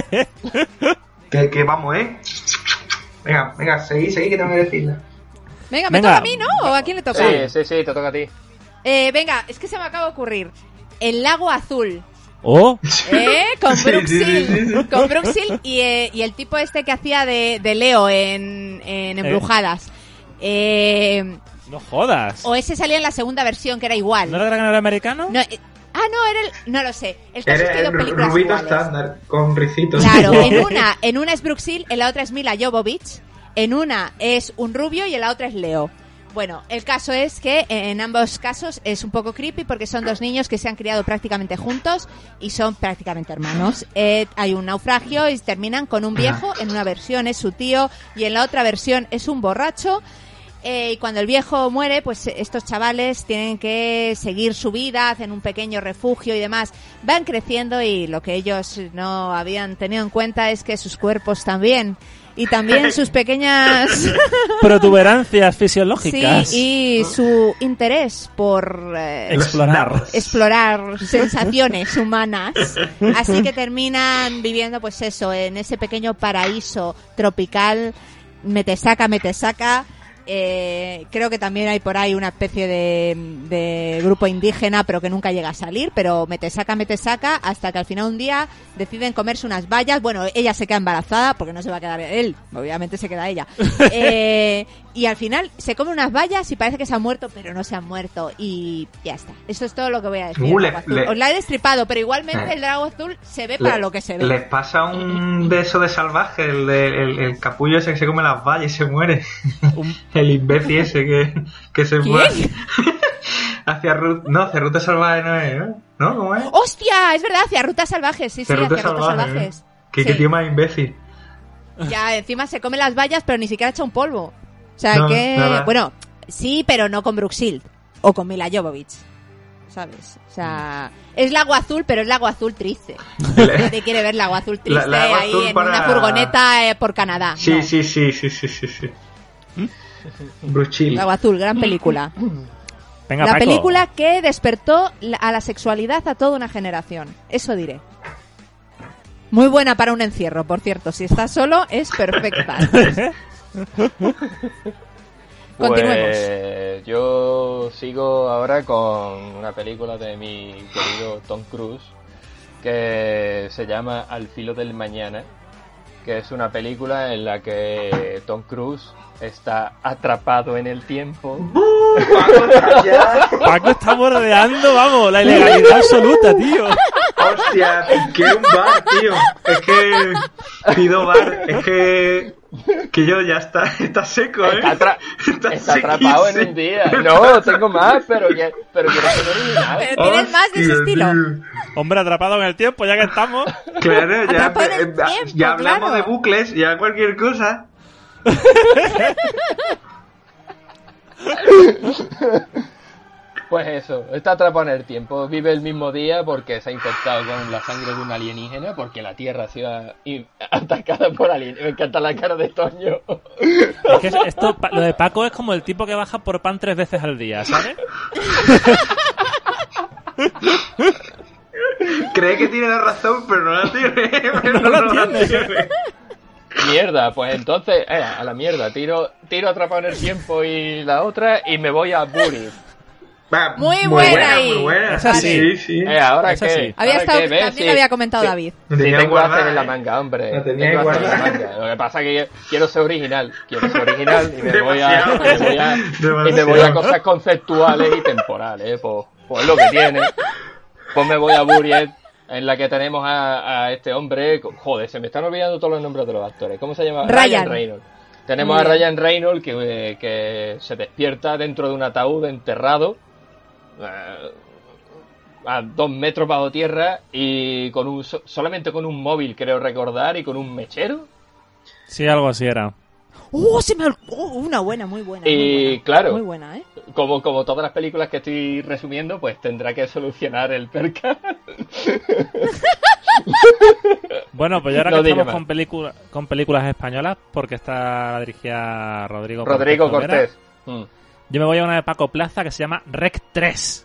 Speaker 4: que, que vamos, ¿eh? Venga, venga, seguí, seguí que tengo que decirla.
Speaker 2: Venga, ¿me
Speaker 1: Venga.
Speaker 2: toca a mí, no? ¿O a quién le toca?
Speaker 3: Sí, sí, sí, te toca a ti.
Speaker 2: Eh, venga, es que se me acaba de ocurrir. El lago azul.
Speaker 1: Oh,
Speaker 2: ¿Eh? Con
Speaker 4: Sí,
Speaker 2: Brooke
Speaker 4: sí, sí,
Speaker 2: Shield.
Speaker 4: sí, sí.
Speaker 2: Con Brooke Shield y, eh, y el tipo este que hacía de, de Leo en, en Embrujadas. Eh,
Speaker 1: no jodas.
Speaker 2: o ese salía en la segunda versión, que era igual.
Speaker 1: ¿No era Gran Americano?
Speaker 2: No, eh, ah, no, era el... No lo sé. El caso es
Speaker 4: Era
Speaker 2: que hay
Speaker 4: el
Speaker 2: dos películas
Speaker 4: rubito
Speaker 2: iguales.
Speaker 4: estándar, con ricitos.
Speaker 2: Claro, en una, en una es Brooke Shield, en la otra es Mila Jovovich, en una es un rubio y en la otra es Leo. Bueno, el caso es que en ambos casos es un poco creepy porque son dos niños que se han criado prácticamente juntos y son prácticamente hermanos. Eh, hay un naufragio y terminan con un viejo, en una versión es su tío y en la otra versión es un borracho. Eh, y cuando el viejo muere, pues estos chavales tienen que seguir su vida, hacen un pequeño refugio y demás. Van creciendo y lo que ellos no habían tenido en cuenta es que sus cuerpos también, y también sus pequeñas
Speaker 1: Protuberancias fisiológicas.
Speaker 2: sí, y su interés por eh,
Speaker 1: Explorar.
Speaker 2: explorar sensaciones humanas. Así que terminan viviendo, pues eso, en ese pequeño paraíso tropical. Metesaca, metesaca. Eh, creo que también hay por ahí una especie de, de grupo indígena, pero que nunca llega a salir, pero metesaca, metesaca, hasta que al final un día deciden comerse unas bayas. Bueno, ella se queda embarazada, porque no se va a quedar él, obviamente se queda ella. Eh, y al final se come unas bayas y parece que se han muerto, pero no se han muerto. Y ya está. Eso es todo lo que voy a decir.
Speaker 4: Uh, le-
Speaker 2: Lago Azul.
Speaker 4: le-
Speaker 2: Os la he destripado, pero igualmente
Speaker 4: Eh.
Speaker 2: el Lago Azul se ve
Speaker 4: Le-
Speaker 2: para lo que se ve.
Speaker 4: Les pasa un beso de salvaje, el, de- el, el capullo ese que se come las vallas y se muere.
Speaker 1: Un-
Speaker 4: El imbécil ese que, que se
Speaker 2: ¿Quién?
Speaker 4: muere. Hacia ruta, no, hacia ruta salvaje no es, ¿no? ¿No? ¿Cómo es?
Speaker 2: ¡Hostia! Es verdad, hacia rutas salvajes. Sí, sí,
Speaker 4: Hacia
Speaker 2: hacia
Speaker 4: ruta
Speaker 2: rutas
Speaker 4: salvaje.
Speaker 2: salvajes.
Speaker 4: ¿eh? ¿Qué,
Speaker 2: Sí.
Speaker 4: qué tío más imbécil.
Speaker 2: Ya, encima se come las vallas, pero ni siquiera echa un polvo. O sea,
Speaker 4: No,
Speaker 2: que...
Speaker 4: nada.
Speaker 2: Bueno, sí, pero no con Brooke Shield. O con Mila Jovovich. ¿Sabes? O sea, es Lago Azul, pero es Lago Azul triste. Nadie quiere ver Lago Azul triste
Speaker 4: La- Lago
Speaker 2: ahí
Speaker 4: Azul
Speaker 2: en
Speaker 4: para-
Speaker 2: una furgoneta eh, por Canadá.
Speaker 4: Sí,
Speaker 2: No.
Speaker 4: sí, sí, sí, sí, sí, sí. Bruchil.
Speaker 2: Lago Azul, gran película.
Speaker 1: Venga,
Speaker 2: La
Speaker 1: Paco.
Speaker 2: película que despertó la- a la sexualidad a toda una generación. Eso diré. Muy buena para un encierro, por cierto. Si estás solo, es perfecta. Continuemos.
Speaker 3: Pues yo sigo ahora con una película de mi querido Tom Cruise que se llama Al filo del mañana, que es una película en la que Tom Cruise está atrapado en el tiempo.
Speaker 4: Ya.
Speaker 1: Paco está bordeando, vamos, la ilegalidad absoluta, tío.
Speaker 4: Hostia, que un bar, tío. Es que pido bar. Es que que yo ya está, está seco, ¿eh?
Speaker 3: Está, atra-
Speaker 4: Está
Speaker 3: está atrapado en
Speaker 4: sequísimo.
Speaker 3: un día. No, tengo más, pero, que, pero quiero ser original.
Speaker 2: Pero tienes más de ese
Speaker 4: Hostia,
Speaker 2: estilo.
Speaker 4: tío.
Speaker 1: Hombre, atrapado en el tiempo, ya que estamos.
Speaker 4: Claro, ya,
Speaker 2: Atrapado en el
Speaker 4: eh,
Speaker 2: tiempo,
Speaker 4: ya hablamos
Speaker 2: claro.
Speaker 4: de bucles, ya cualquier cosa.
Speaker 3: Pues eso, está atrapado en el tiempo, vive el mismo día porque se ha infectado con la sangre de un alienígena, porque la Tierra ha sido i- atacada por alienígenas. Me encanta la cara de Toño.
Speaker 1: Es que esto, pa- lo de Paco es como el tipo que baja por pan tres veces al día, ¿sabes?
Speaker 4: Cree que tiene la razón, pero no la tiene. Pero
Speaker 1: No la
Speaker 4: no la
Speaker 1: tiene.
Speaker 4: tiene.
Speaker 3: Mierda, pues entonces, eh, a la mierda, tiro, tiro atrapado en el tiempo y la otra y me voy a Buri.
Speaker 4: Va,
Speaker 2: Muy buena ahí.
Speaker 4: muy buena.
Speaker 1: Esa
Speaker 4: sí,
Speaker 1: sí.
Speaker 4: sí, sí.
Speaker 3: Eh, ahora
Speaker 1: Eso
Speaker 3: que...
Speaker 1: sí.
Speaker 2: Había
Speaker 3: ahora
Speaker 2: estado,
Speaker 3: que ves,
Speaker 2: también
Speaker 3: sí,
Speaker 2: lo había comentado
Speaker 3: sí.
Speaker 2: David.
Speaker 4: Lo
Speaker 3: Sí,
Speaker 4: tenía
Speaker 3: tengo
Speaker 4: guardada,
Speaker 3: hacer en la
Speaker 4: ¿eh?
Speaker 3: manga, hombre.
Speaker 4: Lo tenía
Speaker 3: Tengo hacer en la
Speaker 4: guardada.
Speaker 3: manga. Lo que pasa es que quiero ser original. Quiero ser original y me voy a,
Speaker 4: Demasiado.
Speaker 3: y me voy a, y me voy a
Speaker 4: Demasiado.
Speaker 3: cosas conceptuales y temporales. Pues, pues es lo que tiene. Pues me voy a Buried, en la que tenemos a, a este hombre. Joder, se me están olvidando todos los nombres de los actores. ¿Cómo se llama?
Speaker 2: Ryan.
Speaker 3: Reynolds. Tenemos
Speaker 2: Muy
Speaker 3: a
Speaker 2: bien.
Speaker 3: Ryan Reynolds que, eh, que se despierta dentro de un ataúd enterrado. eh, a dos metros bajo tierra y con un so- solamente con un móvil, creo recordar, y con un mechero.
Speaker 1: Sí, algo así era.
Speaker 2: ¡Oh, se me ha... oh, una buena, muy buena.
Speaker 3: Y
Speaker 2: muy buena,
Speaker 3: claro,
Speaker 2: muy buena, ¿eh?
Speaker 3: Como, como todas las películas que estoy resumiendo, pues tendrá que solucionar el percal.
Speaker 1: Bueno, pues ya ahora
Speaker 3: No
Speaker 1: que
Speaker 3: diré
Speaker 1: estamos
Speaker 3: más.
Speaker 1: con, película, con películas españolas, porque está dirigida Rodrigo,
Speaker 3: Rodrigo
Speaker 1: Cortés.
Speaker 3: Cortés. Mm.
Speaker 1: Yo me voy a una de Paco Plaza que se llama Rec tres.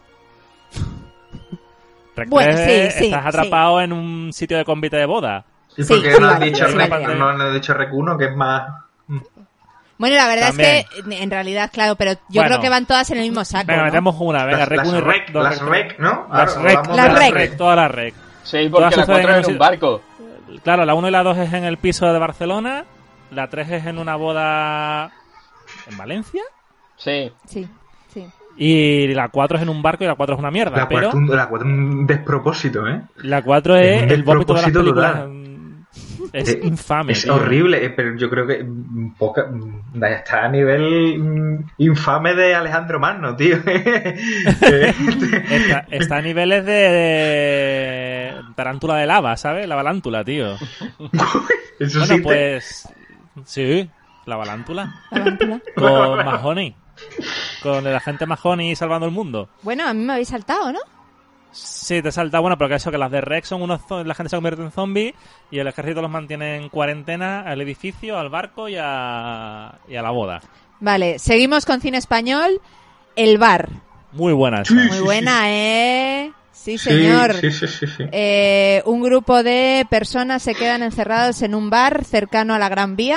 Speaker 1: Rec
Speaker 2: Bueno,
Speaker 1: tres,
Speaker 2: sí, sí,
Speaker 1: estás atrapado en un sitio de convite de boda.
Speaker 4: ¿Y
Speaker 2: Sí,
Speaker 4: por qué
Speaker 2: sí,
Speaker 4: no has
Speaker 2: vale,
Speaker 4: dicho
Speaker 2: sí,
Speaker 4: Rec,
Speaker 2: vale.
Speaker 4: no has dicho Rec uno, que es más...
Speaker 2: Bueno, la verdad
Speaker 1: También.
Speaker 2: es que, en realidad, claro, pero yo
Speaker 1: Bueno.
Speaker 2: creo que van todas en el mismo saco,
Speaker 1: Venga,
Speaker 2: ¿no?
Speaker 1: metemos una, venga,
Speaker 4: Las,
Speaker 1: Rec
Speaker 4: las
Speaker 1: uno y
Speaker 4: Rec,
Speaker 1: dos,
Speaker 4: las
Speaker 1: tres.
Speaker 4: Rec, ¿no?
Speaker 1: Las
Speaker 4: Ahora
Speaker 1: Rec,
Speaker 4: hablamos
Speaker 2: Las
Speaker 4: de
Speaker 2: Rec.
Speaker 1: Rec, todas las Rec.
Speaker 3: Sí,
Speaker 1: Todas
Speaker 3: porque la
Speaker 1: suceden
Speaker 3: cuatro
Speaker 1: en
Speaker 3: es
Speaker 1: un
Speaker 3: en un
Speaker 1: sitio-
Speaker 3: barco.
Speaker 1: Claro, la uno y la dos es en el piso de Barcelona, la tres es en una boda en Valencia
Speaker 3: Sí.
Speaker 2: Sí, sí.
Speaker 1: y la cuatro es en un barco y la cuatro es una mierda,
Speaker 4: La
Speaker 1: pero
Speaker 4: cuatro, un- la cuatro un despropósito, ¿eh?
Speaker 1: la cuatro es
Speaker 4: Es un
Speaker 1: el vómito de las
Speaker 4: despropósito
Speaker 1: películas.
Speaker 4: total.
Speaker 1: Es
Speaker 4: Eh,
Speaker 1: infame,
Speaker 4: Es
Speaker 1: tío.
Speaker 4: horrible, eh, pero yo creo que mm, poca, mm, ya está a nivel mm, infame de Alejandro Magno, tío. Eh,
Speaker 1: Está, está a niveles de, de tarántula de lava, ¿sabes? La balántula, tío.
Speaker 4: Eso
Speaker 1: Bueno,
Speaker 4: sí te-
Speaker 1: pues... Sí, la balántula.
Speaker 2: La vántula.
Speaker 1: Con Mahoney. Con el agente Mahoney salvando el mundo.
Speaker 2: Bueno, a mí me habéis saltado, ¿no?
Speaker 1: Sí, te salta, bueno, pero que eso, que las de Rex son unos... zo- la gente se convierte en zombies y el ejército los mantiene en cuarentena al edificio, al barco y a, y a la boda.
Speaker 2: Vale, seguimos con cine español. El bar.
Speaker 1: Muy buena esa.
Speaker 4: Sí,
Speaker 2: Muy
Speaker 4: sí,
Speaker 2: buena, ¿eh? Sí,
Speaker 4: sí,
Speaker 2: señor.
Speaker 4: Sí, sí, sí, sí.
Speaker 2: Eh, un grupo de personas se quedan encerrados en un bar cercano a la Gran Vía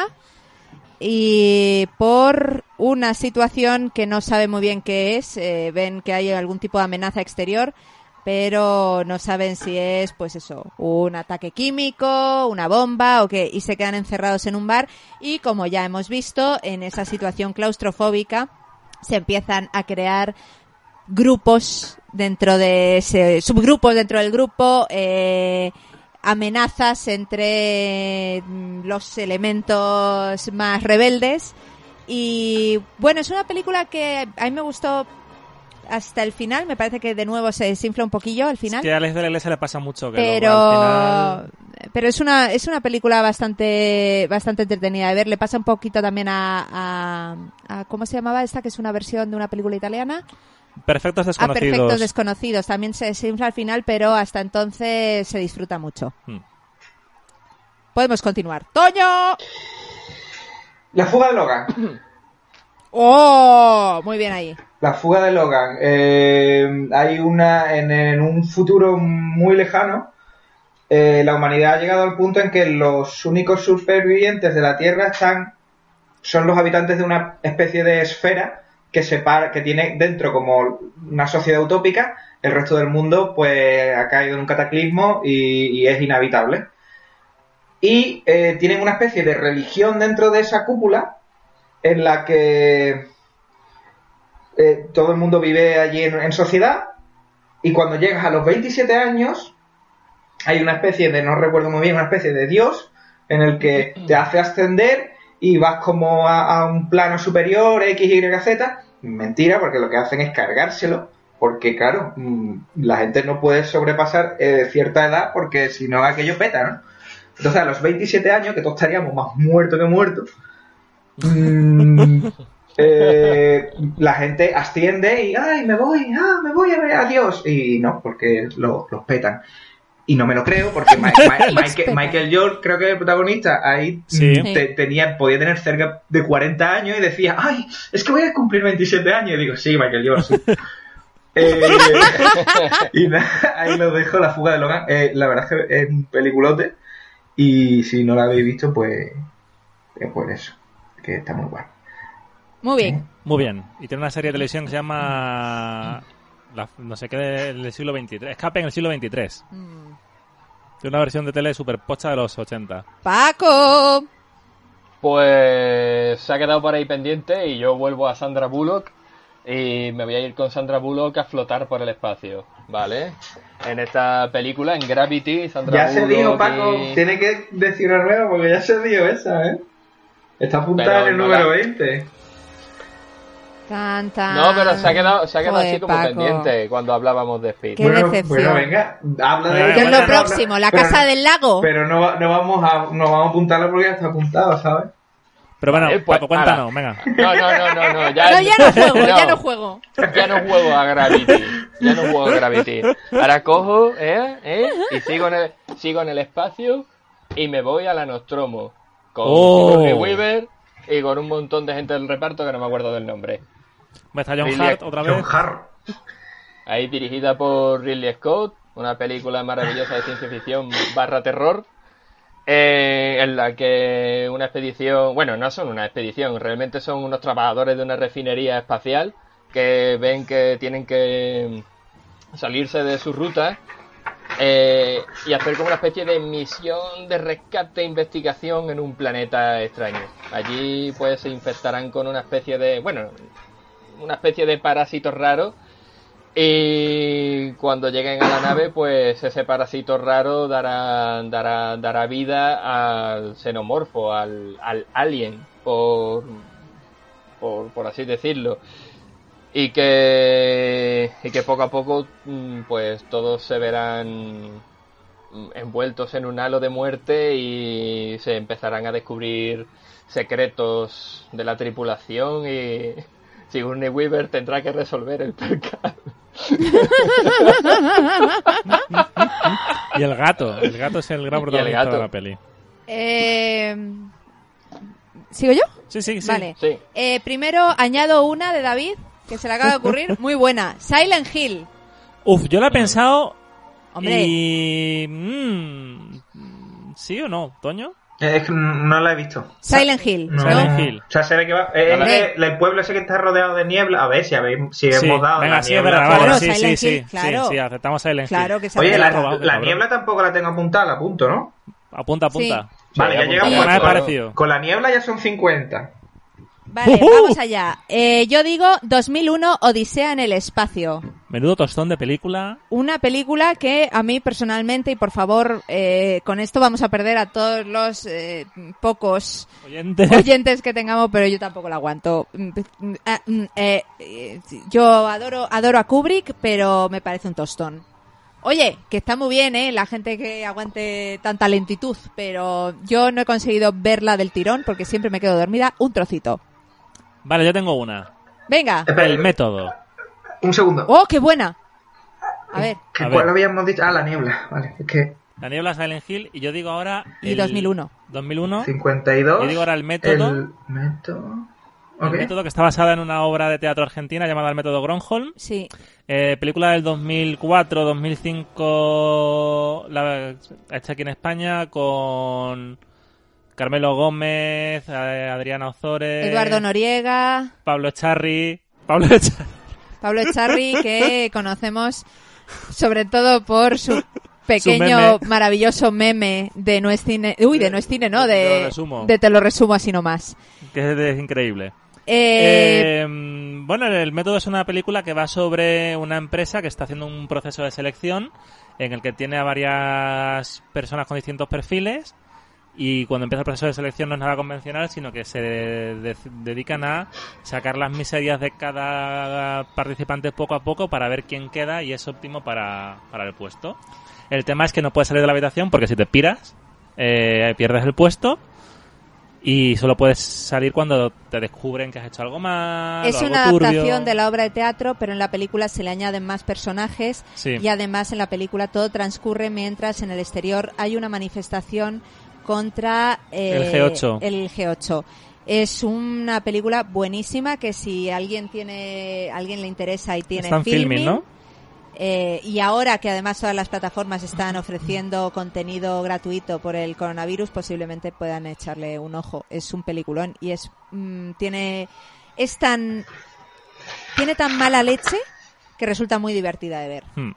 Speaker 2: y por una situación que no sabe muy bien qué es, eh, ven que hay algún tipo de amenaza exterior, pero no saben si es, pues eso, un ataque químico, una bomba o qué, y se quedan encerrados en un bar y, como ya hemos visto, en esa situación claustrofóbica se empiezan a crear grupos dentro de ese, subgrupos dentro del grupo, eh, amenazas entre mm, los elementos más rebeldes. Y bueno, es una película que a mí me gustó hasta el final. Me parece que de nuevo se desinfla un poquillo al final.
Speaker 1: Es que a Alex de la Iglesia le pasa mucho que
Speaker 2: pero
Speaker 1: luego al final...
Speaker 2: pero es una es una película bastante bastante entretenida de ver. Le pasa un poquito también a, a, a ¿cómo se llamaba esta? Que es una versión de una película italiana.
Speaker 1: Perfectos
Speaker 2: A
Speaker 1: desconocidos.
Speaker 2: Perfectos Desconocidos. También se desinfla al final, pero hasta entonces se disfruta mucho.
Speaker 1: Hmm.
Speaker 2: Podemos continuar. ¡Toño!
Speaker 4: La fuga de Logan.
Speaker 2: ¡Oh! Muy bien ahí.
Speaker 4: La fuga de Logan. Eh, hay una. En, en un futuro muy lejano, eh, la humanidad ha llegado al punto en que los únicos supervivientes de la Tierra están. Son los habitantes de una especie de esfera que separa, que tiene dentro como una sociedad utópica. El resto del mundo, pues, ha caído en un cataclismo y, y es inhabitable. Y eh, tienen una especie de religión dentro de esa cúpula en la que eh, todo el mundo vive allí en, en sociedad, y cuando llegas a los veintisiete años hay una especie de, no recuerdo muy bien, una especie de dios en el que te hace ascender y vas como a, a un plano superior, X, Y, Z. Mentira, porque lo que hacen es cargárselo, porque claro, mmm, la gente no puede sobrepasar eh, cierta edad porque si no aquello peta, ¿no? Entonces a los veintisiete años, que todos estaríamos más muertos que muertos, mmm, eh, la gente asciende y ¡ay, me voy! ¡Ah, me voy a ver! ¡Adiós! Y no, porque lo- los petan. Y no me lo creo, porque Ma- Ma- Michael, Michael York, creo que es el protagonista, ahí
Speaker 1: Sí.
Speaker 4: mm, te- tenía, podía tener cerca de cuarenta años y decía, ¡ay, es que voy a cumplir veintisiete años! Y digo, sí, Michael York, sí. Eh, y nada, ahí lo dejo, La fuga de Logan. Eh, la verdad es que es un peliculote, y si no lo habéis visto, pues, eh, pues eso, que está muy guay.
Speaker 2: Muy bien.
Speaker 1: Muy bien. Y tiene una serie de televisión que se llama... la- no sé qué, del siglo veintitrés. Escape en el siglo veintitrés.
Speaker 2: Mm.
Speaker 1: Tiene una versión de tele super pocha de los ochenta.
Speaker 2: Paco.
Speaker 3: Pues se ha quedado por ahí pendiente y yo vuelvo a Sandra Bullock y me voy a ir con Sandra Bullock a flotar por el espacio, ¿vale? En esta película, en Gravity, Sandra
Speaker 4: Ya se
Speaker 3: Bullock
Speaker 4: dijo, Paco,
Speaker 3: y-
Speaker 4: tiene que decir una nueva porque ya se dio esa, ¿eh? Está apuntada
Speaker 3: Pero
Speaker 4: en el
Speaker 3: no
Speaker 4: número
Speaker 3: la-
Speaker 4: veinte.
Speaker 2: Tan, tan.
Speaker 3: No, pero se ha quedado, se ha quedado
Speaker 2: Joder,
Speaker 3: así como
Speaker 2: Paco.
Speaker 3: pendiente cuando hablábamos de Speed.
Speaker 2: Qué
Speaker 4: Bueno,
Speaker 2: decepción.
Speaker 4: bueno, venga, habla de
Speaker 1: Pero
Speaker 4: ella.
Speaker 2: ¿Qué es
Speaker 1: Bueno,
Speaker 2: lo
Speaker 1: no,
Speaker 2: próximo? ¿La
Speaker 4: pero
Speaker 2: casa
Speaker 4: no-
Speaker 2: del lago?
Speaker 4: Pero no, va- no vamos a no vamos a apuntarla porque ya está apuntado, ¿sabes?
Speaker 1: Pero bueno,
Speaker 3: Vale, pues,
Speaker 1: Paco, cuéntanos,
Speaker 3: ala.
Speaker 1: venga.
Speaker 3: No, no, no, no, no. Ya
Speaker 2: No, ya no juego, ya no juego.
Speaker 3: Ya no juego a Gravity. Ya no juego a Gravity. Ahora cojo, ¿eh? ¿eh? Y sigo en el, sigo en el espacio y me voy a la Nostromo. Con
Speaker 1: Oh.
Speaker 3: Sigourney Weaver y con un montón de gente del reparto que no me acuerdo del nombre.
Speaker 1: Está John
Speaker 3: Ridley-
Speaker 1: Hart otra vez.
Speaker 4: John Hart.
Speaker 3: Ahí dirigida por Ridley Scott, una película maravillosa de ciencia ficción barra terror, eh, en la que una expedición, bueno, no son una expedición, realmente son unos trabajadores de una refinería espacial que ven que tienen que salirse de su ruta eh, y hacer como una especie de misión de rescate e investigación en un planeta extraño. Allí pues se infectarán con una especie de, bueno, una especie de parásitos raros. Y cuando lleguen a la nave, pues ese parásito raro dará, dará, dará vida al xenomorfo, al, al alien, por, por, por así decirlo. Y que, y que poco a poco, pues todos se verán envueltos en un halo de muerte y se empezarán a descubrir secretos de la tripulación y Sigourney Weaver tendrá que resolver el percal.
Speaker 1: Y el gato. El gato es el gran protagonista
Speaker 3: gato.
Speaker 1: de la peli.
Speaker 2: Eh... ¿Sigo yo?
Speaker 1: Sí, sí, sí.
Speaker 2: Vale.
Speaker 3: Sí.
Speaker 2: Eh, primero añado una de David, que se le acaba de ocurrir, muy buena. Silent Hill.
Speaker 1: Uf, yo la he pensado
Speaker 2: Hombre.
Speaker 1: y... mm, ¿sí o no, Toño?
Speaker 4: Es que no la he visto.
Speaker 2: Silent Hill.
Speaker 4: No.
Speaker 1: Silent Hill.
Speaker 4: O sea, se ve que va. eh,
Speaker 2: Hombre.
Speaker 4: el, el pueblo ese que está rodeado de niebla. A ver si, habéis, si
Speaker 1: Sí,
Speaker 4: hemos dado
Speaker 1: venga,
Speaker 4: la
Speaker 1: sí, es
Speaker 4: niebla.
Speaker 1: verdad,
Speaker 2: Claro,
Speaker 1: vale, sí, sí,
Speaker 2: Silent
Speaker 1: sí,
Speaker 2: Hill,
Speaker 1: sí,
Speaker 2: claro.
Speaker 1: sí, aceptamos Silent Hill.
Speaker 2: Claro que se
Speaker 4: Oye,
Speaker 2: había
Speaker 4: la,
Speaker 1: robado,
Speaker 4: la
Speaker 1: cabrón.
Speaker 4: niebla tampoco la tengo apuntada, la apunto, ¿no?
Speaker 1: Apunta, apunta.
Speaker 3: Sí,
Speaker 4: Vale, ya
Speaker 3: apunta.
Speaker 4: llegamos
Speaker 1: ¿Qué
Speaker 4: a
Speaker 1: me ha
Speaker 4: con-
Speaker 1: parecido?
Speaker 4: Con la niebla ya son cincuenta.
Speaker 2: Vale,
Speaker 1: ¡Ujú!
Speaker 2: vamos allá. Eh, yo digo dos mil uno, Odisea en el espacio.
Speaker 1: Menudo tostón de película.
Speaker 2: Una película que a mí personalmente, y por favor, eh, con esto vamos a perder a todos los eh, pocos
Speaker 1: Oyente.
Speaker 2: oyentes que tengamos, pero yo tampoco la aguanto. Mm, mm, ah, mm, eh, eh, yo adoro, adoro a Kubrick, pero me parece un tostón. Oye, que está muy bien, ¿eh? La gente que aguante tanta lentitud, pero yo no he conseguido verla del tirón porque siempre me quedo dormida un trocito.
Speaker 1: Vale, yo tengo una.
Speaker 2: Venga.
Speaker 4: Espera,
Speaker 1: El método.
Speaker 4: Un segundo.
Speaker 2: ¡Oh, qué buena! A ver.
Speaker 4: ¿Qué-
Speaker 1: a
Speaker 4: ¿Cuál
Speaker 1: ver.
Speaker 4: habíamos dicho? Ah, la niebla. Vale, es que
Speaker 1: La niebla, Silent Hill. Y yo digo ahora...
Speaker 2: Y
Speaker 1: el-
Speaker 2: dos mil uno.
Speaker 1: dos mil uno.
Speaker 4: cincuenta y dos.
Speaker 1: Yo digo ahora el método.
Speaker 4: El método.
Speaker 1: El
Speaker 4: Ok.
Speaker 1: método, que está basada en una obra de teatro argentina llamada El método Gronholm.
Speaker 2: Sí.
Speaker 1: Eh, película del dos mil cuatro, dos mil cinco, la, hecha aquí en España con Carmelo Gómez, eh, Adriana Ozores,
Speaker 2: Eduardo Noriega,
Speaker 1: Pablo Echarri, Pablo Echarri.
Speaker 2: Pablo Echarri, que conocemos sobre todo por su pequeño,
Speaker 1: meme.
Speaker 2: maravilloso meme de No es cine... Uy, de No es cine, no,
Speaker 1: Te lo
Speaker 2: de,
Speaker 1: resumo.
Speaker 2: de Te lo resumo así nomás.
Speaker 1: Que es, es increíble.
Speaker 2: Eh,
Speaker 1: Eh, bueno, El método es una película que va sobre una empresa que está haciendo un proceso de selección en el que tiene a varias personas con distintos perfiles, y cuando empieza el proceso de selección no es nada convencional, sino que se de- dedican a sacar las miserias de cada participante poco a poco para ver quién queda y es óptimo para, para el puesto. El tema es que no puedes salir de la habitación porque si te piras eh, pierdes el puesto. Y solo puedes salir cuando te descubren que has hecho algo mal.
Speaker 2: es
Speaker 1: o algo
Speaker 2: una
Speaker 1: turbio.
Speaker 2: adaptación de la obra de teatro, pero en la película se le añaden más personajes
Speaker 1: Sí.
Speaker 2: y además en la película todo transcurre mientras en el exterior hay una manifestación contra eh,
Speaker 1: El G ocho.
Speaker 2: el G ocho. Es una película buenísima que si alguien tiene, alguien le interesa y tiene
Speaker 1: Está en Filmin, ¿no?
Speaker 2: Eh, y ahora que además todas las plataformas están ofreciendo contenido gratuito por el coronavirus, posiblemente puedan echarle un ojo. Es un peliculón y es mm, tiene es tan tiene tan mala leche que resulta muy divertida de ver.
Speaker 1: Hmm.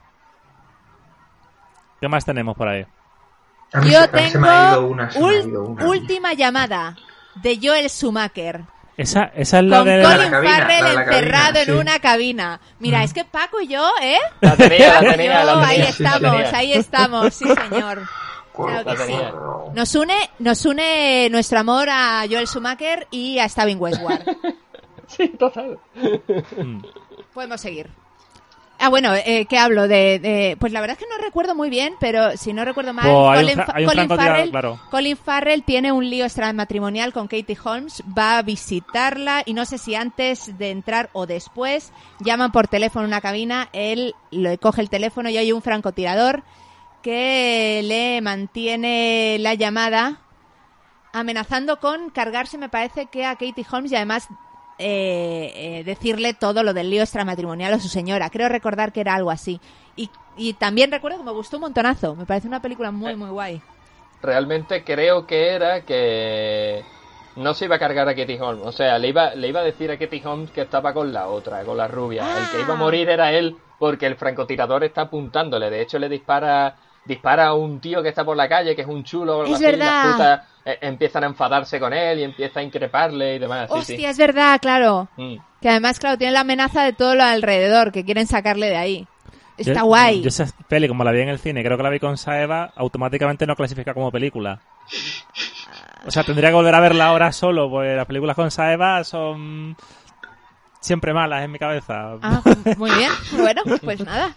Speaker 1: ¿Qué más tenemos por ahí?
Speaker 4: A mí
Speaker 2: Yo
Speaker 4: se- a mí se me ha ido
Speaker 2: tengo
Speaker 4: una, se me ha
Speaker 2: ul-
Speaker 4: ido una.
Speaker 2: última llamada de Joel Schumacher.
Speaker 1: Esa, esa es la
Speaker 2: Con
Speaker 1: de...
Speaker 4: la
Speaker 2: Colin
Speaker 4: cabina,
Speaker 2: Farrell
Speaker 4: la de la
Speaker 2: encerrado
Speaker 4: cabina,
Speaker 2: en
Speaker 4: sí.
Speaker 2: una cabina. Mira, es que Paco y yo, ¿eh?
Speaker 3: La tenía, la
Speaker 2: Paco y
Speaker 3: tenía,
Speaker 2: yo,
Speaker 3: la tenía.
Speaker 2: ahí
Speaker 3: sí, la
Speaker 2: estamos,
Speaker 3: tenía.
Speaker 2: ahí estamos, sí señor. Claro
Speaker 3: La
Speaker 2: que sí.
Speaker 3: tenía.
Speaker 2: Nos une, nos une nuestro amor a Joel Schumacher y a Stavin Westward.
Speaker 3: Sí, total.
Speaker 1: Hmm.
Speaker 2: Podemos seguir. Ah, bueno, eh, ¿qué hablo? De, de, pues la verdad es que no recuerdo muy bien, pero si no recuerdo mal,
Speaker 1: Oh, hay
Speaker 2: Colin,
Speaker 1: un fra- hay un
Speaker 2: Colin
Speaker 1: francotirador,
Speaker 2: Farrell,
Speaker 1: claro.
Speaker 2: Colin Farrell tiene un lío extramatrimonial con Katie Holmes, va a visitarla y no sé si antes de entrar o después llaman por teléfono a una cabina, él le coge el teléfono y hay un francotirador que le mantiene la llamada amenazando con cargarse, me parece que a Katie Holmes y además Eh, eh, decirle todo lo del lío extramatrimonial a su señora. Creo recordar que era algo así. Y, y también recuerdo que me gustó un montonazo. Me parece una película muy, muy guay.
Speaker 3: Realmente creo que era que no se iba a cargar a Katie Holmes. O sea, le iba, le iba a decir a Katie Holmes que estaba con la otra, con la rubia.
Speaker 2: Ah.
Speaker 3: El que iba a morir era él porque el francotirador está apuntándole. De hecho, le dispara... dispara a un tío que está por la calle, que es un chulo o algo
Speaker 2: Es
Speaker 3: así,
Speaker 2: verdad.
Speaker 3: las putas eh, empiezan a enfadarse con él y empieza a increparle y demás. Sí,
Speaker 2: Hostia,
Speaker 3: sí.
Speaker 2: es verdad, claro.
Speaker 3: Mm.
Speaker 2: Que además, claro, tiene la amenaza de todo lo alrededor, que quieren sacarle de ahí. Está
Speaker 1: yo,
Speaker 2: guay.
Speaker 1: Yo esa peli, como la vi en el cine, creo que la vi con Saeva, automáticamente no clasifica como película. O sea, tendría que volver a verla ahora solo, porque las películas con Saeva son siempre malas en mi cabeza.
Speaker 2: Ah, muy bien. Bueno, pues nada.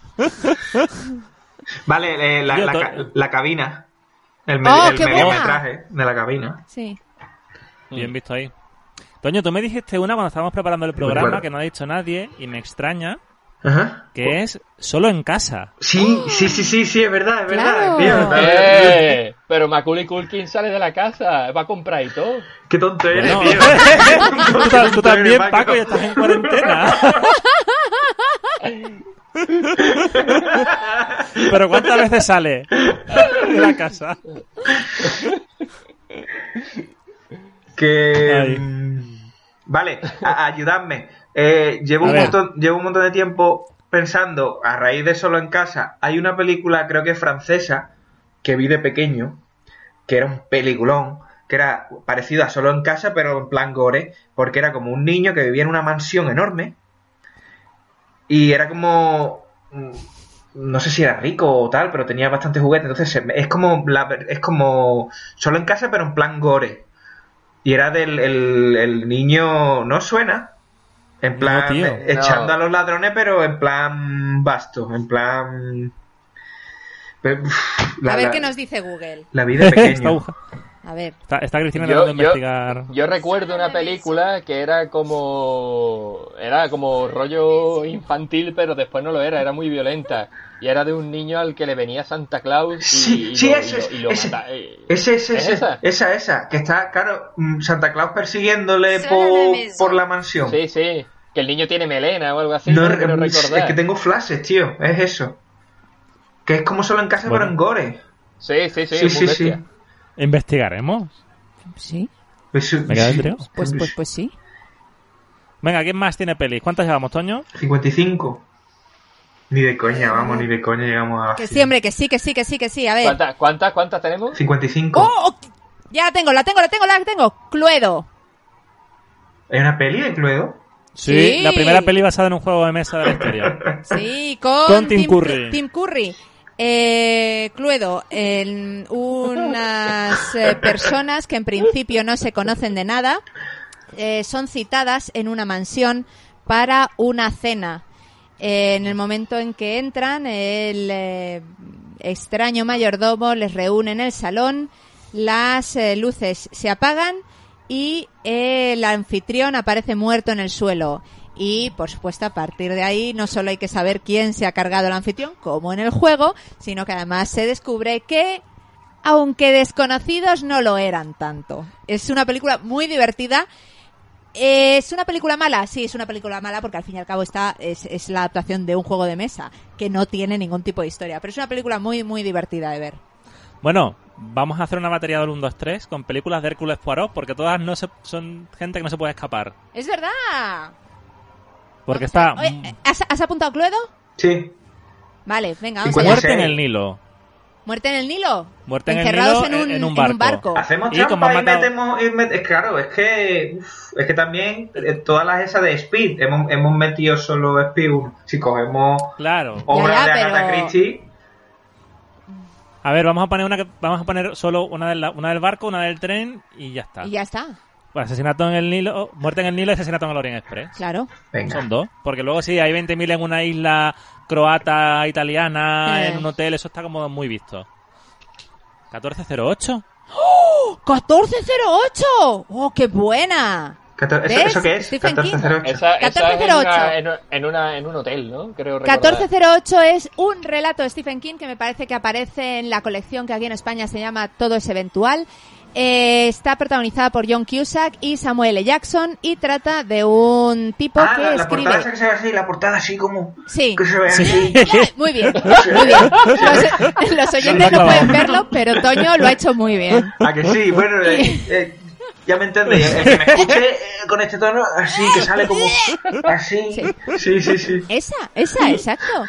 Speaker 4: Vale, eh, la,
Speaker 1: Yo
Speaker 4: la,
Speaker 1: to-
Speaker 4: ca- la cabina. El, me-
Speaker 2: ¡Oh,
Speaker 4: el
Speaker 2: qué
Speaker 4: mediometraje de la cabina.
Speaker 2: Sí.
Speaker 1: Bien visto ahí. Toño, tú me dijiste una cuando estábamos preparando el programa
Speaker 4: recuerdo.
Speaker 1: que no ha dicho nadie y me extraña,
Speaker 4: Ajá.
Speaker 1: que es Solo en casa.
Speaker 4: Sí, sí, sí, sí, sí, es verdad, es verdad.
Speaker 2: Claro.
Speaker 4: tío, es verdad.
Speaker 3: ¡Eh! Pero Macaulay Culkin sale de la casa, va a comprar y todo.
Speaker 4: Qué tonto eres,
Speaker 1: Bueno.
Speaker 4: tío.
Speaker 1: Tú, ta- tú
Speaker 4: Tonto
Speaker 1: también,
Speaker 4: eres,
Speaker 1: Paco, y estás en cuarentena. Pero ¿cuántas veces sale de la casa?
Speaker 4: Que...
Speaker 1: Ay.
Speaker 4: mm, Vale, a- ayudadme. Eh, llevo,
Speaker 1: A
Speaker 4: un
Speaker 1: ver.
Speaker 4: montón, llevo un montón de tiempo pensando, a raíz de Solo en Casa, hay una película, creo que francesa, que vi de pequeño, que era un peliculón, que era parecido a Solo en Casa, pero en plan gore, porque era como un niño que vivía en una mansión enorme, y era como... mm, no sé si era rico o tal, pero tenía bastante juguete, entonces es como, la, es como Solo en Casa, pero en plan gore. Y era del el, el niño... ¿No suena? En plan,
Speaker 1: No, tío.
Speaker 4: eh, echando
Speaker 3: No.
Speaker 4: a los ladrones, pero en plan basto, en plan... Pero, uf, la,
Speaker 2: A ver
Speaker 4: la-
Speaker 2: qué nos dice Google.
Speaker 4: la vi de
Speaker 1: Está,
Speaker 4: pequeño.
Speaker 1: buja-
Speaker 2: A ver.
Speaker 1: está, está Cristina
Speaker 3: Yo-
Speaker 1: intentando
Speaker 3: yo-
Speaker 1: investigar.
Speaker 3: Yo recuerdo una película que era como era como rollo infantil, pero después no lo era, era muy violenta. Y era de un niño al que le venía Santa Claus y,
Speaker 4: Sí,
Speaker 3: y
Speaker 4: sí,
Speaker 3: lo,
Speaker 4: ese,
Speaker 3: y lo- y lo
Speaker 4: ese,
Speaker 3: mata- eh,
Speaker 4: ese, ese,
Speaker 3: ¿Es
Speaker 4: ese,
Speaker 3: esa?
Speaker 4: esa, esa, que está, claro, mm, Santa Claus persiguiéndole
Speaker 5: Suena
Speaker 4: por,
Speaker 5: la misma.
Speaker 4: por la mansión.
Speaker 3: Sí, sí, que el niño tiene melena o algo así,
Speaker 4: No,
Speaker 3: no, quiero
Speaker 4: es
Speaker 3: recordar.
Speaker 4: que tengo flashes, tío, es eso. Que es como Solo en Casa,
Speaker 1: Bueno.
Speaker 4: pero en gore.
Speaker 3: Sí, sí, sí,
Speaker 4: Sí,
Speaker 3: muy
Speaker 4: sí,
Speaker 3: bestia.
Speaker 4: sí.
Speaker 1: Investigaremos.
Speaker 2: Sí.
Speaker 4: Pues,
Speaker 1: Me queda
Speaker 4: sí.
Speaker 1: intrigo.
Speaker 2: Pues, pues, pues sí.
Speaker 1: Venga, ¿quién más tiene pelis? ¿Cuántas llevamos, Toño?
Speaker 4: cincuenta y cinco. Ni de coña, vamos, ni de coña llegamos a...
Speaker 2: Que sí, hombre, que sí, que sí, que sí, que sí. A ver.
Speaker 3: ¿Cuántas, cuántas, cuántas tenemos?
Speaker 4: cincuenta y cinco.
Speaker 2: ¡Oh! oh, Ya la tengo, la tengo, la tengo, la tengo. Cluedo.
Speaker 4: ¿Hay una peli de Cluedo?
Speaker 2: Sí.
Speaker 1: La primera peli basada en un juego de mesa de la historia.
Speaker 2: Sí, con,
Speaker 1: Con Tim Curry.
Speaker 2: Tim Curry. Eh, Cluedo, en unas eh, personas que en principio no se conocen de nada, eh, son citadas en una mansión para una cena. Eh, en el momento en que entran, el eh, extraño mayordomo les reúne en el salón, las eh, luces se apagan y eh, el anfitrión aparece muerto en el suelo. Y, por supuesto, a partir de ahí no solo hay que saber quién se ha cargado al anfitrión, como en el juego, sino que además se descubre que, aunque desconocidos, no lo eran tanto. Es una película muy divertida. ¿Es una película mala? Sí, es una película mala porque al fin y al cabo está, es, es la adaptación de un juego de mesa que no tiene ningún tipo de historia. Pero es una película muy, muy divertida de ver.
Speaker 1: Bueno, vamos a hacer una batería del uno, dos, tres con películas de Hércules Poirot porque todas no se, son gente que no se puede escapar.
Speaker 2: ¡Es verdad!
Speaker 1: Porque
Speaker 2: Vamos a
Speaker 1: está
Speaker 2: ver. Oye, ¿has, ¿Has apuntado Cluedo?
Speaker 4: Sí.
Speaker 2: Vale, venga, vamos
Speaker 4: cincuenta y
Speaker 2: allá.
Speaker 1: Muerte en
Speaker 4: seis.
Speaker 1: el Nilo.
Speaker 2: ¿Muerte en el Nilo?
Speaker 1: Muerte en el
Speaker 2: Encerrados
Speaker 1: Nilo
Speaker 2: en un,
Speaker 1: en un
Speaker 2: en un
Speaker 1: barco.
Speaker 2: barco.
Speaker 4: Hacemos
Speaker 1: Y como
Speaker 4: trampa
Speaker 1: han
Speaker 4: y
Speaker 1: matado-
Speaker 4: metemos... y met- es claro, es que... uf, es que también eh, todas las esas de Speed, hemos, hemos metido solo Speed uno. Si cogemos
Speaker 1: Claro.
Speaker 4: obras
Speaker 2: Ya,
Speaker 4: de
Speaker 2: ya,
Speaker 4: Agatha
Speaker 2: pero-
Speaker 4: Christie...
Speaker 1: A ver, vamos a poner una que, vamos a poner solo una del, una del barco, una del tren y ya está.
Speaker 2: Y ya está.
Speaker 1: asesinato en el Nilo, muerte en el Nilo y asesinato en el Orient Express.
Speaker 2: Claro.
Speaker 4: Venga.
Speaker 1: Son dos. Porque luego sí, hay veinte mil en una isla croata, italiana,
Speaker 2: Eh.
Speaker 1: en un hotel, eso está como muy visto. ¿catorce cero ocho?
Speaker 2: ¡Oh! ¡catorce cero ocho! ¡Oh, qué buena!
Speaker 4: Cator- ¿Eso,
Speaker 2: ¿Ves?
Speaker 4: ¿Eso qué es?
Speaker 2: Stephen
Speaker 4: catorce cero ocho.
Speaker 3: Esa, esa
Speaker 2: catorce cero ocho.
Speaker 3: es en, una, en, en una, en un hotel, ¿no? Creo recordar.
Speaker 2: catorce cero ocho es un relato de Stephen King que me parece que aparece en la colección que aquí en España se llama Todo es eventual. Eh, está protagonizada por John Cusack y Samuel L. Jackson y trata de un tipo
Speaker 4: Ah,
Speaker 2: que
Speaker 4: la, la
Speaker 2: escribe...
Speaker 4: portada esa que se ve así, la portada así como...
Speaker 2: Sí.
Speaker 4: Que se ve
Speaker 1: Sí.
Speaker 4: así.
Speaker 2: Muy bien, muy bien. Los, los oyentes no pueden verlo, pero Toño lo ha hecho muy bien.
Speaker 4: ¿A que sí? Bueno, eh, eh, ya me entendéis. El que me escuche eh, con este tono, así, que sale como... Así. Sí, sí, sí.
Speaker 2: Esa, esa, exacto.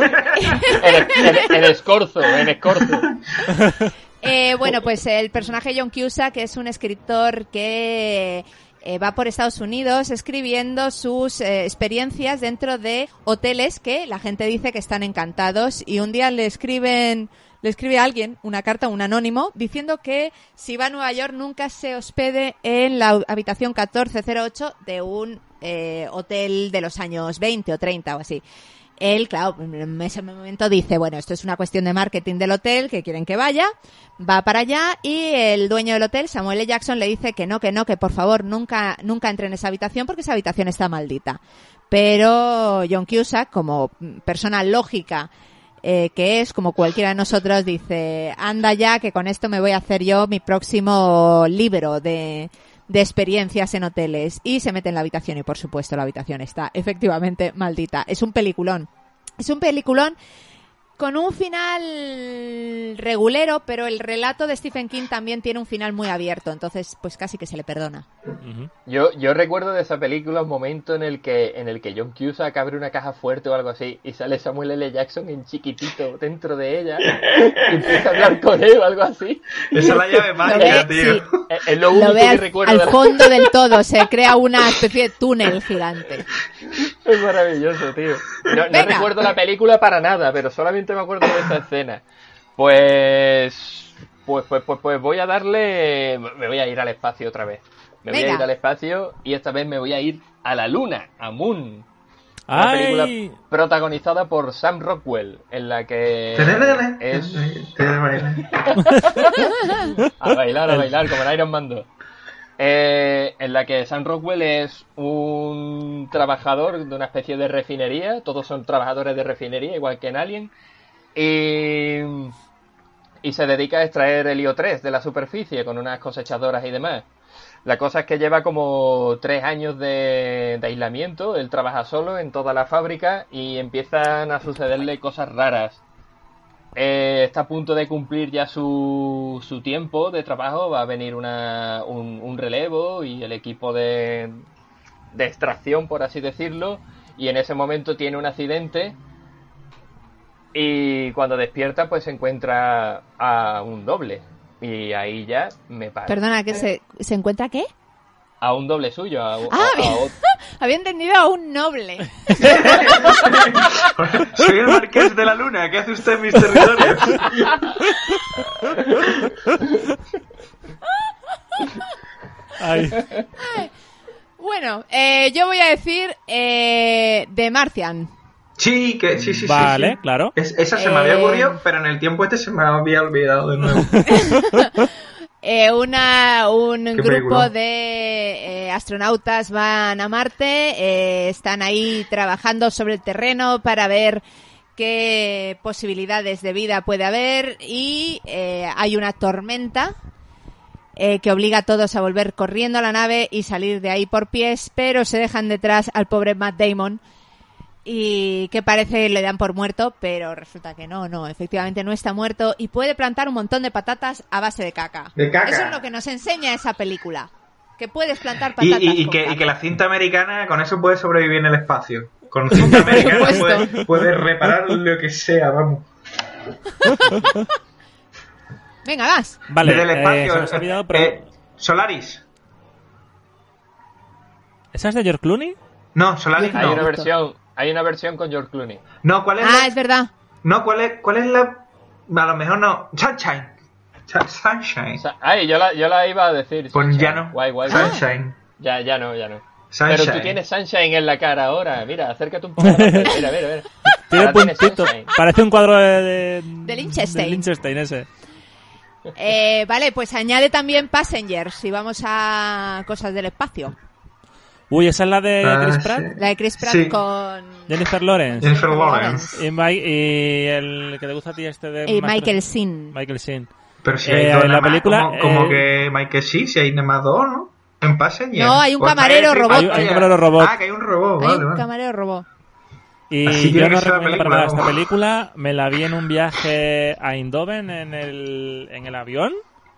Speaker 3: En, en, en escorzo, en escorzo.
Speaker 2: Eh, bueno, pues el personaje John Cusack, que es un escritor que eh, va por Estados Unidos escribiendo sus eh, experiencias dentro de hoteles que la gente dice que están encantados, y un día le escriben le escribe a alguien una carta, un anónimo, diciendo que si va a Nueva York nunca se hospede en la habitación catorce cero ocho de un eh, hotel de los años veinte o treinta o así. Él, claro, en ese momento dice, bueno, esto es una cuestión de marketing del hotel, que quieren que vaya, va para allá, y el dueño del hotel, Samuel L. Jackson, le dice que no, que no, que por favor nunca, nunca entre en esa habitación porque esa habitación está maldita. Pero John Cusack, como persona lógica eh, que es, como cualquiera de nosotros, dice, anda ya, que con esto me voy a hacer yo mi próximo libro de... de experiencias en hoteles, y se mete en la habitación y por supuesto la habitación está efectivamente maldita. Es un peliculón. Es un peliculón con un final regulero, pero el relato de Stephen King también tiene un final muy abierto, entonces pues casi que se le perdona.
Speaker 1: Uh-huh.
Speaker 3: Yo, yo recuerdo de esa película un momento en el que en el que John Cusack abre una caja fuerte o algo así y sale Samuel L. Jackson en chiquitito dentro de ella y empieza a hablar con él o algo así.
Speaker 4: Esa es la llave
Speaker 2: Lo
Speaker 4: mágica,
Speaker 2: ve,
Speaker 4: tío.
Speaker 2: sí.
Speaker 3: Es, es lo único
Speaker 2: Lo ve
Speaker 3: que
Speaker 2: al,
Speaker 3: recuerdo.
Speaker 2: al
Speaker 3: de la-
Speaker 2: fondo del todo, se crea una especie de túnel gigante.
Speaker 3: Es maravilloso, tío. No, no
Speaker 2: Venga.
Speaker 3: recuerdo la película para nada, pero solamente me acuerdo de esa escena. Pues, pues, pues, pues, pues voy a darle, me voy a ir al espacio otra vez. Me voy
Speaker 2: Venga.
Speaker 3: a ir al espacio y esta vez me voy a ir a la luna, a Moon. Una
Speaker 1: ¡Ay!
Speaker 3: película protagonizada por Sam Rockwell, en la que es a bailar, a bailar, como en Iron Man dos. Eh, en la que Sam Rockwell es un trabajador de una especie de refinería, todos son trabajadores de refinería, igual que en Alien, y, y se dedica a extraer helio tres de la superficie con unas cosechadoras y demás. La cosa es que lleva como tres años de, de aislamiento, él trabaja solo en toda la fábrica y empiezan a sucederle cosas raras. Eh, está a punto de cumplir ya su, su tiempo de trabajo, va a venir una, un, un relevo y el equipo de, de extracción, por así decirlo, y en ese momento tiene un accidente y cuando despierta pues se encuentra a un doble y ahí ya me paro.
Speaker 2: Perdona, ¿que se, se encuentra qué?
Speaker 3: A un doble suyo, a, a-
Speaker 2: Ah,
Speaker 3: a
Speaker 2: bien.
Speaker 3: otro.
Speaker 2: Había entendido a un noble.
Speaker 4: Soy el marqués de la luna. ¿Qué hace usted en mis territorios?
Speaker 1: Ay.
Speaker 2: Bueno, eh, yo voy a decir eh, The Martian.
Speaker 4: Sí, que sí, sí, sí,
Speaker 1: Vale,
Speaker 4: sí.
Speaker 1: claro.
Speaker 4: Es- esa se me había
Speaker 2: Eh.
Speaker 4: ocurrido, pero en el tiempo este se me había olvidado de nuevo.
Speaker 2: Eh, una, un
Speaker 4: Qué
Speaker 2: grupo
Speaker 4: película.
Speaker 2: de eh, astronautas van a Marte, eh, están ahí trabajando sobre el terreno para ver qué posibilidades de vida puede haber, y eh, hay una tormenta eh, que obliga a todos a volver corriendo a la nave y salir de ahí por pies, pero se dejan detrás al pobre Matt Damon, y que parece le dan por muerto, pero resulta que no, no, efectivamente no está muerto y puede plantar un montón de patatas a base de caca.
Speaker 4: De caca.
Speaker 2: Eso es lo que nos enseña esa película, que puedes plantar
Speaker 4: Y,
Speaker 2: patatas
Speaker 4: y- y
Speaker 2: con
Speaker 4: que,
Speaker 2: caca.
Speaker 4: y que la cinta americana con eso puede sobrevivir en el espacio. Con cinta americana
Speaker 2: supuesto.
Speaker 4: puedes puede reparar lo que sea, vamos.
Speaker 2: Venga, vas.
Speaker 1: Vale,
Speaker 4: Desde el
Speaker 1: eh,
Speaker 4: espacio.
Speaker 1: se nos ha olvidado, pero...
Speaker 4: eh, Solaris.
Speaker 1: ¿Esa es de George Clooney?
Speaker 4: No, Solaris
Speaker 3: Hay
Speaker 4: no.
Speaker 3: una versión, hay una versión con George Clooney.
Speaker 4: No, ¿cuál es
Speaker 2: Ah,
Speaker 4: la...
Speaker 2: es verdad.
Speaker 4: No, ¿cuál es, cuál es la... A lo mejor no. Sunshine. Sunshine.
Speaker 3: Sa- Ay, yo la, yo la iba a decir.
Speaker 4: Pues
Speaker 3: Sunshine.
Speaker 4: ya no.
Speaker 3: Guay, guay, guay.
Speaker 4: Sunshine.
Speaker 3: Ya, ya no, ya no.
Speaker 4: Sunshine.
Speaker 3: Pero tú tienes Sunshine en la cara ahora. Mira, acércate un poco. Mira, mira, mira.
Speaker 1: Tiene
Speaker 3: Ahora tienes
Speaker 1: puntito.
Speaker 3: Sunshine.
Speaker 1: Parece un cuadro de, de,
Speaker 2: De Liechtenstein.
Speaker 1: de Liechtenstein ese.
Speaker 2: Eh, vale, pues añade también Passengers y vamos a cosas del espacio.
Speaker 1: Uy, esa es la de
Speaker 4: Ah,
Speaker 1: Chris
Speaker 4: sí.
Speaker 1: Pratt.
Speaker 2: La de Chris Pratt
Speaker 4: Sí.
Speaker 2: con...
Speaker 1: Jennifer Lawrence.
Speaker 4: Jennifer Lawrence.
Speaker 1: Y, Mike- y el que te gusta a ti este de...
Speaker 2: Y
Speaker 1: Maestro-
Speaker 2: Michael Sin.
Speaker 1: Michael Sheen.
Speaker 4: Pero si
Speaker 1: Eh,
Speaker 4: hay dos
Speaker 1: en la
Speaker 4: nada más,
Speaker 1: película,
Speaker 4: como, como
Speaker 1: eh,
Speaker 4: que Michael sí, si hay nada más dos, ¿no? En Passenger.
Speaker 2: No, hay un
Speaker 4: O está
Speaker 2: camarero
Speaker 4: ese-
Speaker 2: robot.
Speaker 1: Hay, hay un camarero robot.
Speaker 4: Ah, que hay un robot,
Speaker 2: Hay
Speaker 4: vale,
Speaker 2: un
Speaker 4: vale.
Speaker 2: camarero robot.
Speaker 1: Y
Speaker 4: Así
Speaker 1: yo
Speaker 4: tiene que
Speaker 1: no
Speaker 4: ser la
Speaker 1: recomiendo para
Speaker 4: película,
Speaker 1: nada esta
Speaker 4: vamos.
Speaker 1: película. Me la vi en un viaje a Eindhoven en el, en el avión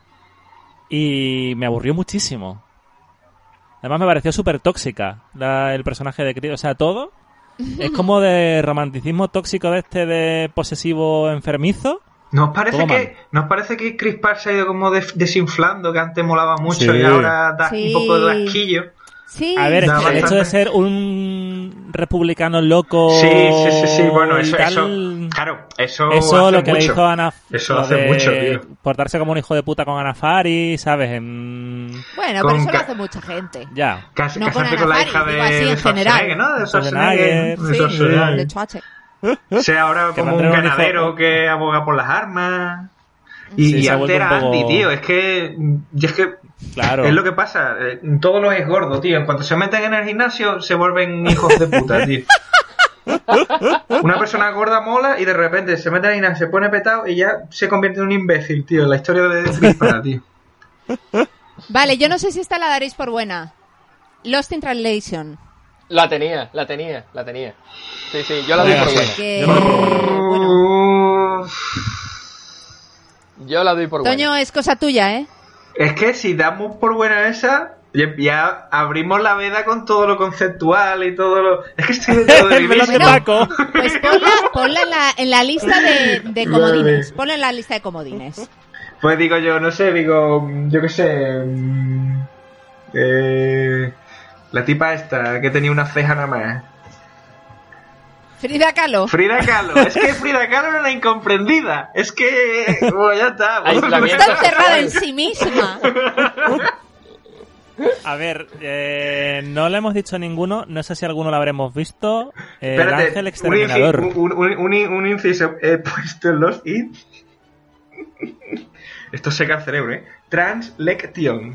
Speaker 1: y me aburrió muchísimo. Además me pareció súper tóxica la- el personaje de Chris. O sea, todo es como de romanticismo tóxico de este de posesivo enfermizo.
Speaker 4: ¿Nos parece
Speaker 1: Todo
Speaker 4: que nos parece que Chris Pratt se ha ido como des- desinflando, que antes molaba mucho
Speaker 1: Sí.
Speaker 4: y ahora da
Speaker 2: Sí.
Speaker 4: un poco de asquillo?
Speaker 2: Sí.
Speaker 1: A ver, es
Speaker 4: Da
Speaker 1: que el
Speaker 4: bastante.
Speaker 1: hecho de ser un republicano loco
Speaker 4: Sí, sí, sí, sí, bueno,
Speaker 1: y
Speaker 4: eso,
Speaker 1: tal,
Speaker 4: eso, claro, eso,
Speaker 1: eso
Speaker 4: hace
Speaker 1: lo que
Speaker 4: mucho.
Speaker 1: le hizo a Ana,
Speaker 4: Eso
Speaker 1: lo
Speaker 4: hace
Speaker 1: de
Speaker 4: mucho, tío.
Speaker 1: portarse como un hijo de puta con Ana Fari, ¿sabes? En-
Speaker 2: Bueno,
Speaker 4: Con
Speaker 2: pero eso lo
Speaker 4: ca-
Speaker 2: hace mucha gente.
Speaker 1: Ya.
Speaker 4: Cas-
Speaker 2: No con
Speaker 4: casarse
Speaker 2: Ana
Speaker 4: con la
Speaker 2: Faris,
Speaker 4: hija de,
Speaker 2: digo así en
Speaker 4: de Schwarzenegger,
Speaker 2: general.
Speaker 4: ¿no? De
Speaker 1: Schwarzenegger,
Speaker 4: Schwarzenegger. De
Speaker 2: Sí,
Speaker 4: Schwarzenegger.
Speaker 2: de Schwarze.
Speaker 4: Sea ahora
Speaker 1: Que
Speaker 4: como un
Speaker 1: mantendrá un hijo-
Speaker 4: ganadero que aboga por las armas. Y,
Speaker 1: Sí,
Speaker 4: y
Speaker 1: se ha
Speaker 4: antes
Speaker 1: vuelto
Speaker 4: era
Speaker 1: un poco-
Speaker 4: Andy, tío. Es que, y es que
Speaker 1: Claro.
Speaker 4: es lo que pasa. eh, Todos los es gordo, tío. En cuanto se meten en el gimnasio, se vuelven hijos de puta, tío. Una persona gorda mola y de repente se mete en el gimnasio, se pone petado y ya se convierte en un imbécil, tío. La historia de Chris Pratt, tío.
Speaker 2: Vale, yo no sé si esta la daréis por buena. Lost in Translation.
Speaker 3: La tenía, la tenía, la tenía. Sí, sí, yo la doy
Speaker 1: Venga,
Speaker 3: por
Speaker 1: sí.
Speaker 3: buena.
Speaker 2: Que...
Speaker 1: Yo no-
Speaker 2: Bueno,
Speaker 3: Yo la doy por buena.
Speaker 2: Toño, es cosa tuya, ¿eh?
Speaker 4: Es que si damos por buena esa, ya, ya abrimos la veda con todo lo conceptual y todo lo... Es que estoy dentro de
Speaker 1: El
Speaker 4: mí
Speaker 1: melón de
Speaker 4: mismo.
Speaker 1: Paco.
Speaker 2: Pues ponla, ponla en, la, en la lista de, de comodines. Ponla en la lista de comodines.
Speaker 4: Pues digo yo, no sé, digo, yo qué sé... mm, Eh, la tipa esta, que tenía una ceja nada más.
Speaker 2: Frida Kahlo.
Speaker 4: Frida Kahlo. Es que Frida Kahlo era una incomprendida. Es que... Bueno, ya está.
Speaker 3: Aislamiento
Speaker 2: Está encerrada en sí misma.
Speaker 1: A ver, eh, no le hemos dicho ninguno. No sé si alguno lo habremos visto. Eh, el
Speaker 4: Espérate,
Speaker 1: ángel
Speaker 4: un,
Speaker 1: exterminador.
Speaker 4: inci- un, un, un, un inciso. He puesto en los it. Esto seca el cerebro, ¿eh? Translection.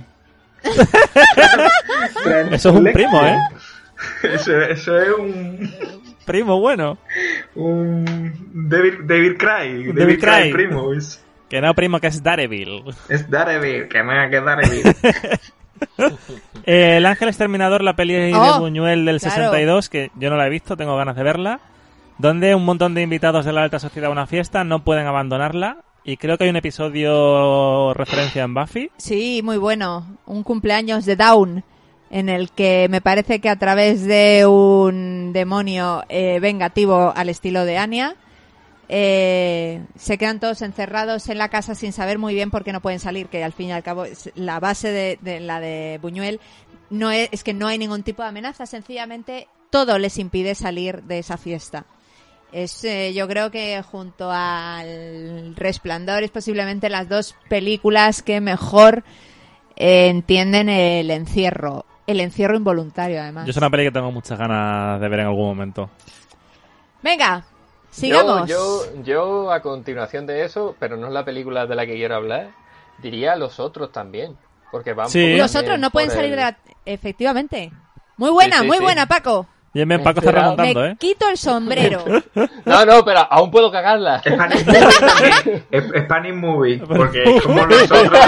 Speaker 1: Eso es un primo, ¿eh?
Speaker 4: Eso, eso es un...
Speaker 1: Primo bueno.
Speaker 4: Un... David, David Cry.
Speaker 1: Un
Speaker 4: David,
Speaker 1: David
Speaker 4: Cry,
Speaker 1: Cry.
Speaker 4: primo. Es,
Speaker 1: Que no, primo, que es Daredevil.
Speaker 4: es Daredevil, que nada, que Daredevil.
Speaker 1: Eh, el ángel exterminador, la peli de
Speaker 2: Oh,
Speaker 1: Buñuel del
Speaker 2: claro.
Speaker 1: sesenta y dos, que yo no la he visto, tengo ganas de verla. Donde un montón de invitados de la alta sociedad a una fiesta no pueden abandonarla. Y creo que hay un episodio referencia en Buffy.
Speaker 2: Sí, muy bueno. Un cumpleaños de Dawn, en el que me parece que a través de un demonio eh, vengativo al estilo de Anya, eh, se quedan todos encerrados en la casa sin saber muy bien por qué no pueden salir, que al fin y al cabo es la base de, de la de Buñuel no es, es que no hay ningún tipo de amenaza, sencillamente todo les impide salir de esa fiesta. Es, eh, yo creo que junto al Resplandor es posiblemente las dos películas que mejor eh, entienden el encierro, el encierro involuntario además.
Speaker 1: Yo es una peli que tengo muchas ganas de ver en algún momento.
Speaker 2: Venga, sigamos.
Speaker 3: Yo, yo, yo, a continuación de eso, pero no es la película de la que quiero hablar, diría los otros también. Porque van
Speaker 1: Sí.
Speaker 3: por-
Speaker 2: Los otros no
Speaker 3: por
Speaker 2: pueden salir
Speaker 3: el-
Speaker 2: de la... Efectivamente. Muy buena,
Speaker 3: Sí, sí,
Speaker 2: muy
Speaker 3: sí.
Speaker 2: buena, Paco.
Speaker 1: Bien, bien, Paco está
Speaker 3: Cuidado.
Speaker 1: remontando,
Speaker 2: Me
Speaker 1: ¿eh?
Speaker 2: quito el sombrero.
Speaker 3: No, no, pero aún puedo cagarla.
Speaker 4: Spanish Movie también. Es- Spanish Movie. Porque es como nosotros.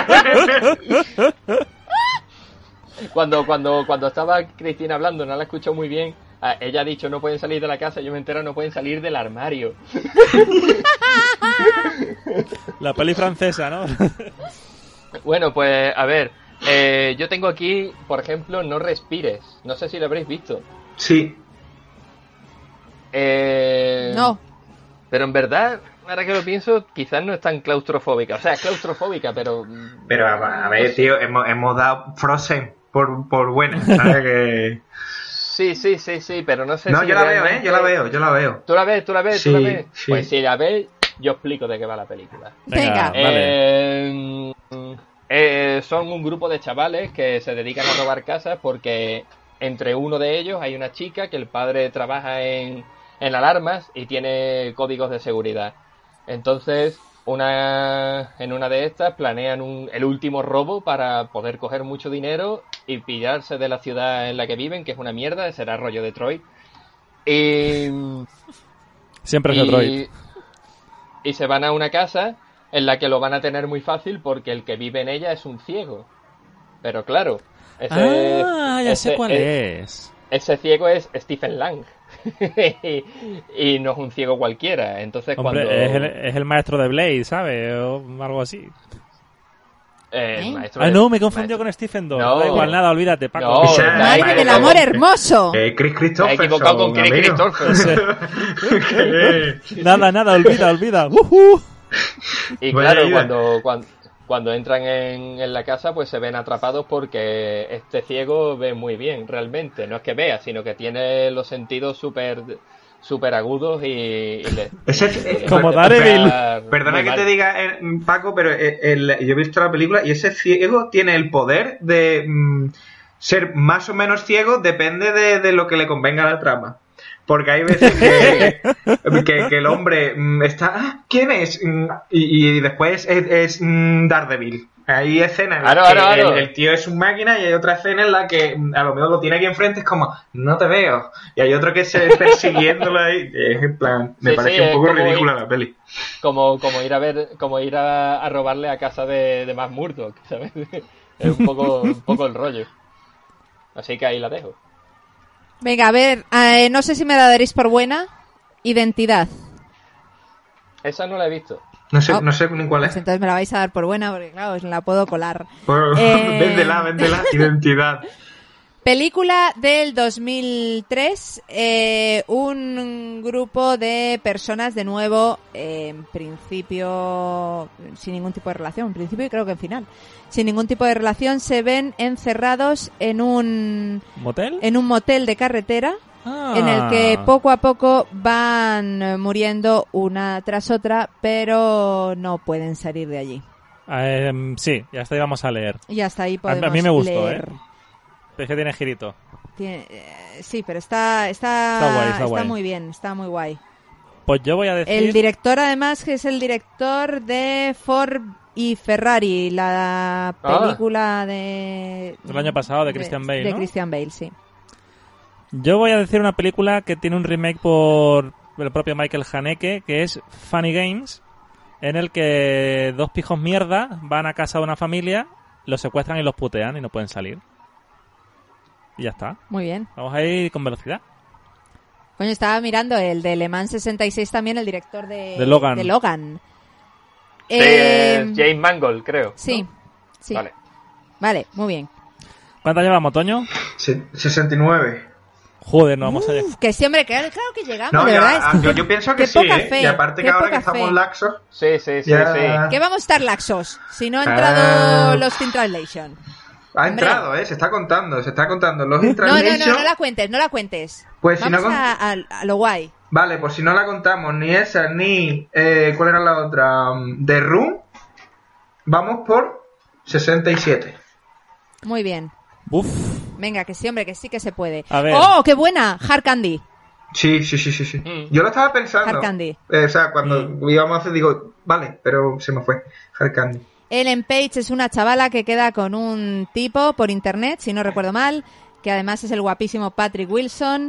Speaker 3: Cuando, cuando, cuando estaba Cristina hablando, no la escuchó muy bien. ah, Ella ha dicho no pueden salir de la casa, yo me entero no pueden salir del armario.
Speaker 1: La peli francesa, ¿no?
Speaker 3: Bueno, pues a ver, eh, yo tengo aquí, por ejemplo, No respires. No sé si lo habréis visto.
Speaker 4: Sí.
Speaker 3: Eh,
Speaker 2: No.
Speaker 3: Pero en verdad, ahora que lo pienso, quizás no es tan claustrofóbica. O sea, es claustrofóbica, pero...
Speaker 4: Pero a, a ver, tío, hemos, hemos dado Frozen por, por buena. ¿Sabes? Que...
Speaker 3: Sí, sí, sí, sí, pero no sé
Speaker 4: No,
Speaker 3: si
Speaker 4: yo la veo, ¿eh?
Speaker 3: realmente-
Speaker 4: Yo la veo, yo la veo.
Speaker 3: ¿Tú la ves? ¿Tú la ves?
Speaker 4: Sí,
Speaker 3: ¿Tú la ves?
Speaker 4: sí.
Speaker 3: Pues si la ves, yo explico de qué va la película.
Speaker 2: Venga.
Speaker 3: Eh, eh, son un grupo de chavales que se dedican a robar casas porque entre uno de ellos hay una chica que el padre trabaja en, en alarmas y tiene códigos de seguridad. Entonces, una en una de estas planean un, el último robo para poder coger mucho dinero y pillarse de la ciudad en la que viven, que es una mierda, será rollo Detroit. Y...
Speaker 1: Siempre es
Speaker 3: y,
Speaker 1: Detroit.
Speaker 3: Y se van a una casa en la que lo van a tener muy fácil porque el que vive en ella es un ciego. Pero claro, ese,
Speaker 1: Ah, ya
Speaker 3: ese,
Speaker 1: sé cuál
Speaker 3: es,
Speaker 1: es.
Speaker 3: ese ciego es Stephen Lang. y, y no es un ciego cualquiera. Entonces
Speaker 1: Hombre,
Speaker 3: cuando...
Speaker 1: es, el, es el maestro de Blade, ¿sabes? O algo así.
Speaker 3: Eh, el
Speaker 2: ¿Eh?
Speaker 3: maestro
Speaker 1: Ah,
Speaker 3: de-
Speaker 1: no, me confundió
Speaker 3: maestro-
Speaker 1: con Stephen Dog.
Speaker 3: No.
Speaker 1: Da igual, nada, olvídate, Paco.
Speaker 3: No,
Speaker 4: Esa-
Speaker 3: te has
Speaker 2: Madre
Speaker 3: equivocado
Speaker 2: del
Speaker 3: con-
Speaker 2: amor hermoso.
Speaker 4: Eh, Chris
Speaker 3: Te has
Speaker 4: Christopherson,
Speaker 3: equivocado con Chris
Speaker 4: amigo.
Speaker 3: Christopher.
Speaker 4: Que-
Speaker 1: Nada, nada, olvida, olvida. ¡Uhú!
Speaker 3: Y
Speaker 4: Vaya
Speaker 3: claro,
Speaker 4: idea.
Speaker 3: cuando, cuando, cuando entran en, en la casa, pues se ven atrapados porque este ciego ve muy bien, realmente. No es que vea, sino que tiene los sentidos súper súper agudos y, y le-
Speaker 4: Ese-
Speaker 3: y le-
Speaker 1: Como
Speaker 3: le-
Speaker 1: Daredevil.
Speaker 3: le-
Speaker 4: Perdona
Speaker 3: muy
Speaker 4: que
Speaker 3: mal.
Speaker 4: te diga, eh, Paco, pero eh, el- yo he visto la película y ese ciego tiene el poder de mm, ser más o menos ciego, depende de, de lo que le convenga a la trama. Porque hay veces que, que, que el hombre mm, está... "Ah, ¿quién es?" Mm, Y, y después es, es mm, Daredevil. Hay escenas en las
Speaker 3: Claro,
Speaker 4: que
Speaker 3: claro, claro.
Speaker 4: El, el tío es un máquina y hay otra escena en la que mm, a lo mejor lo tiene aquí enfrente, es como, no te veo. Y hay otro que se persiguiéndolo ahí. Es en plan, me
Speaker 3: Sí,
Speaker 4: parece
Speaker 3: sí,
Speaker 4: un
Speaker 3: es
Speaker 4: poco
Speaker 3: como
Speaker 4: ridícula
Speaker 3: ir-
Speaker 4: la peli.
Speaker 3: Como, como ir a ver, como ir a, a robarle a casa de, de Matt Murdock, ¿sabes? Es un poco, un poco el rollo. Así que ahí la dejo.
Speaker 2: Venga, a ver, eh, no sé si me la daréis por buena. Identidad.
Speaker 3: Esa no la he visto.
Speaker 4: No sé,
Speaker 2: Oh.
Speaker 4: no sé ni cuál
Speaker 2: Pues
Speaker 4: es.
Speaker 2: entonces me la vais a dar por buena porque, claro, os la puedo colar.
Speaker 4: Bueno,
Speaker 2: Eh.
Speaker 4: véndela, véndela. Identidad.
Speaker 2: Película del dos mil tres, eh, un grupo de personas, de nuevo, eh, en principio, sin ningún tipo de relación, en principio y creo que en final, sin ningún tipo de relación, se ven encerrados en un,
Speaker 1: ¿Motel?
Speaker 2: en un motel de carretera,
Speaker 1: Ah.
Speaker 2: en el que poco a poco van eh, muriendo una tras otra, pero no pueden salir de allí.
Speaker 1: Eh, sí, ya hasta ahí vamos a leer.
Speaker 2: Y hasta ahí
Speaker 1: A,
Speaker 2: podemos
Speaker 1: a mí me gustó,
Speaker 2: leer.
Speaker 1: ¿eh? Es que tiene girito.
Speaker 2: Tiene- eh, sí, pero está está,
Speaker 1: Está guay, está guay.
Speaker 2: muy bien, está muy guay.
Speaker 1: Pues yo voy a decir...
Speaker 2: El director, además, que es el director de Ford y Ferrari, la
Speaker 3: Ah.
Speaker 2: película de...
Speaker 1: Del año pasado, de Christian Bale,
Speaker 2: De
Speaker 1: ¿no?
Speaker 2: Christian Bale, sí.
Speaker 1: Yo voy a decir una película que tiene un remake por el propio Michael Haneke, que es Funny Games, en el que dos pijos mierda van a casa de una familia, los secuestran y los putean y no pueden salir. Y ya está.
Speaker 2: Muy bien.
Speaker 1: Vamos a ir con velocidad.
Speaker 2: Coño, estaba mirando el de Le Mans sesenta y seis también, el director de...
Speaker 1: De Logan.
Speaker 2: de Logan.
Speaker 3: Sí,
Speaker 2: Eh,
Speaker 3: es James Mangold, creo.
Speaker 2: sí,
Speaker 3: ¿no?
Speaker 2: sí.
Speaker 3: Vale.
Speaker 2: Vale, muy bien.
Speaker 1: ¿Cuántas llevamos, Toño?
Speaker 4: Se- sesenta y nueve.
Speaker 1: Joder, no vamos a llegar.
Speaker 2: Uf, que sí, hombre, claro, claro que llegamos,
Speaker 4: No,
Speaker 2: de
Speaker 4: ya,
Speaker 2: verdad.
Speaker 4: ah, yo, yo pienso que
Speaker 2: qué
Speaker 4: sí,
Speaker 2: poca
Speaker 4: ¿eh?
Speaker 2: fe,
Speaker 4: Y aparte
Speaker 2: qué
Speaker 4: que ahora
Speaker 2: poca
Speaker 4: que estamos
Speaker 2: fe.
Speaker 4: laxos,
Speaker 3: Sí, sí, sí,
Speaker 4: Ya.
Speaker 3: sí.
Speaker 2: ¿Qué vamos a estar laxos si no ha
Speaker 4: Ah.
Speaker 2: entrado Lost in Translation?
Speaker 4: ha
Speaker 2: Hombre.
Speaker 4: entrado, ¿eh? Se está contando, se está contando. Los
Speaker 2: No, no,
Speaker 4: Intranslation.
Speaker 2: no, no la cuentes, no la cuentes.
Speaker 4: Pues si
Speaker 2: Vamos
Speaker 4: no con-
Speaker 2: a, a- a lo guay.
Speaker 4: Vale, pues si no la contamos, ni esa, ni... Eh, ¿cuál era la otra? Um, The Room. Vamos por sesenta y siete.
Speaker 2: Muy bien.
Speaker 1: Uf.
Speaker 2: Venga, que sí, hombre, que sí que se puede.
Speaker 1: A ver.
Speaker 2: ¡Oh, qué buena! Hard Candy.
Speaker 4: Sí, sí, sí, sí, sí.
Speaker 3: Mm.
Speaker 4: Yo lo estaba pensando.
Speaker 2: Hard Candy.
Speaker 4: Eh, o sea, cuando íbamos a hacer, digo, vale, pero se me fue. Hard Candy.
Speaker 2: Ellen Page es una chavala que queda con un tipo por internet, si no recuerdo mal, que además es el guapísimo Patrick Wilson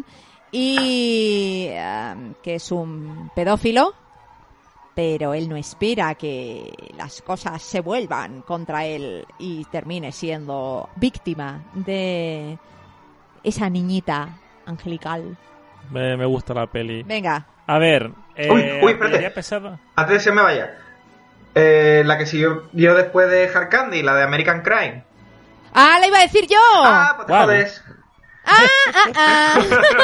Speaker 2: y eh, que es un pedófilo, pero él no espera que las cosas se vuelvan contra él y termine siendo víctima de esa niñita angelical.
Speaker 1: Me, me gusta la peli.
Speaker 2: Venga,
Speaker 1: A ver. Eh,
Speaker 4: Uy, uy, espérate.
Speaker 1: artillería pesada.
Speaker 4: Antes de que se me vaya. Eh, la que siguió yo después de Hard Candy, la de American Crime.
Speaker 2: ¡ah, la iba a decir yo!
Speaker 4: Ah, pues te
Speaker 1: Vale.
Speaker 4: jodes.
Speaker 2: ¡Ah, ah,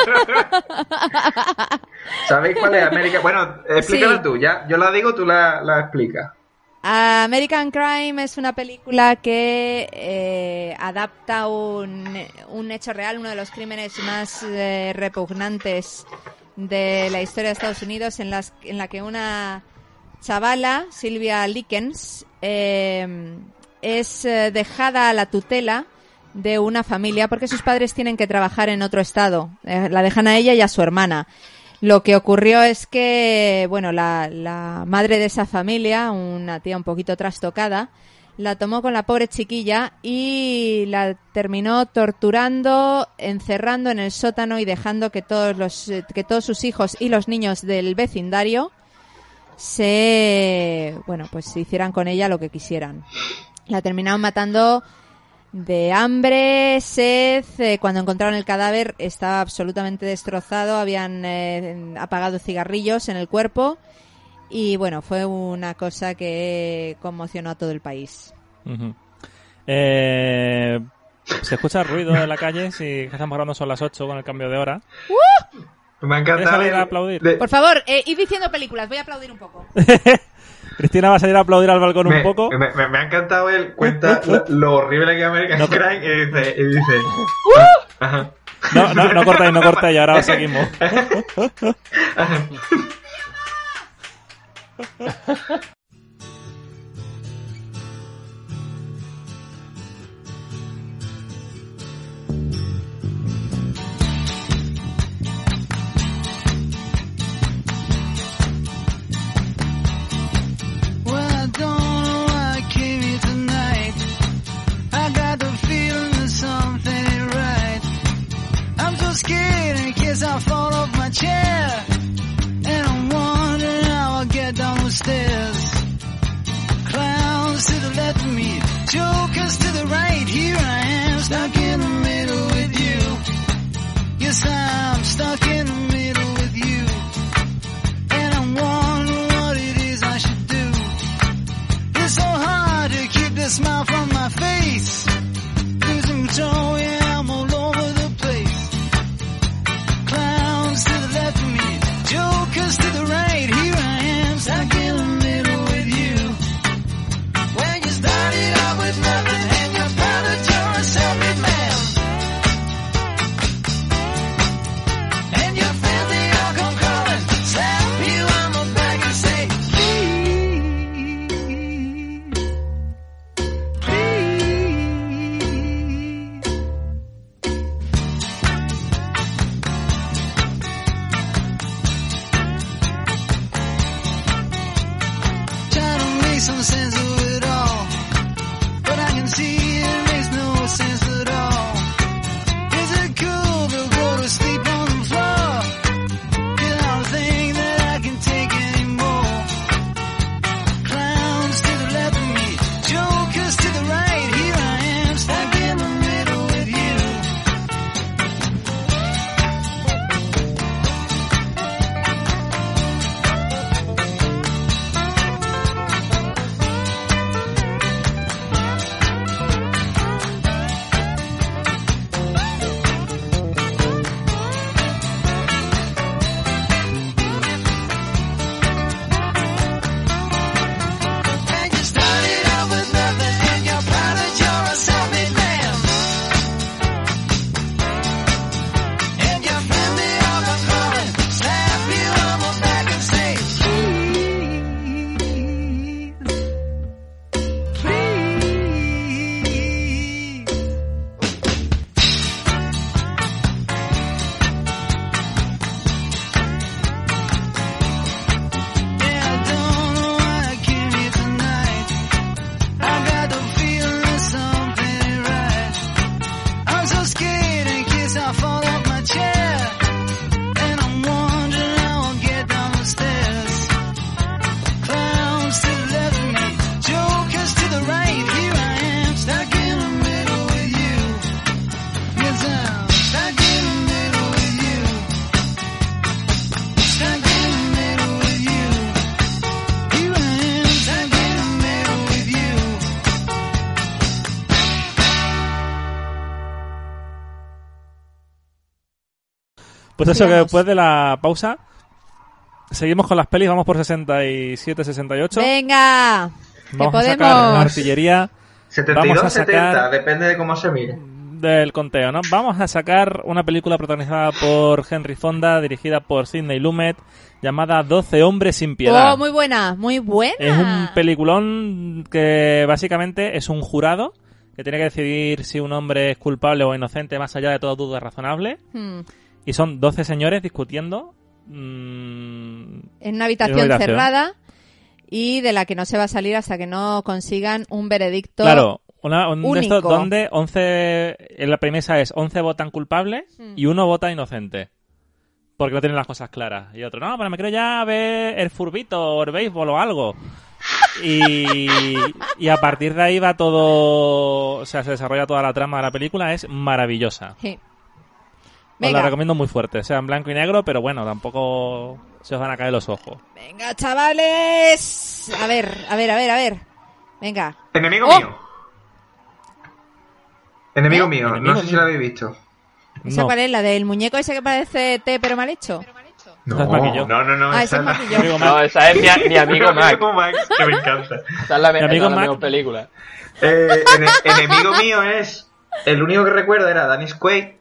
Speaker 2: ah!
Speaker 4: ¿Sabéis cuál es American? Bueno, explícala
Speaker 2: Sí.
Speaker 4: tú, ya. Yo la digo, tú la, la explicas.
Speaker 2: American Crime es una película que eh, adapta un, un hecho real, uno de los crímenes más eh, repugnantes de la historia de Estados Unidos, en, las, en la que una chavala, Sylvia Likens, eh, es eh, dejada a la tutela de una familia porque sus padres tienen que trabajar en otro estado. Eh, la dejan a ella y a su hermana. Lo que ocurrió es que, bueno, la, la madre de esa familia, una tía un poquito trastocada, la tomó con la pobre chiquilla y la terminó torturando, encerrando en el sótano y dejando que todos los, que todos sus hijos y los niños del vecindario se, bueno, pues se hicieran con ella lo que quisieran. La terminaron matando de hambre, sed. Eh, cuando encontraron el cadáver estaba absolutamente destrozado, habían eh, apagado cigarrillos en el cuerpo y bueno, fue una cosa que conmocionó a todo el país.
Speaker 1: Uh-huh. Eh, se escucha ruido en la calle si estamos grabando son las ocho con el cambio de hora.
Speaker 4: ¡Uh! Me ha encantado.
Speaker 1: ¿Quieres salir a aplaudir?
Speaker 4: De...
Speaker 2: Por favor, eh, id diciendo películas, voy a aplaudir un poco.
Speaker 1: Cristina va a salir a aplaudir al balcón
Speaker 4: me,
Speaker 1: un poco.
Speaker 4: Me, me, me ha encantado él, cuenta lo, lo horrible que es American
Speaker 1: no,
Speaker 4: Crime y dice... Y dice
Speaker 2: ¡Uh!
Speaker 4: ajá.
Speaker 1: No, no, no cortáis, no cortáis, ahora seguimos.
Speaker 5: Scared in case I fall off my chair, and I'm wondering how I'll get down the stairs. Clowns to the left of me, jokers to the right. Here I am, stuck in the middle with you. Yes, I'm stuck in the middle with you, and I'm wondering what it is I should do. It's so hard to keep the smile from my face. Losing control, yeah, I'm all over the place. Clowns to the left of me, jokers to the right. Here I am, stuck in the middle with you. When you started out with nothing and you're proud that you're a self-made man, and your friends they all come calling, slap you on the back and say, please, some sense of it all, but I can see it makes no sense at all. Is it cool to go to sleep on the floor? Cause I don't think that I can take anymore. Clowns to the left of me, jokers to the right. Here I am, stuck in the middle with you.
Speaker 1: Pues eso, que después de la pausa seguimos con las pelis, vamos por sesenta y siete, sesenta y ocho.
Speaker 2: Venga,
Speaker 1: vamos
Speaker 2: que
Speaker 1: a sacar
Speaker 2: podemos.
Speaker 1: artillería.
Speaker 4: setenta y dos,
Speaker 1: vamos a sacar...
Speaker 4: setenta, depende de cómo se mire.
Speaker 1: del conteo, ¿no? Vamos a sacar una película protagonizada por Henry Fonda, dirigida por Sidney Lumet, llamada doce hombres sin piedad.
Speaker 2: Oh, muy buena, muy buena.
Speaker 1: Es un peliculón que básicamente es un jurado que tiene que decidir si un hombre es culpable o inocente más allá de toda duda razonable.
Speaker 2: Hmm.
Speaker 1: Y son doce señores discutiendo mmm,
Speaker 2: En una habitación,
Speaker 1: en una habitación
Speaker 2: cerrada y de la que no se va a salir hasta que no consigan un veredicto.
Speaker 1: Claro, una, un de
Speaker 2: único.
Speaker 1: estos donde once, la premisa es once votan culpables
Speaker 2: Hmm.
Speaker 1: y uno vota inocente. Porque no tienen las cosas claras. Y otro, no, pero me quiero ya ver el furbito o el béisbol o algo. Y, y a partir de ahí va todo... O sea, se desarrolla toda la trama de la película. Es maravillosa.
Speaker 2: Sí.
Speaker 1: Os
Speaker 2: Venga,
Speaker 1: la recomiendo muy fuerte. O sea, en blanco y negro, pero bueno, tampoco se os van a caer los ojos.
Speaker 2: venga, chavales. A ver, a ver, a ver, a ver. Venga.
Speaker 4: Enemigo
Speaker 2: ¡Oh!
Speaker 4: mío. Enemigo
Speaker 2: ¿Eh?
Speaker 4: mío,
Speaker 1: Enemigo
Speaker 4: no sé si
Speaker 1: mío.
Speaker 4: la habéis visto.
Speaker 2: ¿Esa
Speaker 1: No.
Speaker 2: cuál es? ¿La del muñeco ese que parece té pero mal hecho?
Speaker 1: Esa es Maquillo.
Speaker 4: no, no, no.
Speaker 2: Ah,
Speaker 4: esa
Speaker 2: ese es
Speaker 4: la-
Speaker 2: Maquillo.
Speaker 1: Amigo
Speaker 3: No,
Speaker 1: Mac.
Speaker 3: esa es mi, mi amigo Mac.
Speaker 4: Amigo Mac, que me encanta.
Speaker 3: Esa es la, me-
Speaker 1: Mi amigo
Speaker 3: esa es la
Speaker 1: Mac.
Speaker 3: mejor película.
Speaker 4: Eh, ene- enemigo mío es... El único que recuerdo era Dennis Quaid.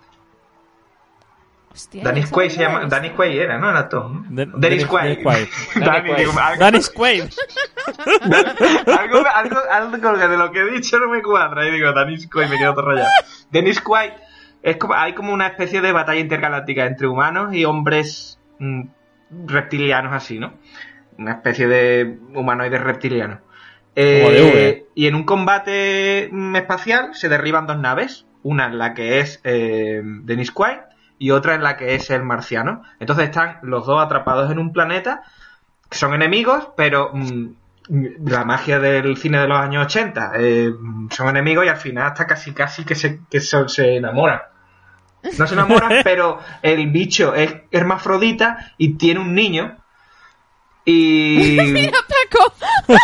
Speaker 2: Hostia,
Speaker 4: Dennis
Speaker 2: esa
Speaker 4: Quaid
Speaker 2: no
Speaker 4: se
Speaker 2: la he
Speaker 4: llama...
Speaker 2: visto.
Speaker 4: Dennis Quaid era, ¿no? Era todo, ¿no?
Speaker 1: De-
Speaker 4: Dennis
Speaker 1: Dennis
Speaker 4: Quaid.
Speaker 1: Quaid.
Speaker 4: Danny,
Speaker 3: Quaid.
Speaker 4: digo, algo,
Speaker 1: Dennis Quaid.
Speaker 4: algo, algo, algo de lo que he dicho no me cuadra. Y digo, Dennis Quaid, me quedo todo rayado. Dennis Quaid, es como, hay como una especie de batalla intergaláctica entre humanos y hombres mm, reptilianos así, ¿no? Una especie de humanoides reptilianos. Eh,
Speaker 1: Como de V.
Speaker 4: y en un combate mm, espacial se derriban dos naves. Una en la que es eh, Dennis Quaid y otra en la que es el marciano. Entonces están los dos atrapados en un planeta, que son enemigos, pero mm, la magia del cine de los años ochenta, eh, son enemigos y al final hasta casi casi que se, que son- se enamoran. No se enamoran, pero el bicho es hermafrodita y tiene un niño. Y,
Speaker 2: Paco.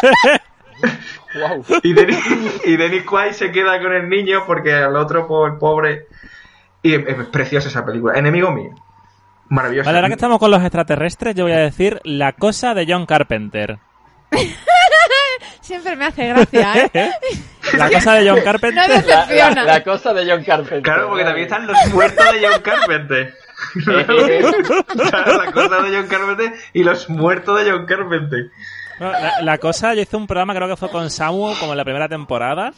Speaker 3: Wow.
Speaker 4: y, Dennis, y Dennis Quaid se queda con el niño porque al otro, por el pobre... Y es, es preciosa esa película. Enemigo mío. Maravillosa.
Speaker 1: Vale, ahora que estamos con los extraterrestres, yo voy a decir La cosa de John Carpenter.
Speaker 2: Siempre me hace gracia, ¿eh?
Speaker 1: La cosa de John
Speaker 2: No
Speaker 1: Carpenter.
Speaker 3: La,
Speaker 2: decepciona.
Speaker 3: la- la cosa de John Carpenter.
Speaker 4: Claro, porque también están los muertos de John Carpenter. Claro, la cosa de John Carpenter y los muertos de John Carpenter.
Speaker 1: No, la, la cosa, yo hice un programa, creo que fue con Samu, como en la primera temporada.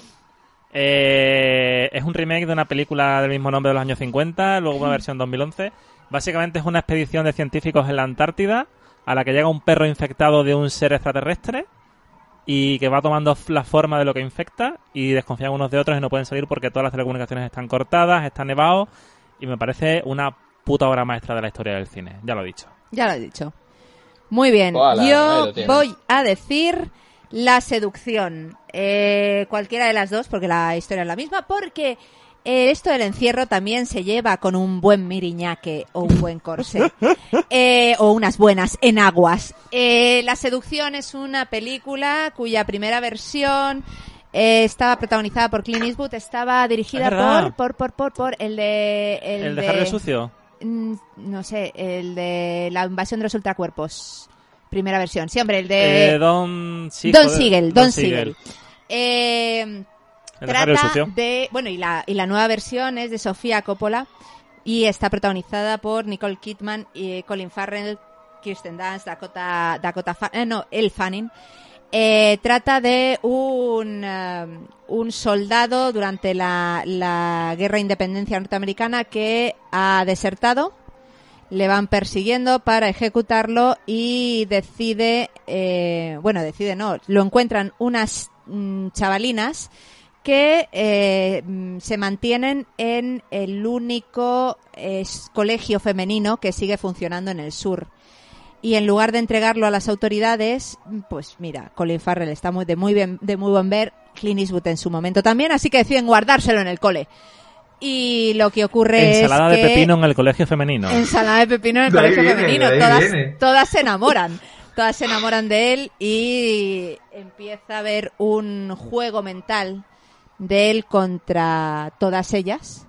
Speaker 1: Eh, es un remake de una película del mismo nombre de los años cincuenta, luego una versión dos mil once. Básicamente es una expedición de científicos en la Antártida a la que llega un perro infectado de un ser extraterrestre y que va tomando la forma de lo que infecta y desconfían unos de otros y no pueden salir porque todas las telecomunicaciones están cortadas, está nevado y me parece una puta obra maestra de la historia del cine, ya lo he dicho.
Speaker 2: Ya lo he dicho. Muy bien.
Speaker 3: Hola, ahí
Speaker 2: Yo
Speaker 3: lo tienes.
Speaker 2: voy a decir La seducción. Eh, cualquiera de las dos, porque la historia es la misma, porque eh, esto del encierro también se lleva con un buen miriñaque o un buen corsé. Eh, o unas buenas enaguas. Eh, La seducción es una película cuya primera versión eh, estaba protagonizada por Clint Eastwood, estaba dirigida
Speaker 1: Es verdad.
Speaker 2: por, por, por, por, por el de... El,
Speaker 1: ¿El de Harry el Sucio?
Speaker 2: Mm, no sé, el de la invasión de los ultracuerpos. Primera versión. Sí, hombre, el de
Speaker 1: Eh, Don... sí,
Speaker 2: Don
Speaker 1: joder,
Speaker 2: Siegel. Don Siegel. Eh,
Speaker 1: ¿El de Harry el
Speaker 2: trata
Speaker 1: Sucio?
Speaker 2: de... Bueno, y la, y la nueva versión es de Sofía Coppola y está protagonizada por Nicole Kidman, y Colin Farrell, Kirsten Dunst, Dakota... Dakota Fa- eh, no, Elle Fanning. Eh, trata de un, um, un soldado durante la, la guerra de independencia norteamericana que ha desertado, le van persiguiendo para ejecutarlo y decide, eh, bueno, decide no, lo encuentran unas mm, chavalinas que eh, mm, se mantienen en el único eh, colegio femenino que sigue funcionando en el sur. Y en lugar de entregarlo a las autoridades, pues mira, Colin Farrell está muy de muy bien, de muy buen ver, Clint Eastwood en su momento también, así que deciden guardárselo en el cole. Y lo que ocurre
Speaker 1: Ensalada
Speaker 2: es
Speaker 1: de
Speaker 2: que
Speaker 1: pepino en el colegio femenino.
Speaker 2: ensalada de pepino en el
Speaker 4: De ahí
Speaker 2: colegio
Speaker 4: viene,
Speaker 2: femenino,
Speaker 4: de ahí
Speaker 2: todas
Speaker 4: viene.
Speaker 2: todas se enamoran, todas se enamoran de él y empieza a haber un juego mental de él contra todas ellas,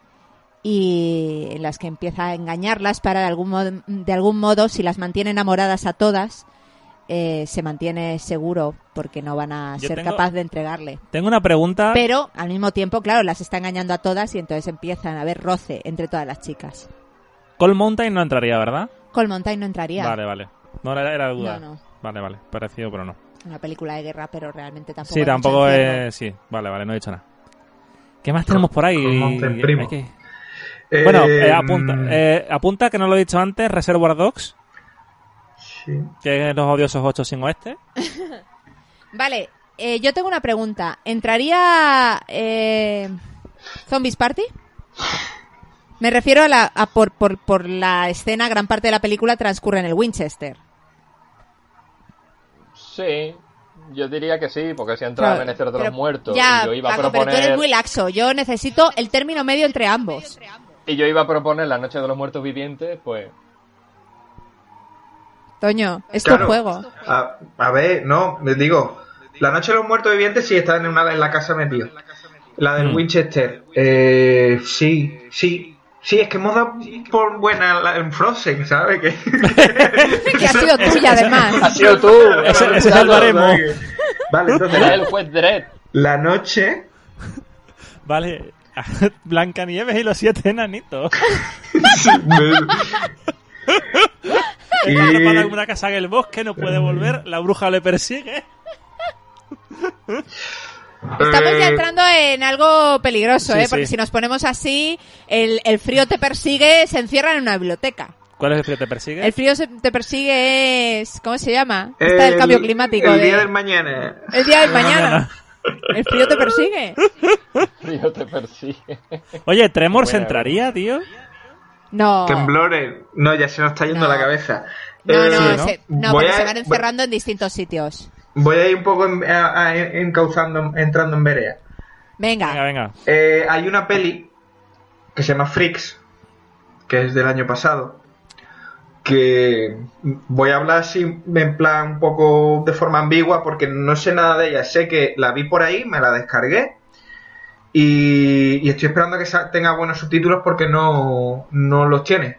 Speaker 2: y en las que empieza a engañarlas para de algún modo, de algún modo, si las mantiene enamoradas a todas, eh, se mantiene seguro porque no van a
Speaker 1: Yo
Speaker 2: ser
Speaker 1: tengo-
Speaker 2: capaz de entregarle.
Speaker 1: Tengo una pregunta.
Speaker 2: Pero al mismo tiempo, claro, las está engañando a todas y entonces empiezan a haber roce entre todas las chicas.
Speaker 1: Cold Mountain no entraría, ¿verdad?
Speaker 2: Cold Mountain no entraría.
Speaker 1: Vale, vale. No era, era duda.
Speaker 2: No, no.
Speaker 1: Vale, vale. Parecido, pero no.
Speaker 2: Una película de guerra, pero realmente tampoco.
Speaker 1: Sí,
Speaker 2: hay mucho
Speaker 1: tampoco
Speaker 2: encierro.
Speaker 1: es... Sí, vale, vale, no he dicho nada. ¿Qué más tenemos por ahí?
Speaker 4: Cold Mountain, primo.
Speaker 1: Hay que-
Speaker 4: Eh,
Speaker 1: Bueno, eh, apunta, eh, apunta, que no lo he dicho antes, Reservoir Dogs,
Speaker 4: sí.
Speaker 1: que es los odiosos ocho sin oeste.
Speaker 2: Vale, eh, yo tengo una pregunta. ¿Entraría eh, Zombies Party? Me refiero a la a por, por, por la escena, gran parte de la película transcurre en el Winchester.
Speaker 3: Sí, yo diría que sí, porque si entra
Speaker 2: Claro,
Speaker 3: Amanecer de
Speaker 2: pero-
Speaker 3: los Muertos
Speaker 2: Ya,
Speaker 3: y yo iba a
Speaker 2: Paco, pero tú
Speaker 3: proponer
Speaker 2: eres muy laxo. Yo necesito el término medio entre ambos.
Speaker 3: y yo iba a proponer La Noche de los Muertos Vivientes, pues
Speaker 2: Toño, es
Speaker 4: Claro.
Speaker 2: tu juego.
Speaker 4: A, a ver, no, les digo, La Noche de los Muertos Vivientes sí está en, una, en la casa metido. La del
Speaker 1: Mm.
Speaker 4: Winchester, eh, sí, sí, sí, es que hemos dado por buena la- en Frozen, ¿sabes? Que,
Speaker 2: Que ha sido tuya,
Speaker 3: has
Speaker 2: además.
Speaker 3: sido tú.
Speaker 1: Ese- ese es el
Speaker 3: Claro,
Speaker 1: baremo.
Speaker 4: ¿sabes? Vale, entonces,
Speaker 3: Era el juez Dredd.
Speaker 4: La Noche,
Speaker 1: Vale, Blancanieves y los siete enanitos.
Speaker 4: Y-
Speaker 1: Está atrapada en una casa en el bosque, no puede volver, la bruja le persigue.
Speaker 2: Estamos ya
Speaker 4: eh,
Speaker 2: entrando en algo peligroso,
Speaker 1: Sí,
Speaker 2: ¿eh? Porque
Speaker 1: sí.
Speaker 2: si nos ponemos así, el, el frío te persigue, se encierra en una biblioteca.
Speaker 1: ¿Cuál es el frío te persigue?
Speaker 2: El frío se- te persigue es... ¿Cómo se llama? Está el
Speaker 4: el-
Speaker 2: cambio climático.
Speaker 4: El
Speaker 2: de-
Speaker 4: día del mañana.
Speaker 2: el día del mañana.
Speaker 1: mañana.
Speaker 2: El frío te persigue.
Speaker 3: Frío te persigue.
Speaker 1: Oye, ¿Tremors
Speaker 3: Buena,
Speaker 1: entraría, tío?
Speaker 2: No.
Speaker 4: Temblores. No, ya se nos está yendo
Speaker 2: No.
Speaker 4: la cabeza.
Speaker 2: No,
Speaker 4: Eh,
Speaker 2: no,
Speaker 1: Sí, ¿no?
Speaker 2: se, no,
Speaker 4: voy
Speaker 2: porque
Speaker 4: a-
Speaker 2: se van encerrando en distintos sitios.
Speaker 4: Voy a ir un poco en- a- a- encauzando, entrando en vereda.
Speaker 1: Venga,
Speaker 2: Venga.
Speaker 1: venga.
Speaker 4: Eh, hay una peli que se llama Freaks, que es del año pasado, que voy a hablar así en plan un poco de forma ambigua porque no sé nada de ella. Sé que la vi por ahí, me la descargué y, y estoy esperando a que sa- tenga buenos subtítulos porque no, no los tiene.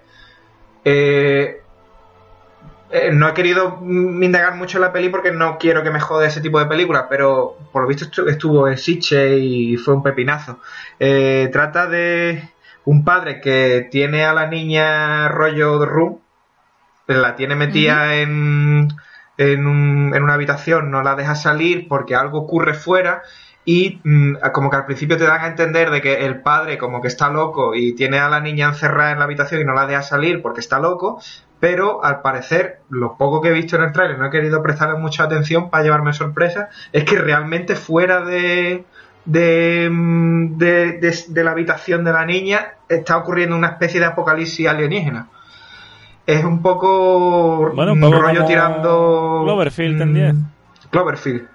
Speaker 4: Eh, eh, no he querido mm, indagar mucho en la peli porque no quiero que me jode ese tipo de películas, pero por lo visto estu- estuvo en Sitges y fue un pepinazo. Eh, trata de un padre que tiene a la niña rollo de room, la tiene metida en, en, un- en una habitación, no la deja salir porque algo ocurre fuera y mm, como que al principio te dan a entender de que el padre como que está loco y tiene a la niña encerrada en la habitación y no la deja salir porque está loco, pero al parecer, lo poco que he visto en el trailer, no he querido prestarle mucha atención para llevarme sorpresa, es que realmente fuera de, de, mm, de, de- de la habitación de la niña está ocurriendo una especie de apocalipsis alienígena. Es un poco,
Speaker 1: Bueno, un
Speaker 4: mm,
Speaker 1: poco
Speaker 4: rollo
Speaker 1: como
Speaker 4: tirando...
Speaker 1: Cloverfield en
Speaker 4: mm,
Speaker 1: diez.
Speaker 4: Cloverfield.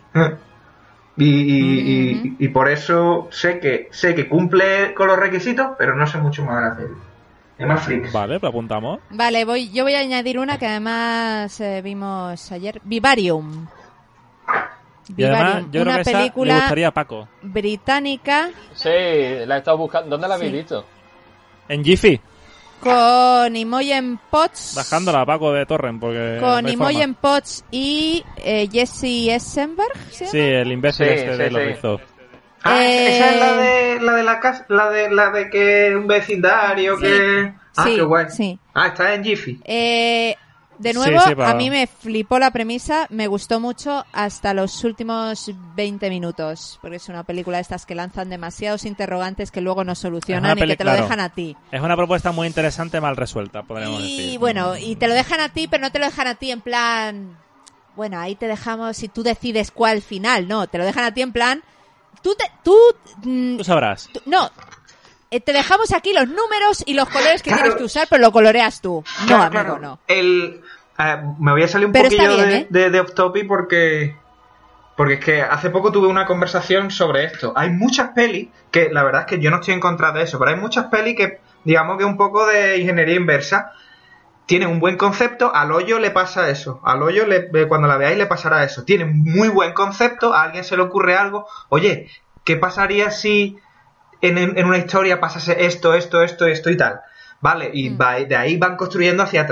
Speaker 4: y, y, y- y por eso sé que sé que cumple con los requisitos, pero no sé mucho más de la peli. Es más freaks.
Speaker 1: Vale, lo apuntamos.
Speaker 2: Vale, voy, yo voy a añadir una que además eh, vimos ayer. Vivarium.
Speaker 1: Y además,
Speaker 2: Vivarium,
Speaker 1: yo creo
Speaker 2: una
Speaker 1: que esa le
Speaker 2: película
Speaker 1: gustaría a Paco.
Speaker 2: británica
Speaker 3: Sí, la he estado buscando. ¿Dónde la habéis
Speaker 2: Sí.
Speaker 3: visto?
Speaker 1: En Jiffy,
Speaker 2: con Imogen Potts.
Speaker 1: bajándola a Paco de Torrent, porque
Speaker 2: Con
Speaker 1: no hay
Speaker 2: Imogen
Speaker 1: forma.
Speaker 2: Potts y eh, Jesse Eisenberg. ¿Sí?
Speaker 1: Sí, el imbécil
Speaker 3: Sí,
Speaker 1: este
Speaker 3: sí,
Speaker 1: de los
Speaker 3: sí.
Speaker 1: rizos.
Speaker 4: Ah,
Speaker 2: Eh,
Speaker 4: esa es la de la de la casa, la de la de que un vecindario
Speaker 2: Sí.
Speaker 4: que ah,
Speaker 2: Sí,
Speaker 4: qué guay.
Speaker 2: sí.
Speaker 4: Ah, está en Jiffy.
Speaker 2: Eh, de
Speaker 1: Sí,
Speaker 2: nuevo,
Speaker 1: sí, pa-
Speaker 2: a mí me flipó la premisa, me gustó mucho hasta los últimos veinte minutos, porque es una película de estas que lanzan demasiados interrogantes que luego no
Speaker 1: Es
Speaker 2: solucionan
Speaker 1: una
Speaker 2: y
Speaker 1: peli-
Speaker 2: que te lo
Speaker 1: claro.
Speaker 2: dejan a ti.
Speaker 1: Es una propuesta muy interesante, mal resuelta, podríamos
Speaker 2: Y
Speaker 1: decir.
Speaker 2: bueno, y te lo dejan a ti, pero no te lo dejan a ti en plan, bueno, ahí te dejamos y tú decides cuál final, no, te lo dejan a ti en plan, tú te, tú, mm,
Speaker 1: Tú sabrás.
Speaker 2: tú- no, eh, te dejamos aquí los números y los colores que
Speaker 4: Claro.
Speaker 2: tienes que usar, pero lo coloreas tú. No,
Speaker 4: Claro,
Speaker 2: amigo,
Speaker 4: claro.
Speaker 2: no.
Speaker 4: El, eh, me voy a salir un
Speaker 2: Pero está
Speaker 4: poquillo
Speaker 2: bien,
Speaker 4: de,
Speaker 2: ¿eh?
Speaker 4: de, de off topic porque porque es que hace poco tuve una conversación sobre esto. Hay muchas pelis que la verdad es que yo no estoy en contra de eso, pero hay muchas pelis que digamos que un poco de ingeniería inversa tienen un buen concepto, al hoyo le pasa eso, al hoyo le, eh, cuando la veáis le pasará eso. Tienen muy buen concepto, a alguien se le ocurre algo, oye, ¿qué pasaría si en, en- en una historia pasase esto, esto, esto, esto y tal? Vale, y
Speaker 2: Mm.
Speaker 4: va- de ahí van construyendo hacia atrás.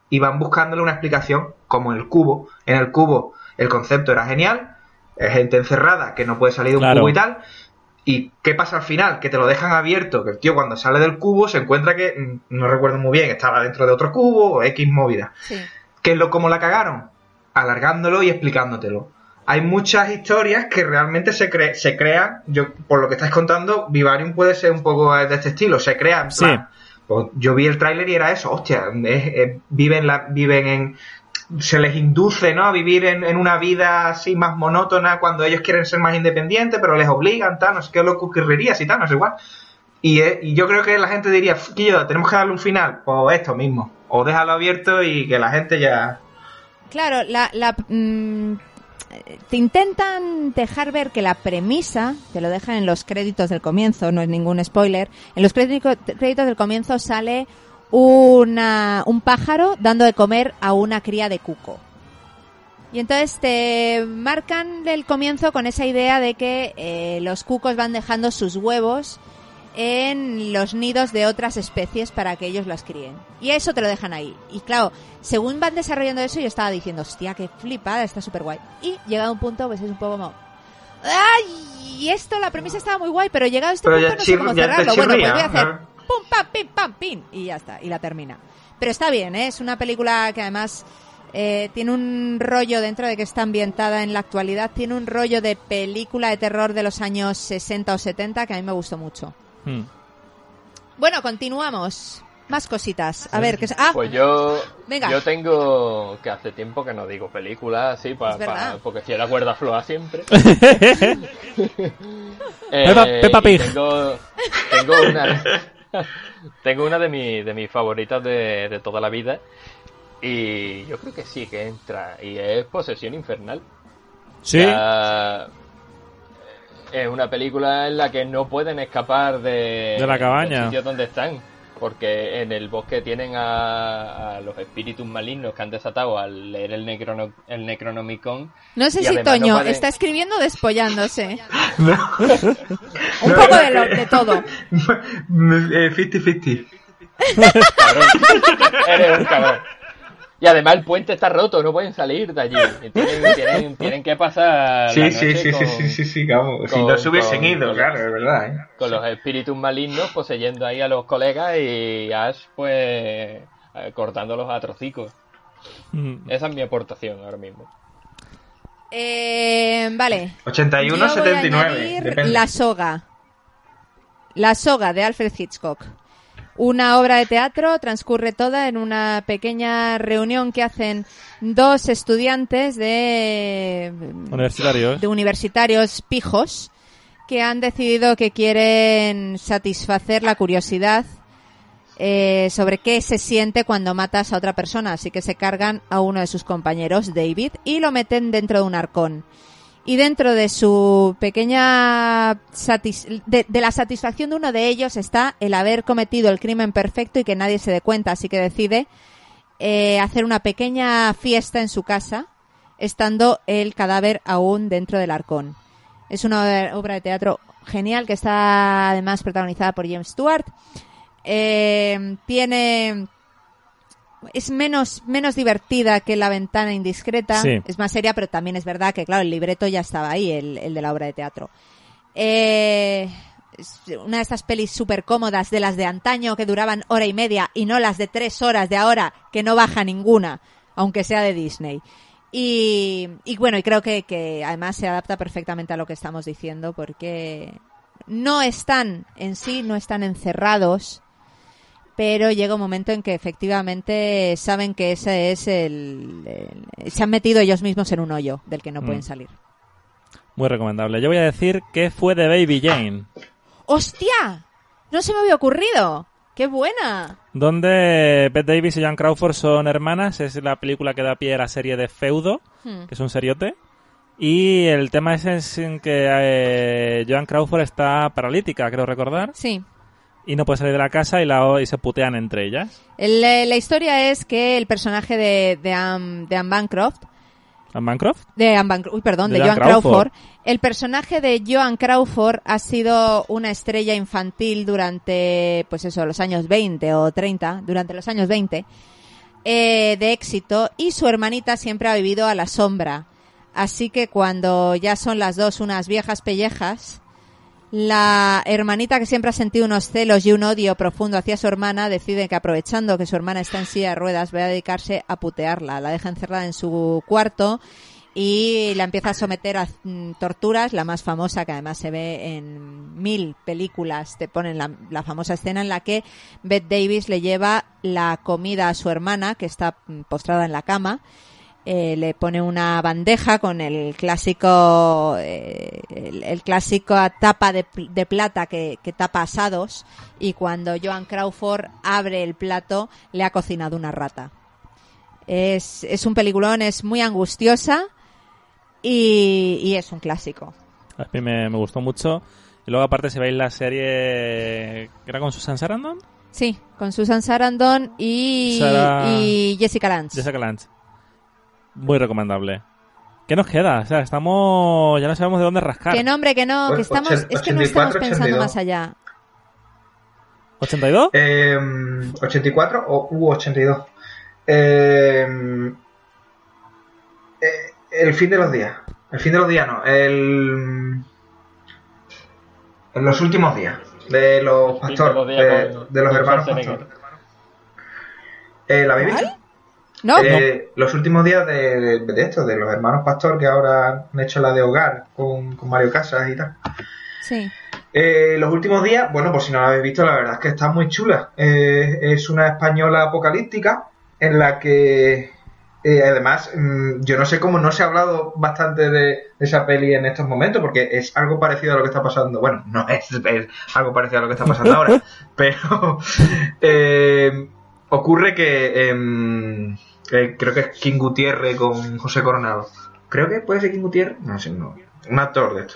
Speaker 4: y van buscándole una explicación, como en el cubo. En el cubo el concepto era genial, es gente encerrada que no puede salir de un
Speaker 1: Claro.
Speaker 4: cubo y tal. ¿Y qué pasa al final? Que te lo dejan abierto, que el tío cuando sale del cubo se encuentra que, mm, no recuerdo muy bien, estaba dentro de otro cubo o X movida.
Speaker 2: Sí.
Speaker 4: ¿Qué es lo cómo la cagaron? Alargándolo y explicándotelo. Hay muchas historias que realmente se, cre- se crean, yo por lo que estáis contando, Vivarium puede ser un poco de este estilo, se crea en
Speaker 1: Sí.
Speaker 4: plan, pues yo vi el tráiler y era eso, hostia, es- es- viven, la, viven en... se les induce, ¿no?, a vivir en, en una vida así más monótona cuando ellos quieren ser más independientes, pero les obligan, tal, no sé qué, lo que ocurriría, si tal, no sé igual. Y, eh, y yo creo que la gente diría, Quillo, tenemos que darle un final, pues esto mismo, o déjalo abierto y que la gente ya...
Speaker 2: Claro, la, la, mm, te intentan dejar ver que la premisa, te lo dejan en los créditos del comienzo, no es ningún spoiler, en los crédito- créditos del comienzo sale una, un pájaro dando de comer a una cría de cuco. Y entonces te marcan el comienzo con esa idea de que eh, los cucos van dejando sus huevos en los nidos de otras especies para que ellos las críen. Y eso te lo dejan ahí. Y claro, según van desarrollando eso, yo estaba diciendo, hostia, qué flipada, está súper guay. Y llegado a un punto, pues es un poco como... ¡Ay! Y esto, la premisa estaba muy guay, pero llegado a este
Speaker 4: Pero
Speaker 2: punto
Speaker 4: ya
Speaker 2: no sé
Speaker 4: chir-
Speaker 2: cómo
Speaker 4: ya te
Speaker 2: cerrarlo. Bueno, pues
Speaker 4: chirría,
Speaker 2: voy a hacer
Speaker 4: ¿no?
Speaker 2: pum, pam, pim, pam, pim. Y ya está, y la termina. Pero está bien, ¿eh? Es una película que además... Eh, tiene un rollo, dentro de que está ambientada en la actualidad, tiene un rollo de película de terror de los años sesenta o setenta que a mí me gustó mucho.
Speaker 1: Hmm.
Speaker 2: Bueno, continuamos. Más cositas. A ver, ¿qué es? Ah,
Speaker 3: Pues yo,
Speaker 2: Venga.
Speaker 3: yo tengo que hace tiempo que no digo películas así, pa,
Speaker 2: Es verdad.
Speaker 3: pa- porque estoy a la cuerda floja siempre.
Speaker 1: Peppa- Peppa
Speaker 3: y
Speaker 1: Pig.
Speaker 3: Tengo, tengo una, tengo una de, mi, de mis favoritas de, de toda la vida. Y yo creo que sí que entra. Y es Posesión Infernal.
Speaker 1: Sí.
Speaker 3: O sea, es una película en la que no pueden escapar de,
Speaker 1: De la cabaña.
Speaker 3: del sitio donde están. Porque en el bosque tienen a, a los espíritus malignos que han desatado al leer el, necrono, el Necronomicon.
Speaker 2: no sé
Speaker 3: y
Speaker 2: si
Speaker 3: además no
Speaker 2: Toño
Speaker 3: pueden-
Speaker 2: está escribiendo despollándose. Un poco de, lo, de todo.
Speaker 4: Eh, cincuenta cincuenta.
Speaker 3: Cabrón. Eres un cabrón. Y además el puente está roto, no pueden salir de allí. Y Tienen, tienen, tienen que pasar
Speaker 4: Sí,
Speaker 3: la
Speaker 4: sí,
Speaker 3: noche
Speaker 4: sí,
Speaker 3: con,
Speaker 4: sí, sí, sí, sí, vamos. Si
Speaker 3: con-
Speaker 4: no se hubiesen
Speaker 3: con-
Speaker 4: ido,
Speaker 3: con-
Speaker 4: claro, es verdad, ¿eh?
Speaker 3: con los espíritus malignos poseyendo ahí a los colegas y Ash pues eh, cortándolos a trocicos.
Speaker 1: Hmm.
Speaker 3: Esa es mi aportación ahora mismo.
Speaker 2: Eh, vale.
Speaker 4: ochenta y uno,
Speaker 2: Yo voy a
Speaker 4: setenta y nueve.
Speaker 2: añadir
Speaker 4: Depende.
Speaker 2: La soga. La soga de Alfred Hitchcock. Una obra de teatro transcurre toda en una pequeña reunión que hacen dos estudiantes de
Speaker 1: Universitarios.
Speaker 2: de universitarios pijos que han decidido que quieren satisfacer la curiosidad eh, sobre qué se siente cuando matas a otra persona. Así que se cargan a uno de sus compañeros, David, y lo meten dentro de un arcón. Y dentro de su pequeña satis- de, de la satisfacción de uno de ellos está el haber cometido el crimen perfecto y que nadie se dé cuenta. Así que decide eh, hacer una pequeña fiesta en su casa, estando el cadáver aún dentro del arcón. Es una obra de teatro genial que está además protagonizada por James Stewart. Eh, tiene... Es menos, menos divertida que La ventana indiscreta.
Speaker 1: Sí.
Speaker 2: Es más seria, pero también es verdad que, claro, el libreto ya estaba ahí, el, el de la obra de teatro. Eh, es una de estas pelis súper cómodas, de las de antaño que duraban hora y media, y no las de tres horas de ahora, que no baja ninguna, aunque sea de Disney. Y, y bueno, y creo que, que además se adapta perfectamente a lo que estamos diciendo, porque no están en sí, no están encerrados, pero llega un momento en que efectivamente saben que ese es el, el- se han metido ellos mismos en un hoyo del que no
Speaker 1: Mm.
Speaker 2: pueden salir.
Speaker 1: Muy recomendable. Yo voy a decir que fue de Baby Jane,
Speaker 2: ¡Hostia! No se me había ocurrido. ¡Qué buena!
Speaker 1: donde Bette Davis y Joan Crawford son hermanas. Es la película que da pie a la serie de Feudo,
Speaker 2: Hmm.
Speaker 1: que es un seriote. Y el tema es, es en que eh, Joan Crawford está paralítica, creo recordar,
Speaker 2: Sí.
Speaker 1: y no puede salir de la casa y, la, y se putean entre ellas.
Speaker 2: El, eh, la historia es que el personaje de, de, Anne, de Anne Bancroft,
Speaker 1: ¿A Bancroft?
Speaker 2: de Anne Bancroft, uy, perdón,
Speaker 1: De
Speaker 2: de,
Speaker 1: Joan
Speaker 2: Joan Crawford.
Speaker 1: Crawford.
Speaker 2: El personaje de Joan Crawford ha sido una estrella infantil durante, pues eso, los años veinte o treinta, durante los años veinte. eh, de éxito y su hermanita siempre ha vivido a la sombra. Así que cuando ya son las dos unas viejas pellejas, la hermanita, que siempre ha sentido unos celos y un odio profundo hacia su hermana, decide que aprovechando que su hermana está en silla de ruedas, va a dedicarse a putearla. La deja encerrada en su cuarto y la empieza a someter a mm, torturas, la más famosa, que además se ve en mil películas, te ponen la, la famosa escena en la que Bette Davis le lleva la comida a su hermana, que está mm, postrada en la cama. Eh, le pone una bandeja con el clásico eh, el, el clásico tapa de, de plata que, que tapa asados, y cuando Joan Crawford abre el plato le ha cocinado una rata. Es, es un peliculón, es muy angustiosa y, y es un clásico.
Speaker 1: A mí me, me gustó mucho. Y luego aparte, si veis la serie, ¿que era con Susan Sarandon?
Speaker 2: Sí, con Susan Sarandon y,
Speaker 1: Sarah...
Speaker 2: y Jessica Lange.
Speaker 1: Jessica Lange. Muy recomendable. ¿Qué nos queda? O sea, estamos... ya no sabemos de dónde rascar.
Speaker 2: Que no, hombre, que no, que estamos... Es que no estamos pensando más allá.
Speaker 1: ¿ochenta y dos?
Speaker 4: Eh, ¿ochenta y cuatro o u ochenta y dos? Eh, eh, el fin de los días. El fin de los días no. El... En los últimos días. De los Pastor. De, de, de los hermanos Pastor. Eh, ¿La habéis visto?
Speaker 2: ¿No?
Speaker 4: Eh, no. Los últimos días de, de, de esto, de los hermanos Pastor, que ahora han hecho la de Hogar con, con Mario Casas y tal.
Speaker 2: Sí.
Speaker 4: Eh, los últimos días, bueno, por si no la habéis visto, la verdad es que está muy chula. Eh, es una española apocalíptica en la que, eh, además, mmm, yo no sé cómo no se ha hablado bastante de, de esa peli en estos momentos, porque es algo parecido a lo que está pasando. Bueno, no es, es algo parecido a lo que está pasando ahora, pero eh, ocurre que... Eh, Eh, creo que es King Gutiérrez con José Coronado. Creo que puede ser King Gutiérrez. No sé, no. Un actor de esto.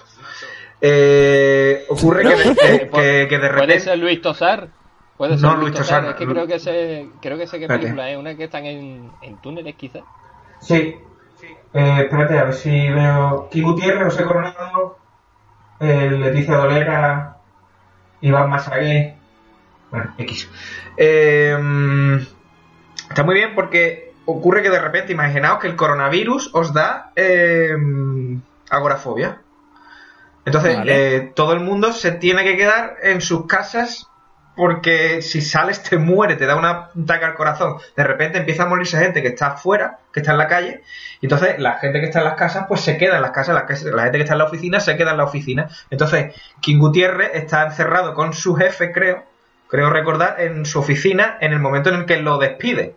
Speaker 4: Eh, ocurre que, eh, que, que de repente.
Speaker 3: ¿Puede ser Luis Tosar? ¿Puede ser
Speaker 4: no,
Speaker 3: Luis
Speaker 4: Luis
Speaker 3: Tosar?
Speaker 4: Tosar.
Speaker 3: Es que creo que sé, creo que sé qué
Speaker 4: Espérate.
Speaker 3: película es. Una que están en, en túneles, quizás.
Speaker 4: Sí. Eh, espérate, a ver si veo. King Gutiérrez, José Coronado, eh, Leticia Dolera, Iván Masagué. Bueno, X. Eh, está muy bien porque ocurre que de repente, imaginaos que el coronavirus os da eh, agorafobia. Entonces, vale. eh, todo el mundo se tiene que quedar en sus casas porque si sales te muere, te da una ataque al corazón. De repente empieza a morirse gente que está afuera, que está en la calle, y entonces la gente que está en las casas pues se queda en las casas, la, la gente que está en la oficina se queda en la oficina. Entonces, King Gutiérrez está encerrado con su jefe, creo, creo recordar, en su oficina en el momento en el que lo despide.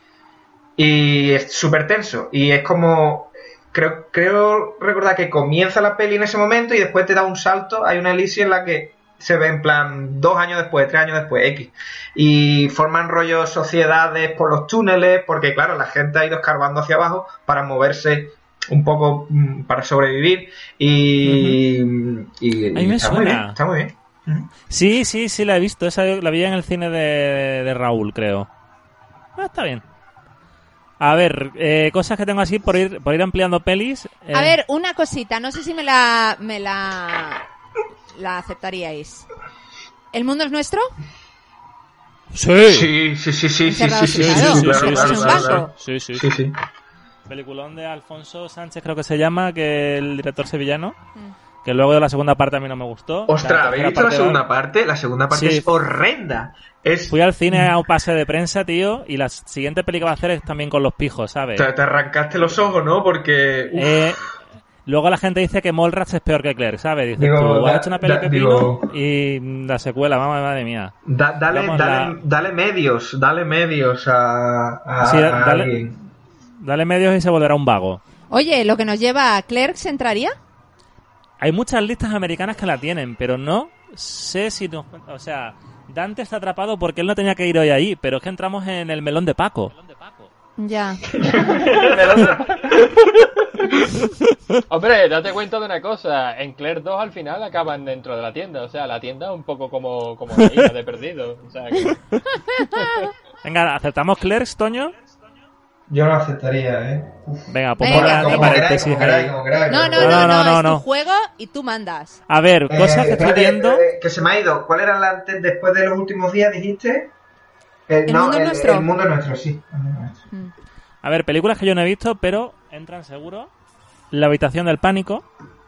Speaker 4: Y es súper tenso. Y es como... Creo, creo recordar que comienza la peli en ese momento y después te da un salto. Hay una elipsis en la que se ve en plan dos años después, tres años después, X. Y forman rollos sociedades por los túneles, porque claro, la gente ha ido escarbando hacia abajo para moverse un poco, para sobrevivir. Y... Uh-huh. y, y
Speaker 1: a mí me
Speaker 4: está
Speaker 1: suena.
Speaker 4: Muy bien, está muy bien. Uh-huh.
Speaker 1: Sí, sí, sí, la he visto. Esa la vi en el cine de, de Raúl, creo. Ah, está bien. A ver, eh, cosas que tengo así por ir por ir ampliando pelis. Eh.
Speaker 2: A ver, una cosita, no sé si me la me la la aceptaríais. ¿El mundo es nuestro?
Speaker 1: Sí.
Speaker 4: Sí, sí, sí, sí, sí, sí, sí, sí,
Speaker 2: claro.
Speaker 4: sí, claro,
Speaker 1: sí,
Speaker 4: claro,
Speaker 1: sí,
Speaker 4: claro,
Speaker 1: sí,
Speaker 4: claro.
Speaker 1: sí, sí,
Speaker 4: Sí, sí.
Speaker 1: Peliculón de Alfonso Sánchez, creo que se llama, que el director sevillano. Mm. Que luego de la segunda parte a mí no me gustó.
Speaker 4: Ostras, ¿habéis visto la segunda parte? La segunda parte
Speaker 1: sí.
Speaker 4: es horrenda. Es...
Speaker 1: Fui al cine a un pase de prensa, tío, y la siguiente peli que va a hacer es también con los pijos, ¿sabes?
Speaker 4: Te, te arrancaste los ojos, ¿no? Porque...
Speaker 1: Eh, luego la gente dice que Mallrats es peor que Claire, ¿sabes? Dices
Speaker 4: digo,
Speaker 1: tú,
Speaker 4: da,
Speaker 1: has hecho una peli
Speaker 4: da,
Speaker 1: pepino
Speaker 4: digo,
Speaker 1: y la secuela, madre, madre mía.
Speaker 4: Da, dale, dale, la... dale medios, dale medios a, a,
Speaker 1: sí,
Speaker 4: a
Speaker 1: dale,
Speaker 4: alguien.
Speaker 1: Dale medios y se volverá un vago.
Speaker 2: Oye, ¿lo que nos lleva a Clerks entraría?
Speaker 1: Hay muchas listas americanas que la tienen, pero no sé si nos... O sea, Dante está atrapado porque él no tenía que ir hoy ahí, pero es que entramos en el melón de Paco.
Speaker 2: Ya.
Speaker 3: Hombre, date cuenta de una cosa. En Claire dos al final acaban dentro de la tienda. O sea, la tienda es un poco como, como la isla de Perdido. O sea, que...
Speaker 1: Venga, ¿aceptamos Clerks, Toño?
Speaker 4: Yo lo aceptaría, ¿eh? Uf.
Speaker 1: Venga, pues
Speaker 2: Venga,
Speaker 1: pongo la paréntesis ahí.
Speaker 2: No, no, no, no, no, no, es tu juego y tú mandas.
Speaker 1: A ver, cosas
Speaker 4: eh,
Speaker 1: que estoy
Speaker 4: espérate,
Speaker 1: viendo...
Speaker 4: Eh, que se me ha ido. ¿Cuál era la antes, después de los últimos días, dijiste? Eh,
Speaker 2: ¿El
Speaker 4: no,
Speaker 2: mundo es
Speaker 4: el,
Speaker 2: nuestro?
Speaker 4: el mundo es nuestro, sí. El mundo es nuestro.
Speaker 2: Mm.
Speaker 1: A ver, películas que yo no he visto, pero entran seguro. La habitación del pánico,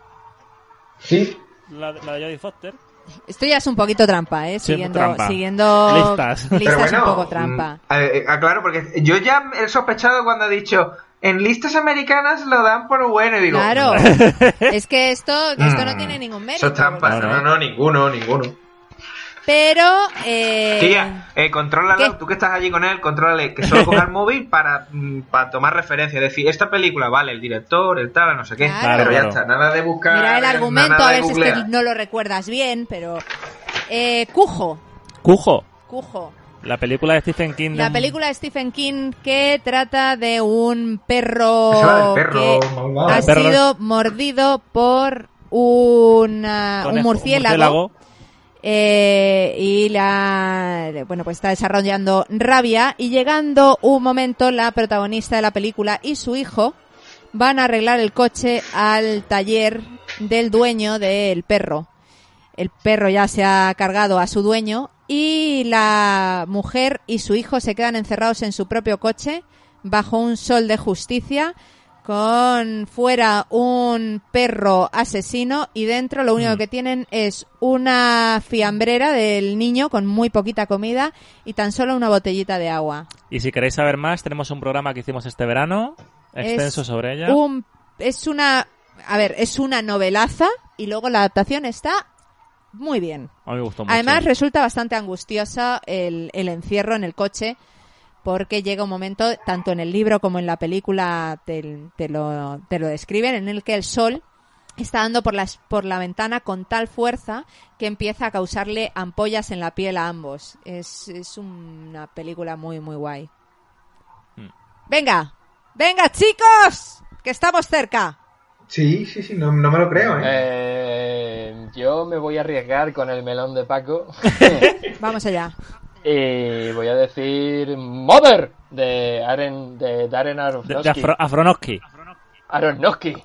Speaker 4: Sí.
Speaker 1: la, la de Jodie Foster.
Speaker 2: Esto ya es un poquito trampa, ¿eh?
Speaker 1: Sí,
Speaker 2: Siguiendo,
Speaker 1: trampa.
Speaker 2: siguiendo
Speaker 1: Listas.
Speaker 4: Pero
Speaker 2: listas
Speaker 4: bueno,
Speaker 2: un poco trampa.
Speaker 4: mm, eh, aclaro, porque yo ya he sospechado cuando ha dicho en listas americanas lo dan por bueno y digo...
Speaker 2: Claro, es que esto, que esto no
Speaker 4: mm,
Speaker 2: tiene ningún mérito.
Speaker 4: Eso es trampa,
Speaker 1: No,
Speaker 4: no,
Speaker 1: no.
Speaker 4: no, no, ninguno, ninguno.
Speaker 2: Pero, eh...
Speaker 4: Tía, eh, contrólalo,
Speaker 2: ¿qué?
Speaker 4: tú que estás allí con él, contrólale, que solo coja el móvil para, mm, para tomar referencia, es decir, esta película, vale, el director, el tal, no sé qué,
Speaker 2: Claro.
Speaker 4: pero ya
Speaker 1: Claro.
Speaker 4: está, nada de buscar...
Speaker 2: mira el argumento,
Speaker 4: nada
Speaker 2: a
Speaker 4: de
Speaker 2: ver si es que
Speaker 4: googlear.
Speaker 2: no lo recuerdas bien, pero... Eh, Cujo,
Speaker 1: Cujo,
Speaker 2: Cujo.
Speaker 1: la película de Stephen King. de
Speaker 2: La
Speaker 1: un-
Speaker 2: película de Stephen King que trata de un perro,
Speaker 4: Esa va del perro
Speaker 2: que
Speaker 4: malvado.
Speaker 2: ha
Speaker 1: El perro-
Speaker 2: sido mordido por una-
Speaker 1: conejo,
Speaker 2: un murciélago.
Speaker 1: murciélago.
Speaker 2: Eh, y la bueno pues está desarrollando rabia y llegando un momento la protagonista de la película y su hijo van a arreglar el coche al taller del dueño del perro. El perro ya se ha cargado a su dueño y la mujer y su hijo se quedan encerrados en su propio coche bajo un sol de justicia, con fuera un perro asesino y dentro lo único que tienen es una fiambrera del niño con muy poquita comida y tan solo una botellita de agua.
Speaker 1: Y si queréis saber más, tenemos un programa que hicimos este verano, extenso
Speaker 2: Es
Speaker 1: sobre ella.
Speaker 2: Un, es una, a ver, es una novelaza y luego la adaptación está muy bien.
Speaker 1: A mí me gustó mucho.
Speaker 2: Además resulta bastante angustiosa el, el encierro en el coche, porque llega un momento, tanto en el libro como en la película te, te, lo, te lo describen, en el que el sol está dando por, las, por la ventana con tal fuerza que empieza a causarle ampollas en la piel a ambos. Es, es una película muy, muy guay.
Speaker 1: Mm.
Speaker 2: Venga, venga chicos, que estamos cerca.
Speaker 4: Sí, sí, sí, no, no me lo creo, ¿eh?
Speaker 3: Eh, yo me voy a arriesgar con el melón de Paco.
Speaker 2: Vamos allá.
Speaker 3: Y voy a decir Mother de Aaron, de Darren
Speaker 1: de,
Speaker 3: Aronofsky.
Speaker 1: de Afro- Aronofsky.
Speaker 3: Aronofsky.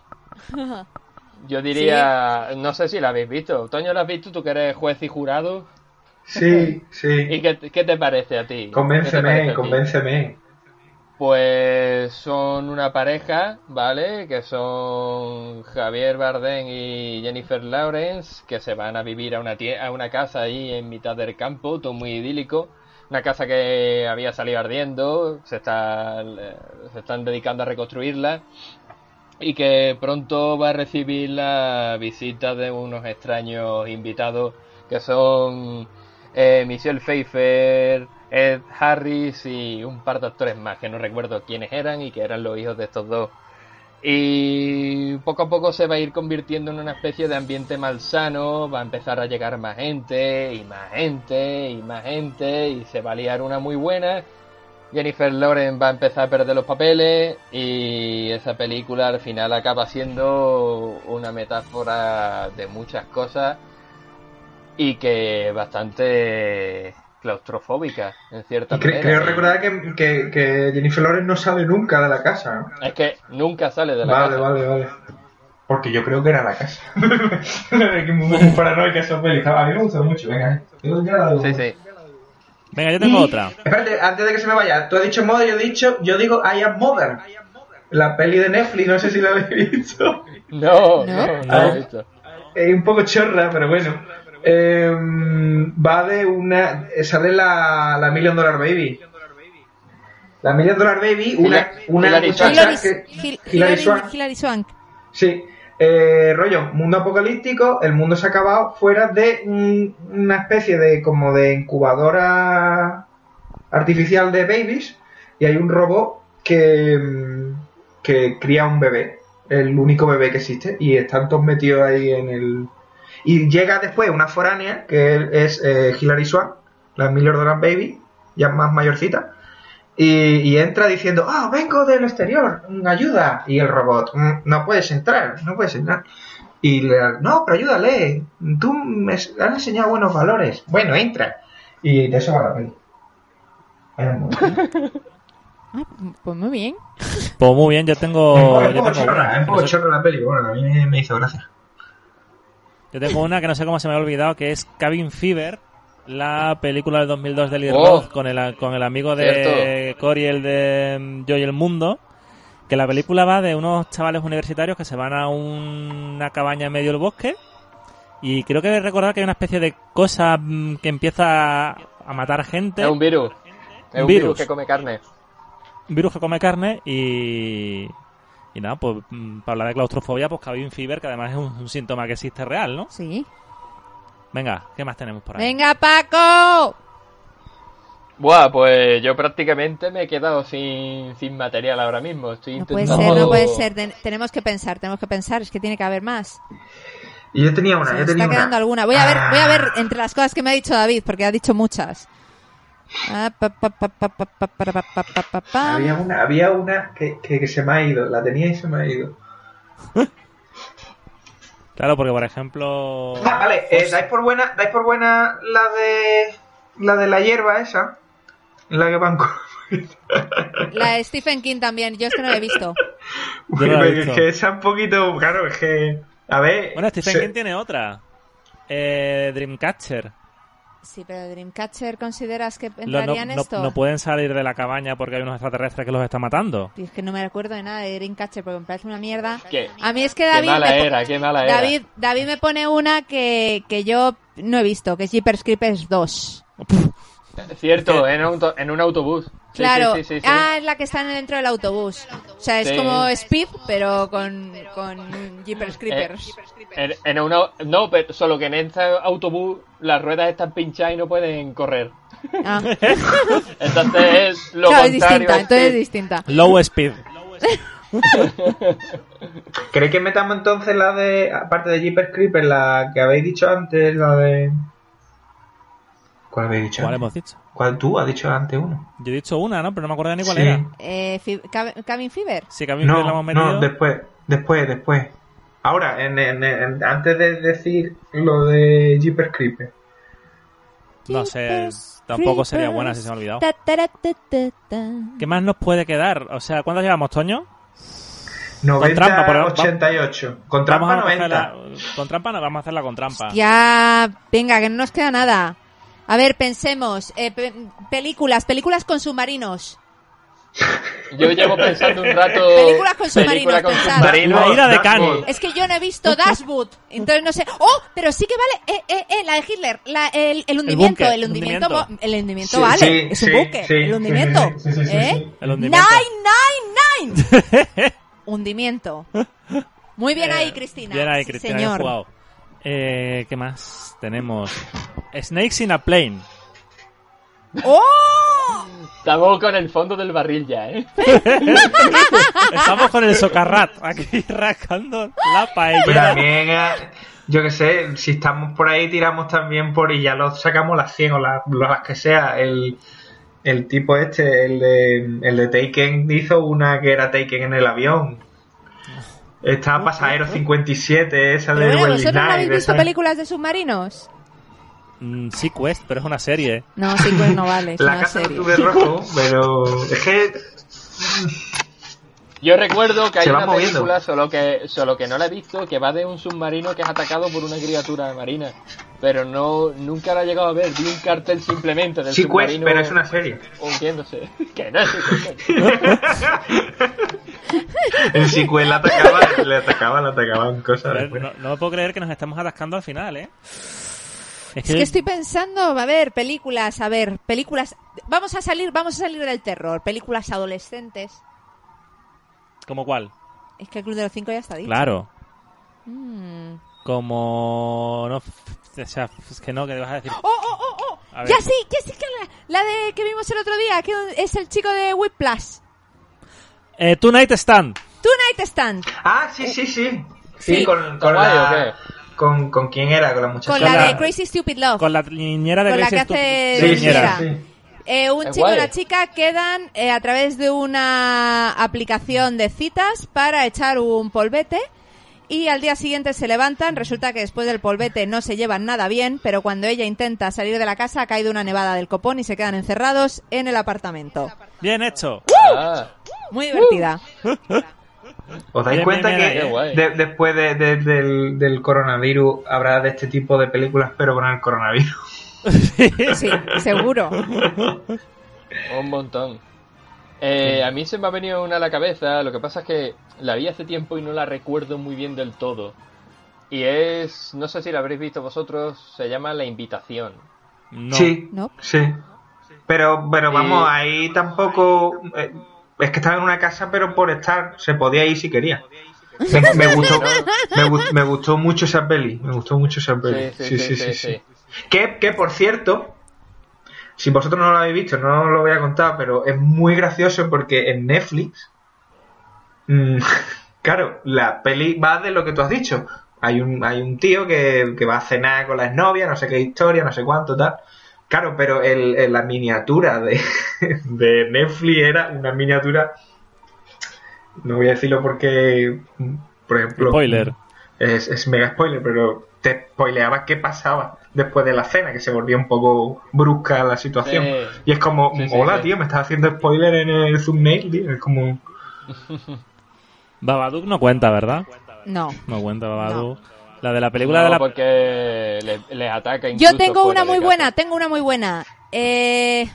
Speaker 3: Yo diría, no sé si la habéis visto. Toño, ¿la has visto? Tú que eres juez y jurado.
Speaker 4: Sí, sí.
Speaker 3: ¿Y qué, qué te parece a ti? ¿Qué te
Speaker 4: Convénceme,
Speaker 3: parece a ti?
Speaker 4: convénceme.
Speaker 3: Pues son una pareja, ¿vale? Que son Javier Bardem y Jennifer Lawrence, que se van a vivir a una tie- a una casa ahí en mitad del campo, todo muy idílico. Una casa que había salido ardiendo, se, está, se están dedicando a reconstruirla y que pronto va a recibir la visita de unos extraños invitados que son eh, Michelle Pfeiffer, Ed Harris y un par de actores más que no recuerdo quiénes eran y que eran los hijos de estos dos. Y poco a poco se va a ir convirtiendo en una especie de ambiente malsano, va a empezar a llegar más gente y más gente y más gente y se va a liar una muy buena. Jennifer Lawrence va a empezar a perder los papeles y esa película al final acaba siendo una metáfora de muchas cosas y que bastante claustrofóbica en cierta
Speaker 4: Y cre-
Speaker 3: manera.
Speaker 4: creo recordar que, que, que Jennifer Lawrence no sale nunca de la casa, ¿no?
Speaker 3: Es que nunca sale de la
Speaker 4: Vale,
Speaker 3: casa.
Speaker 4: vale, vale. Porque yo creo que era la casa. Que muy, muy paranoica esa peli. A mí me gustó mucho, venga. eh. Yo ya la digo.
Speaker 3: Sí, sí.
Speaker 1: Venga, yo tengo
Speaker 4: Y-
Speaker 1: otra.
Speaker 4: Espérate, antes de que se me vaya, tú has dicho Mother, yo he dicho, yo digo I Am Mother. La peli de Netflix, no sé si la habéis visto.
Speaker 3: No,
Speaker 2: ¿No?
Speaker 3: no, no lo he visto.
Speaker 4: Es un poco chorra, pero bueno. Eh, va de una... Sale la, la Million Dollar Baby. La Million Dollar Baby, una, una
Speaker 3: Hilary
Speaker 4: muchacha
Speaker 2: Hilary,
Speaker 4: que...
Speaker 2: Hil-
Speaker 4: Hilary
Speaker 2: Hilary-
Speaker 4: Swank.
Speaker 2: Hilary Swank.
Speaker 4: Sí, eh, rollo, mundo apocalíptico, el mundo se ha acabado fuera de un- una especie de como de incubadora artificial de babies y hay un robot que, mm, que cría un bebé, el único bebé que existe y están todos metidos ahí en el... Y llega después una foránea que es eh, Hilary Swank, la Million Dollar Baby, ya más mayorcita. Y, y entra diciendo, ah, vengo del exterior, mm, ayuda. Y el robot, "Mm, no puedes entrar, no puedes entrar. Y le da, no, pero ayúdale, tú me has enseñado buenos valores. Bueno, entra. Y de eso va la peli.
Speaker 2: Ah, pues muy bien.
Speaker 1: Pues muy bien, yo tengo,
Speaker 4: Es un
Speaker 1: Oh, yo
Speaker 4: poco
Speaker 1: tengo
Speaker 4: chorra,
Speaker 1: una.
Speaker 4: es un poco chorra la peli, bueno, a mí me- me hizo gracia.
Speaker 1: Yo tengo una que no sé cómo se me ha olvidado, que es Cabin Fever, la película del dos mil dos de Lee
Speaker 3: Oh,
Speaker 1: Roth con el, con el amigo de
Speaker 3: cierto.
Speaker 1: Cory, el de mm, Yo y el Mundo, que la película va de unos chavales universitarios que se van a un- una cabaña en medio del bosque y creo que recordar que hay una especie de cosa mm, que empieza a, a matar gente,
Speaker 3: Es un virus. Es
Speaker 1: Un
Speaker 3: un
Speaker 1: virus.
Speaker 3: virus que come carne.
Speaker 1: un virus que come carne y... Y nada, pues mm, para hablar de claustrofobia, pues cabin fever, que además es un, un síntoma que existe real, ¿no?
Speaker 2: Sí.
Speaker 1: Venga, ¿qué más tenemos por ahí?
Speaker 2: ¡Venga, Paco!
Speaker 3: Buah, pues yo prácticamente me he quedado sin, sin material ahora mismo. Estoy
Speaker 2: No puede
Speaker 3: intentando...
Speaker 2: ser, no puede ser. Ten- tenemos que pensar, tenemos que pensar. Es que tiene que haber más.
Speaker 4: Y yo tenía una,
Speaker 2: Se
Speaker 4: yo
Speaker 2: me
Speaker 4: tenía
Speaker 2: está quedando
Speaker 4: una.
Speaker 2: alguna. Voy a ver, voy a ver entre las cosas que me ha dicho David, porque ha dicho muchas. Ah, pa, pa, pa, pa, pa, pa, pa, pa, pa, pa, pa, pa.
Speaker 4: Había una, había una que, que, que se me ha ido. La tenía y se me ha ido.
Speaker 1: Claro, porque por ejemplo...
Speaker 4: Ah, vale, eh, dais por buena, dais por buena la de la de la hierba esa, la que van con...
Speaker 2: La de Stephen King también. Yo es que no la he visto.
Speaker 1: Yo no la he
Speaker 4: es
Speaker 1: visto.
Speaker 4: que esa un poquito, claro, es que a ver.
Speaker 1: Bueno, Stephen
Speaker 4: se-
Speaker 1: King tiene otra. Eh, Dreamcatcher.
Speaker 2: Sí, pero Dreamcatcher, ¿consideras que
Speaker 1: Lo-
Speaker 2: entraría
Speaker 1: no,
Speaker 2: en
Speaker 1: no-
Speaker 2: esto?
Speaker 1: no pueden salir de la cabaña porque hay unos extraterrestres que los están matando.
Speaker 2: Y es que no me recuerdo de nada de Dreamcatcher porque me parece una mierda.
Speaker 3: Qué,
Speaker 2: A mí es que
Speaker 3: qué
Speaker 2: David...
Speaker 3: mala
Speaker 2: me po-
Speaker 3: era, qué mala era.
Speaker 2: David, David me pone una que, que yo no he visto, que es Jeepers Creepers dos.
Speaker 3: Cierto, en un, to- en un autobús. Sí,
Speaker 2: Claro.
Speaker 3: sí, sí, sí, sí.
Speaker 2: Ah, es la que está dentro del autobús. O sea, es
Speaker 3: Sí.
Speaker 2: como Speed, pero con, con Jeepers Creepers.
Speaker 3: En, en una, no, pero solo que en este autobús las ruedas están pinchadas y no pueden correr.
Speaker 2: Ah.
Speaker 3: Entonces es lo
Speaker 2: Claro, es
Speaker 3: contrario.
Speaker 2: distinta,
Speaker 3: a
Speaker 2: entonces es
Speaker 3: Speed.
Speaker 2: distinta.
Speaker 1: Low Speed.
Speaker 4: ¿Queréis que metamos entonces la de, aparte de Jeepers Creepers, la que habéis dicho antes, la de... ¿Cuál habéis dicho?
Speaker 1: ¿Cuál
Speaker 4: antes?
Speaker 1: hemos dicho?
Speaker 4: ¿Cuál tú has dicho antes uno?
Speaker 1: Yo he dicho una, ¿no? Pero no me acuerdo ni cuál
Speaker 4: Sí.
Speaker 1: era.
Speaker 2: Eh, Fi- Cab- Cabin Fever.
Speaker 1: Sí, que a mí me
Speaker 4: No,
Speaker 1: la hemos metido.
Speaker 4: no, después, después, después. Ahora, en, en- en- antes de decir lo de Jeepers Creepers.
Speaker 1: No sé,
Speaker 2: Jeepers
Speaker 1: tampoco sería
Speaker 2: Creepers.
Speaker 1: buena si se me ha olvidado.
Speaker 2: Ta, ta, ta, ta, ta.
Speaker 1: ¿Qué más nos puede quedar? O sea, ¿cuántas llevamos, Toño?
Speaker 4: noventa,
Speaker 1: trampa, por-
Speaker 4: ochenta y ocho. Con trampa
Speaker 1: Vamos a
Speaker 4: noventa.
Speaker 1: cogerla- Con trampa no, vamos a hacerla con trampa.
Speaker 2: Ya, venga, que no nos queda nada. A ver, pensemos. Eh, pe- películas, películas con submarinos.
Speaker 3: Yo llevo pensando un rato.
Speaker 2: Películas con
Speaker 3: película
Speaker 2: submarinos,
Speaker 3: con
Speaker 2: pensad.
Speaker 3: submarinos.
Speaker 1: La ira de
Speaker 4: Dashboard.
Speaker 1: Kanye.
Speaker 2: Es que yo no he visto Dashwood, entonces no sé. ¡Oh! Pero sí que vale. Eh, eh, eh, la de Hitler. La, el, el hundimiento.
Speaker 1: búnker,
Speaker 2: El hundimiento.
Speaker 1: hundimiento.
Speaker 2: mo- El hundimiento
Speaker 4: Sí,
Speaker 2: vale.
Speaker 4: sí,
Speaker 2: es un
Speaker 4: sí,
Speaker 2: buque.
Speaker 4: sí,
Speaker 2: el hundimiento.
Speaker 4: sí, sí, sí, sí,
Speaker 2: ¿Eh?
Speaker 4: sí.
Speaker 1: El hundimiento.
Speaker 2: Nine, nine, nine. Hundimiento. Muy bien ahí, Cristina.
Speaker 1: Bien ahí,
Speaker 2: Sí,
Speaker 1: Cristina, bien
Speaker 2: señor.
Speaker 1: jugado. Eh, ¿Qué más tenemos? Snakes in a Plane.
Speaker 2: ¡Oh!
Speaker 3: Estamos con el fondo del barril ya, ¿eh?
Speaker 1: Estamos con el socarrat aquí rascando la
Speaker 4: Pero
Speaker 1: paella.
Speaker 4: también, eh, yo que sé, si estamos por ahí, tiramos también por y ya lo sacamos las cien o las, las que sea. El, el tipo este, el de, el de Taken, hizo una que era Taken en el avión. Estaba Pasajero cincuenta y siete, esa
Speaker 2: Pero
Speaker 4: de
Speaker 2: bueno,
Speaker 4: Wesley
Speaker 2: ¿vosotros no habéis
Speaker 4: Snipes,
Speaker 2: visto
Speaker 4: esa.
Speaker 2: películas de submarinos?
Speaker 1: Mm, sí, Quest, pero es una serie.
Speaker 2: No, sí, pues no vale. Es
Speaker 4: La
Speaker 2: una
Speaker 4: casa del
Speaker 2: serie.
Speaker 4: Club de Rojo, pero es que
Speaker 3: Yo recuerdo que hay
Speaker 4: Se va
Speaker 3: una
Speaker 4: moviendo.
Speaker 3: película, solo que solo que no la he visto, que va de un submarino que es atacado por una criatura marina. Pero no nunca la he llegado a ver. Vi un cartel simplemente del
Speaker 4: sí, Quest,
Speaker 3: submarino
Speaker 4: pero es una serie.
Speaker 3: hundiéndose. Que no es
Speaker 4: El sequel le atacaba, le atacaba, le atacaban cosas.
Speaker 1: Pero
Speaker 4: después.
Speaker 1: no, no me puedo creer que nos estamos atascando al final, ¿eh? Es
Speaker 2: Es que estoy pensando, a ver, películas, a ver, películas. Vamos a salir, vamos a salir del terror. Películas adolescentes.
Speaker 1: ¿Cómo cuál?
Speaker 2: Es que el Club de los Cinco ya está dicho.
Speaker 1: Claro.
Speaker 2: Mm.
Speaker 1: Como... No, o sea, es que no, que vas a decir...
Speaker 2: ¡Oh, oh, oh, oh!
Speaker 1: A ver.
Speaker 2: Ya sí, ya sí que la, la de que vimos el otro día, que es el chico de Whiplash.
Speaker 1: Eh, Tonight Stand.
Speaker 2: Tonight Stand.
Speaker 4: Ah, sí, sí, sí. Sí,
Speaker 2: Sí.
Speaker 4: con, con
Speaker 3: ¿Guay
Speaker 4: la...
Speaker 3: o qué?
Speaker 4: Con, ¿Con quién era? Con la muchacha.
Speaker 2: Con la
Speaker 1: la-
Speaker 2: de Crazy Stupid Love.
Speaker 1: Con la niñera de
Speaker 2: Con la
Speaker 1: Grace
Speaker 2: que hace
Speaker 1: Stu-
Speaker 2: de
Speaker 4: Sí, sí,
Speaker 2: niñera.
Speaker 4: sí.
Speaker 2: Eh, un
Speaker 3: Es
Speaker 2: chico y
Speaker 3: guay.
Speaker 2: una chica quedan eh, a través de una aplicación de citas para echar un polvete y al día siguiente se levantan. Resulta que después del polvete no se llevan nada bien, pero cuando ella intenta salir de la casa ha caído una nevada del copón y se quedan encerrados en el apartamento.
Speaker 1: Bien hecho.
Speaker 3: Ah,
Speaker 2: Muy divertida.
Speaker 4: ¿Os dais
Speaker 1: Bien,
Speaker 4: cuenta
Speaker 1: bien, bien,
Speaker 4: que
Speaker 3: qué guay.
Speaker 4: de- después de- de- del, del coronavirus habrá de este tipo de películas, pero con el coronavirus?
Speaker 2: Sí, seguro.
Speaker 3: Un montón. Eh, a mí se me ha venido una a la cabeza, lo que pasa es que la vi hace tiempo y no la recuerdo muy bien del todo. Y es, no sé si la habréis visto vosotros, se llama La Invitación.
Speaker 1: No.
Speaker 4: Sí,
Speaker 2: No.
Speaker 4: sí. Pero, pero vamos,
Speaker 3: Eh,
Speaker 4: ahí tampoco... eh, es que estaba en una casa, pero por estar, se podía ir si quería. Me, me gustó, me, gu- me gustó mucho esa peli, me gustó mucho esa peli.
Speaker 3: Sí, sí, sí, sí, sí.
Speaker 4: Que, que, por cierto, si vosotros no lo habéis visto, no os lo voy a contar, pero es muy gracioso porque en Netflix, mmm, claro, la peli va de lo que tú has dicho. Hay un, hay un tío que, que va a cenar con la exnovia, no sé qué historia, no sé cuánto, tal. Claro, pero el, el- la miniatura de, de Netflix era una miniatura... No voy a decirlo porque, por ejemplo...
Speaker 1: Spoiler.
Speaker 4: Es, es mega spoiler, pero te spoileaba qué pasaba después de la cena, que se volvía un poco brusca la situación.
Speaker 3: Sí.
Speaker 4: Y es como,
Speaker 3: Sí, sí,
Speaker 4: hola
Speaker 3: sí.
Speaker 4: tío, me estás haciendo spoiler en el thumbnail, tío. Es como...
Speaker 1: Babadook no cuenta, ¿verdad?
Speaker 2: No.
Speaker 1: No cuenta Babadook. La de la película
Speaker 3: No,
Speaker 1: de la...
Speaker 3: porque le- les ataca
Speaker 2: Yo
Speaker 3: incluso
Speaker 2: tengo
Speaker 3: fuera
Speaker 2: una
Speaker 3: de
Speaker 2: muy
Speaker 3: casa.
Speaker 2: buena, tengo una muy buena. Eh...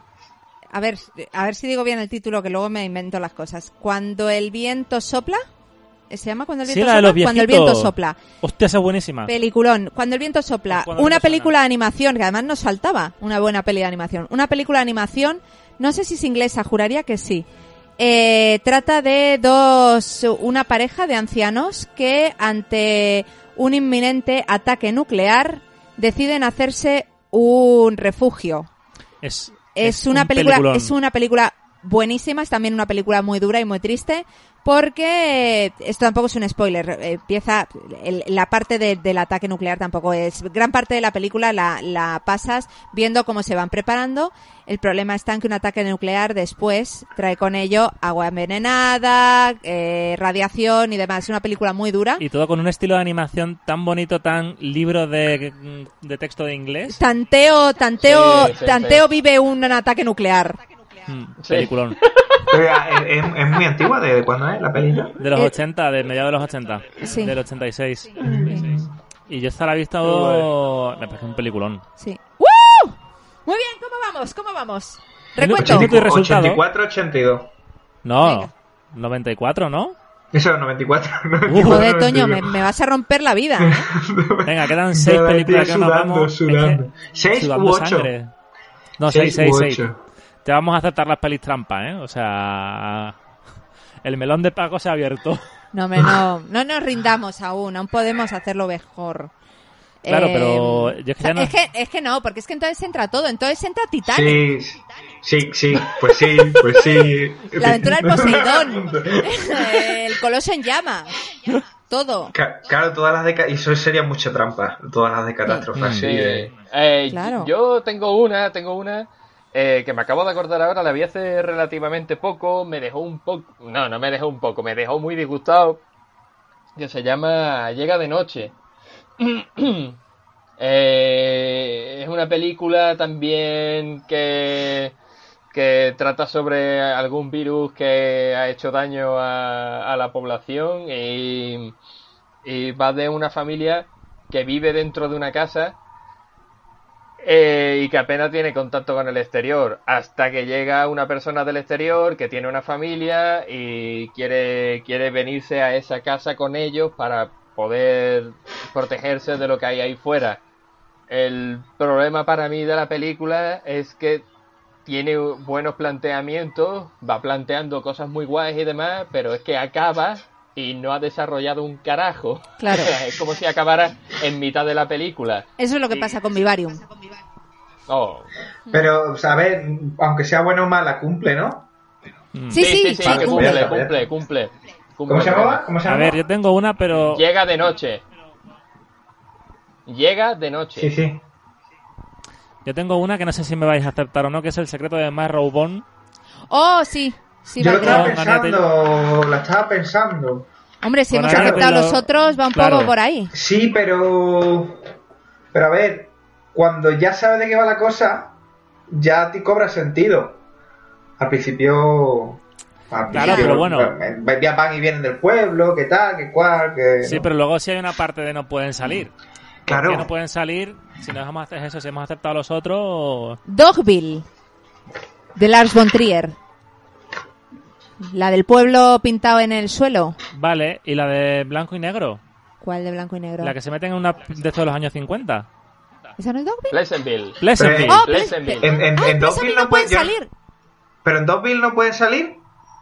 Speaker 2: A ver, a ver si digo bien el título, que luego me invento las cosas. Cuando el viento sopla, ¿se llama Cuando el
Speaker 1: Sí,
Speaker 2: viento
Speaker 1: la de
Speaker 2: sopla?
Speaker 1: los
Speaker 2: Cuando el
Speaker 1: viejitos.
Speaker 2: viento sopla.
Speaker 1: Hostia, esa es buenísima.
Speaker 2: Peliculón. Cuando el viento sopla.
Speaker 1: Cuando el
Speaker 2: Una
Speaker 1: viento
Speaker 2: película
Speaker 1: suena.
Speaker 2: de animación, que además nos faltaba una buena peli de animación. Una película de animación, no sé si es inglesa, juraría que sí. Eh, trata de dos, una pareja de ancianos que ante un inminente ataque nuclear deciden hacerse un refugio.
Speaker 1: Es,
Speaker 2: Es una
Speaker 1: un
Speaker 2: película,
Speaker 1: peliculón.
Speaker 2: es una película buenísima, es también una película muy dura y muy triste, porque esto tampoco es un spoiler, eh, empieza el- la parte de- del ataque nuclear tampoco es, gran parte de la película la, la pasas viendo cómo se van preparando. El problema está en que un ataque nuclear después trae con ello agua envenenada, eh, radiación y demás. Es una película muy dura.
Speaker 1: Y todo con un estilo de animación tan bonito, tan libro de, de texto de inglés.
Speaker 2: Tanteo, Tanteo,
Speaker 3: Sí, sí,
Speaker 2: Tanteo
Speaker 3: sí.
Speaker 2: vive un ataque nuclear.
Speaker 1: Mm,
Speaker 3: Sí.
Speaker 1: Peliculón.
Speaker 4: Pero, es, es- es muy antigua, ¿de cuándo es la peli? ¿No?
Speaker 1: De los
Speaker 2: Eh,
Speaker 1: ochenta, de mediados de los ochenta.
Speaker 2: Sí.
Speaker 1: Del ochenta y seis.
Speaker 2: Mm,
Speaker 1: Y yo esta la he visto... Me parece un peliculón.
Speaker 2: Sí. ¡Woo! Muy bien, ¿cómo vamos? ¿Cómo vamos? Recuento.
Speaker 1: Minuto y resultado.
Speaker 4: ochenta y cuatro ochenta y dos.
Speaker 1: No,
Speaker 2: Venga.
Speaker 1: noventa y cuatro, ¿no?
Speaker 4: Eso, noventa y cuatro.
Speaker 2: Joder, Toño, me, me vas a romper la vida. ¿eh?
Speaker 1: Venga, quedan seis
Speaker 4: Nada,
Speaker 1: películas
Speaker 4: tío,
Speaker 1: que nos
Speaker 4: sudando,
Speaker 1: vamos...
Speaker 4: sudando.
Speaker 1: es que-
Speaker 4: ¿Seis
Speaker 1: sudando
Speaker 4: u ocho?
Speaker 1: sangre. No, seis, seis,
Speaker 4: u
Speaker 1: seis.
Speaker 4: ocho.
Speaker 1: Te vamos a aceptar las pelis trampa, ¿eh? O sea... El melón de Paco se ha abierto.
Speaker 2: No, me, no, no nos rindamos aún, aún podemos hacerlo mejor.
Speaker 1: Claro,
Speaker 2: Eh,
Speaker 1: pero yo es que ya no-
Speaker 2: es que es que no, porque es que entonces entra todo, entonces entra Titanic.
Speaker 4: Sí, sí, sí, pues sí, pues sí.
Speaker 2: La aventura del Poseidón. El coloso en llamas. Todo.
Speaker 4: Ca- Claro, todas las de... ca- Y eso sería mucha trampa, todas las de catástrofe.
Speaker 1: Mm.
Speaker 4: así
Speaker 3: Sí.
Speaker 4: de-
Speaker 3: Eh,
Speaker 2: Claro.
Speaker 3: Yo tengo una, tengo una eh, que me acabo de acordar ahora, la vi hace relativamente poco, me dejó un poco, no, no me dejó un poco, me dejó muy disgustado, que se llama Llega de noche. Eh, es una película también que, que trata sobre algún virus que ha hecho daño a, a la población y, y va de una familia que vive dentro de una casa eh, y que apenas tiene contacto con el exterior, hasta que llega una persona del exterior que tiene una familia y quiere, quiere venirse a esa casa con ellos para poder protegerse de lo que hay ahí fuera. El problema para mí de la película es que tiene buenos planteamientos, va planteando cosas muy guays y demás, pero es que acaba y no ha desarrollado un carajo.
Speaker 2: Claro.
Speaker 3: Es como si acabara en mitad de la película.
Speaker 2: Eso es lo que pasa con Vivarium.
Speaker 3: Oh.
Speaker 4: Pero, ¿sabes? Aunque sea buena o mala, cumple, ¿no?
Speaker 1: Mm.
Speaker 2: Sí, sí, sí,
Speaker 3: que
Speaker 2: cumple.
Speaker 3: cumple, cumple, cumple.
Speaker 4: ¿Cómo se llamaba? ¿Cómo se
Speaker 1: A
Speaker 4: llamaba?
Speaker 1: ver, yo tengo una, pero...
Speaker 3: Llega de noche. Llega de noche.
Speaker 4: Sí, sí.
Speaker 1: Yo tengo una que no sé si me vais a aceptar o no, que es El secreto de Marrowbone.
Speaker 2: Oh, sí. Sí,
Speaker 4: Yo lo
Speaker 2: valdría.
Speaker 4: estaba
Speaker 1: No,
Speaker 4: pensando, la estaba pensando.
Speaker 2: Hombre, si
Speaker 1: Con
Speaker 2: hemos
Speaker 1: Anya
Speaker 2: aceptado
Speaker 1: Taylor-
Speaker 2: los otros, va un
Speaker 1: Claro.
Speaker 2: poco por ahí.
Speaker 4: Sí, pero... Pero a ver, cuando ya sabes de qué va la cosa, ya te cobra sentido. Al principio... Al
Speaker 1: Claro,
Speaker 4: principio,
Speaker 1: pero bueno.
Speaker 4: eh, Ya van y vienen del pueblo, qué tal, qué cual, que...
Speaker 1: Sí,
Speaker 4: ¿no?
Speaker 1: pero luego sí hay una parte de no pueden salir.
Speaker 4: Claro.
Speaker 1: ¿Por qué no pueden salir si no hemos hacer eso? Si hemos aceptado a los otros...
Speaker 2: Dogville, de Lars von Trier. La del pueblo pintado en el suelo.
Speaker 1: Vale, ¿y la de blanco y negro?
Speaker 2: ¿Cuál de blanco y negro?
Speaker 1: La que se meten en una de estos de los años cincuenta.
Speaker 2: ¿Esa no es Dogville?
Speaker 3: Pleasantville.
Speaker 1: Pleasantville.
Speaker 2: Oh,
Speaker 3: Pleasantville.
Speaker 4: En, en,
Speaker 2: Ah,
Speaker 4: en
Speaker 2: pues a
Speaker 4: Dogville
Speaker 2: mí
Speaker 4: no
Speaker 2: no pueden
Speaker 4: pueden
Speaker 2: salir.
Speaker 4: ¿Pero en Dogville no pueden salir?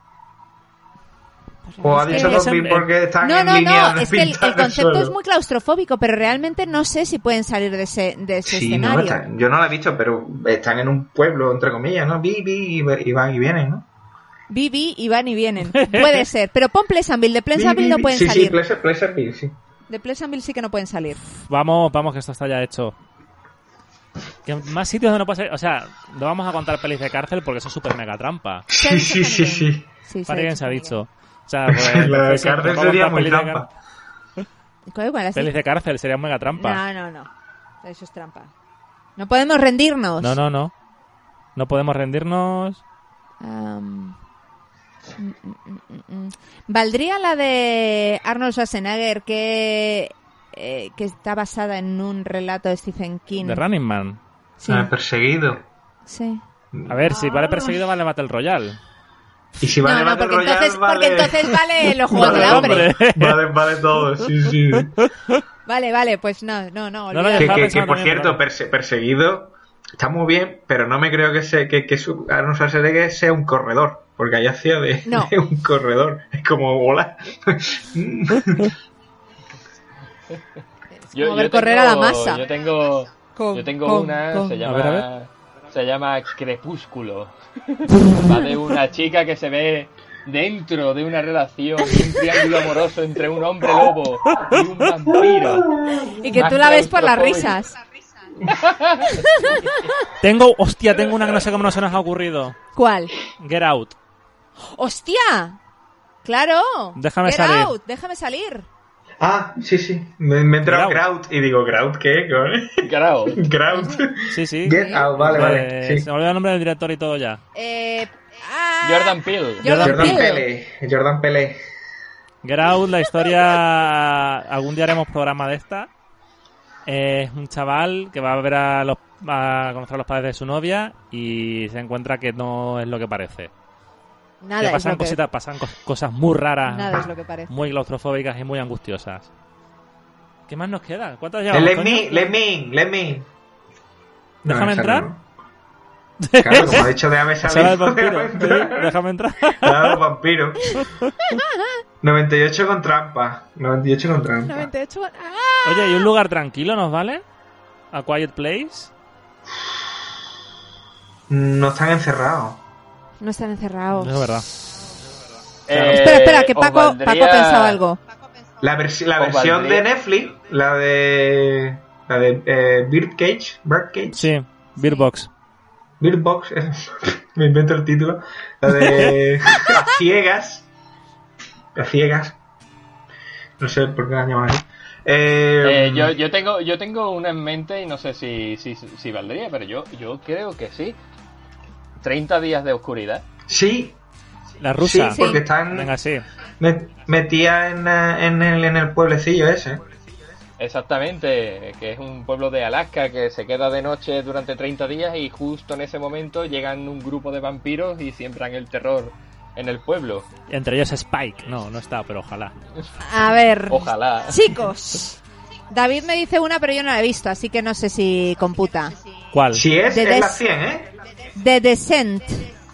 Speaker 2: Pues
Speaker 4: ¿O ha
Speaker 2: es
Speaker 4: dicho
Speaker 2: que-
Speaker 4: Dogville porque están
Speaker 2: No,
Speaker 4: en
Speaker 2: no,
Speaker 4: línea
Speaker 2: no, es que el,
Speaker 4: pintadas
Speaker 2: el
Speaker 4: en el
Speaker 2: concepto
Speaker 4: suelo?
Speaker 2: es muy claustrofóbico, pero realmente no sé si pueden salir de ese, de ese
Speaker 4: Sí, no,
Speaker 2: escenario.
Speaker 4: están- yo no la he visto, pero están en un pueblo, entre comillas, ¿no? Vi, vi, y, y van y vienen, ¿no?
Speaker 2: Vivi y van y vienen. Puede ser, pero pon Pleasantville. De Pleasantville no pueden
Speaker 4: sí,
Speaker 2: salir.
Speaker 4: Sí, Pleasant- Pleasantville, sí.
Speaker 2: De Pleasantville sí que no pueden salir.
Speaker 1: Vamos, vamos, que esto está ya hecho. Que más sitios donde no puede ser... O sea, no vamos a contar pelis de cárcel porque eso es súper mega trampa.
Speaker 2: Se ha
Speaker 4: Sí,
Speaker 2: dicho
Speaker 4: sí, sí,
Speaker 2: también.
Speaker 4: sí.
Speaker 2: Sí,
Speaker 1: Para quién se ha
Speaker 2: también.
Speaker 1: dicho. O sea, pues,
Speaker 4: La de
Speaker 1: pues, sí,
Speaker 4: cárcel
Speaker 1: no vamos a
Speaker 4: sería
Speaker 1: contar
Speaker 4: muy
Speaker 1: pelis de
Speaker 4: trampa.
Speaker 1: cár-
Speaker 2: ¿Cuál, cuál, así?
Speaker 1: Pelis de cárcel sería mega trampa.
Speaker 2: No, no, no. Eso es trampa. No podemos rendirnos.
Speaker 1: No, no, no. No podemos rendirnos.
Speaker 2: Am, mm, mm, mm, mm, mm. ¿Valdría la de Arnold Schwarzenegger que, eh, que está basada en un relato de Stephen King?
Speaker 1: De Running Man.
Speaker 2: Sí,
Speaker 4: Ah, perseguido.
Speaker 2: sí.
Speaker 1: A ver, si vale perseguido, vale Battle Royale.
Speaker 4: Y si
Speaker 2: No,
Speaker 4: vale
Speaker 2: no,
Speaker 4: Battle
Speaker 2: porque
Speaker 4: Royale,
Speaker 2: entonces,
Speaker 4: vale...
Speaker 2: porque entonces vale los juegos
Speaker 4: vale,
Speaker 2: del hambre.
Speaker 1: hombre.
Speaker 4: Vale, vale todo, sí, sí.
Speaker 2: Vale, vale, pues no, no, no.
Speaker 1: No, no,
Speaker 2: olvídalo.
Speaker 4: Que,
Speaker 1: estaba
Speaker 4: que, que,
Speaker 1: pensando
Speaker 4: por
Speaker 1: también,
Speaker 4: cierto,
Speaker 1: pero-
Speaker 4: perse- perseguido está muy bien, pero no me creo que, se, que, que su, Arnold Schwarzenegger sea un corredor, porque haya hacía de,
Speaker 2: No.
Speaker 4: de un corredor. Es como volar.
Speaker 3: Yo,
Speaker 2: Como ver
Speaker 3: yo
Speaker 2: correr
Speaker 3: tengo,
Speaker 2: a la masa.
Speaker 3: Yo tengo,
Speaker 2: Con-
Speaker 3: yo tengo
Speaker 2: con-
Speaker 3: una,
Speaker 2: con-
Speaker 3: se
Speaker 1: A
Speaker 3: llama,
Speaker 1: ver, a ver.
Speaker 3: se llama Crepúsculo. Va de una chica que se ve dentro de una relación, de un triángulo amoroso entre un hombre lobo y un vampiro.
Speaker 2: Y que
Speaker 3: Más
Speaker 2: tú la ves por las
Speaker 3: claustrofóbico.
Speaker 2: risas.
Speaker 1: Tengo, hostia, tengo una que no sé cómo no se nos ha ocurrido.
Speaker 2: ¿Cuál?
Speaker 1: Get Out.
Speaker 2: ¡Hostia! ¡Claro!
Speaker 1: Déjame
Speaker 2: Get
Speaker 1: salir.
Speaker 2: out, déjame salir.
Speaker 4: Ah, sí, sí. Me, me he entrado
Speaker 1: Grout.
Speaker 4: Grout y digo, ¿Grout qué? cojones?
Speaker 3: Claro.
Speaker 4: Grout.
Speaker 1: Sí, sí.
Speaker 4: Get out, vale, vale.
Speaker 1: Eh,
Speaker 4: Sí.
Speaker 1: Se me olvidó el nombre del director y todo ya.
Speaker 2: Eh, ah,
Speaker 3: Jordan Peele.
Speaker 2: Jordan
Speaker 4: Jordan
Speaker 2: Peele.
Speaker 4: Pele. Jordan Pele.
Speaker 1: Get Out, la historia... Algún día haremos programa de esta. Es un chaval que va a ver a los a conocer a los padres de su novia y se encuentra que no es lo que parece.
Speaker 2: Nada
Speaker 1: Que
Speaker 2: es,
Speaker 1: pasan
Speaker 2: lo que,
Speaker 1: cositas, pasan cos- cosas muy raras,
Speaker 2: nada es lo que parece.
Speaker 1: muy claustrofóbicas y muy angustiosas. ¿Qué más nos queda? ¿Cuántas
Speaker 4: Eh,
Speaker 1: llevamos,
Speaker 4: Let
Speaker 1: coño?
Speaker 4: me, let me, let me.
Speaker 1: ¿Déjame
Speaker 4: esa
Speaker 1: entrar?
Speaker 4: no. Claro, como ha dicho, déjame
Speaker 1: Esa era
Speaker 4: salir.
Speaker 1: el vampiro.
Speaker 4: déjame
Speaker 1: Sí,
Speaker 4: entrar.
Speaker 1: déjame entrar.
Speaker 4: Claro, vampiro. noventa y ocho con trampa. noventa y ocho con trampa.
Speaker 2: noventa y ocho. ¡Ah!
Speaker 1: Oye, ¿y un lugar tranquilo nos vale? ¿A Quiet Place?
Speaker 4: No están encerrados.
Speaker 2: No están encerrados.
Speaker 1: Es verdad.
Speaker 3: Eh,
Speaker 2: Espera, espera, que
Speaker 3: os
Speaker 2: Paco,
Speaker 3: valdría-
Speaker 2: Paco ha pensado algo.
Speaker 4: La, versi- la
Speaker 3: ¿Os
Speaker 4: versión
Speaker 3: valdría?
Speaker 4: de Netflix, la de. La de eh, Birdcage. Birdcage.
Speaker 1: Sí, Beerbox.
Speaker 4: Birdbox. Me invento el título. La de. A ciegas. A ciegas. No sé por qué la llaman así. Eh,
Speaker 3: Eh, yo, yo tengo yo tengo una en mente y no sé si, si, si valdría, pero yo, yo creo que sí. treinta días de oscuridad.
Speaker 4: Sí,
Speaker 1: La rusa.
Speaker 4: sí, porque están
Speaker 1: Venga, sí.
Speaker 4: met- metía en, eh, en, el, en el pueblecillo ese.
Speaker 3: Exactamente, que es un pueblo de Alaska que se queda de noche durante treinta días y justo en ese momento llegan un grupo de vampiros y siembran el terror en el pueblo.
Speaker 1: Entre ellos Spike. No, no está, pero ojalá.
Speaker 2: A ver,
Speaker 3: Ojalá.
Speaker 2: chicos. David me dice una, pero yo no la he visto, así que no sé si computa.
Speaker 1: ¿Cuál?
Speaker 4: Si es,
Speaker 2: De
Speaker 4: es la
Speaker 2: des-
Speaker 4: cien, ¿eh?
Speaker 2: The Descent.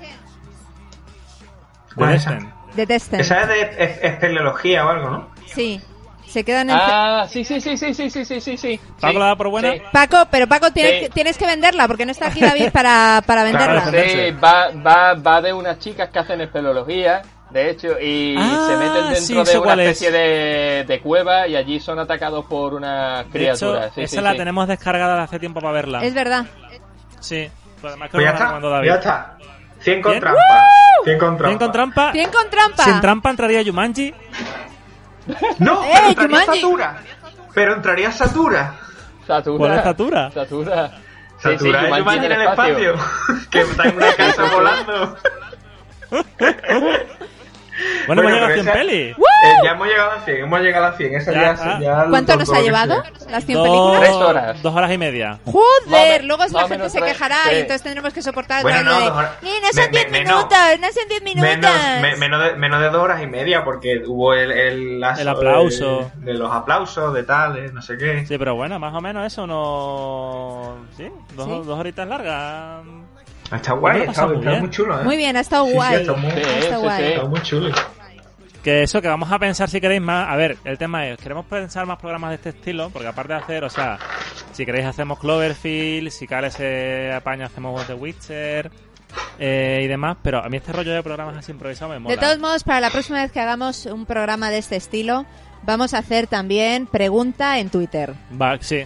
Speaker 4: ¿Cuál
Speaker 1: The
Speaker 4: es esa?
Speaker 1: Descent.
Speaker 2: The Descent.
Speaker 4: Esa es de es- espeleología o algo, ¿no?
Speaker 2: Sí. Se quedan en...
Speaker 3: Ah, sí, sí, sí, sí, sí, sí, sí, sí, sí.
Speaker 1: ¿Paco
Speaker 3: Sí,
Speaker 1: la da por buena?
Speaker 3: sí.
Speaker 2: Paco, pero Paco, tienes,
Speaker 3: Sí.
Speaker 2: que, tienes que venderla, porque no está aquí David para, para venderla.
Speaker 4: Claro,
Speaker 3: Sí, va, va, va de unas chicas que hacen espeleología, de hecho, y
Speaker 1: Ah,
Speaker 3: se meten dentro
Speaker 1: sí,
Speaker 3: de
Speaker 1: sé
Speaker 3: una
Speaker 1: cuál es.
Speaker 3: especie de, de cueva y allí son atacados por unas
Speaker 1: De
Speaker 3: criaturas.
Speaker 1: hecho,
Speaker 3: sí,
Speaker 1: esa
Speaker 3: sí,
Speaker 1: la
Speaker 3: sí.
Speaker 1: tenemos descargada de hace tiempo para verla.
Speaker 2: Es verdad.
Speaker 1: Sí. Pues además que
Speaker 4: Pues
Speaker 1: nos
Speaker 4: ya
Speaker 1: la
Speaker 4: está,
Speaker 1: recomendó David.
Speaker 4: ya está. cien con
Speaker 1: ¿Bien?
Speaker 4: trampa. cien con trampa.
Speaker 1: ¿Bien con trampa?
Speaker 2: Bien con trampa.
Speaker 1: Sin trampa entraría Jumanji.
Speaker 4: No,
Speaker 2: ¡Eh,
Speaker 4: pero entraría
Speaker 2: Jumanji!
Speaker 4: Satura. Pero entraría Satura.
Speaker 3: Satura.
Speaker 1: ¿Cuál es Satura?
Speaker 3: Satura. Sí,
Speaker 4: Satura
Speaker 3: sí,
Speaker 4: es Jumanji en el espacio. Que está en una casa volando.
Speaker 1: Bueno, hemos llegado a
Speaker 4: pero
Speaker 1: cien
Speaker 4: esa-
Speaker 1: pelis.
Speaker 4: Eh, ya hemos llegado a cien, hemos llegado a cien. Esa
Speaker 1: Ya
Speaker 4: ya,
Speaker 1: está.
Speaker 4: ya lo-
Speaker 2: ¿Cuánto
Speaker 4: todo
Speaker 2: nos
Speaker 4: lo
Speaker 2: ha
Speaker 4: que
Speaker 2: llevado?
Speaker 4: sea.
Speaker 2: ¿Las cien
Speaker 1: Dos,
Speaker 2: películas?
Speaker 3: Tres horas.
Speaker 1: Dos horas y media.
Speaker 2: ¡Joder!
Speaker 3: Más o-
Speaker 2: Luego
Speaker 3: más
Speaker 2: la
Speaker 3: o
Speaker 2: gente
Speaker 3: menos
Speaker 2: se
Speaker 3: tres,
Speaker 2: quejará
Speaker 3: sí.
Speaker 2: y entonces tendremos que soportar
Speaker 4: Bueno,
Speaker 2: el
Speaker 4: no,
Speaker 2: de,
Speaker 4: dos horas.
Speaker 2: "Ni, no son
Speaker 4: Me-
Speaker 2: diez
Speaker 4: me-
Speaker 2: minutos,
Speaker 4: menos-
Speaker 2: no son diez minutos.
Speaker 4: Menos, me- menos, de, menos de dos horas y media porque hubo el, el, lazo
Speaker 1: El aplauso.
Speaker 4: De, de los aplausos, de tales, no sé qué.
Speaker 1: Sí, pero bueno, más o menos eso no... Sí, dos,
Speaker 2: Sí.
Speaker 1: dos horitas largas.
Speaker 4: Está guay,
Speaker 1: Me lo he
Speaker 4: está,
Speaker 1: pasado muy
Speaker 4: está
Speaker 1: bien.
Speaker 4: muy chulo, ¿eh?
Speaker 2: Muy bien, ha estado
Speaker 4: Sí, sí,
Speaker 2: guay.
Speaker 4: está muy-
Speaker 2: Ha
Speaker 3: Sí,
Speaker 2: estado
Speaker 3: sí,
Speaker 2: guay.
Speaker 3: sí.
Speaker 4: Está muy chulo.
Speaker 1: Que eso, que vamos a pensar si queréis más. A ver, el tema es, queremos pensar más programas de este estilo, porque aparte de hacer, o sea, si queréis hacemos Cloverfield, si Cale se apaña hacemos The Witcher eh, y demás, pero a mí este rollo de programas así improvisados me mola.
Speaker 2: De todos modos, para la próxima vez que hagamos un programa de este estilo, vamos a hacer también pregunta en Twitter.
Speaker 1: Va, sí.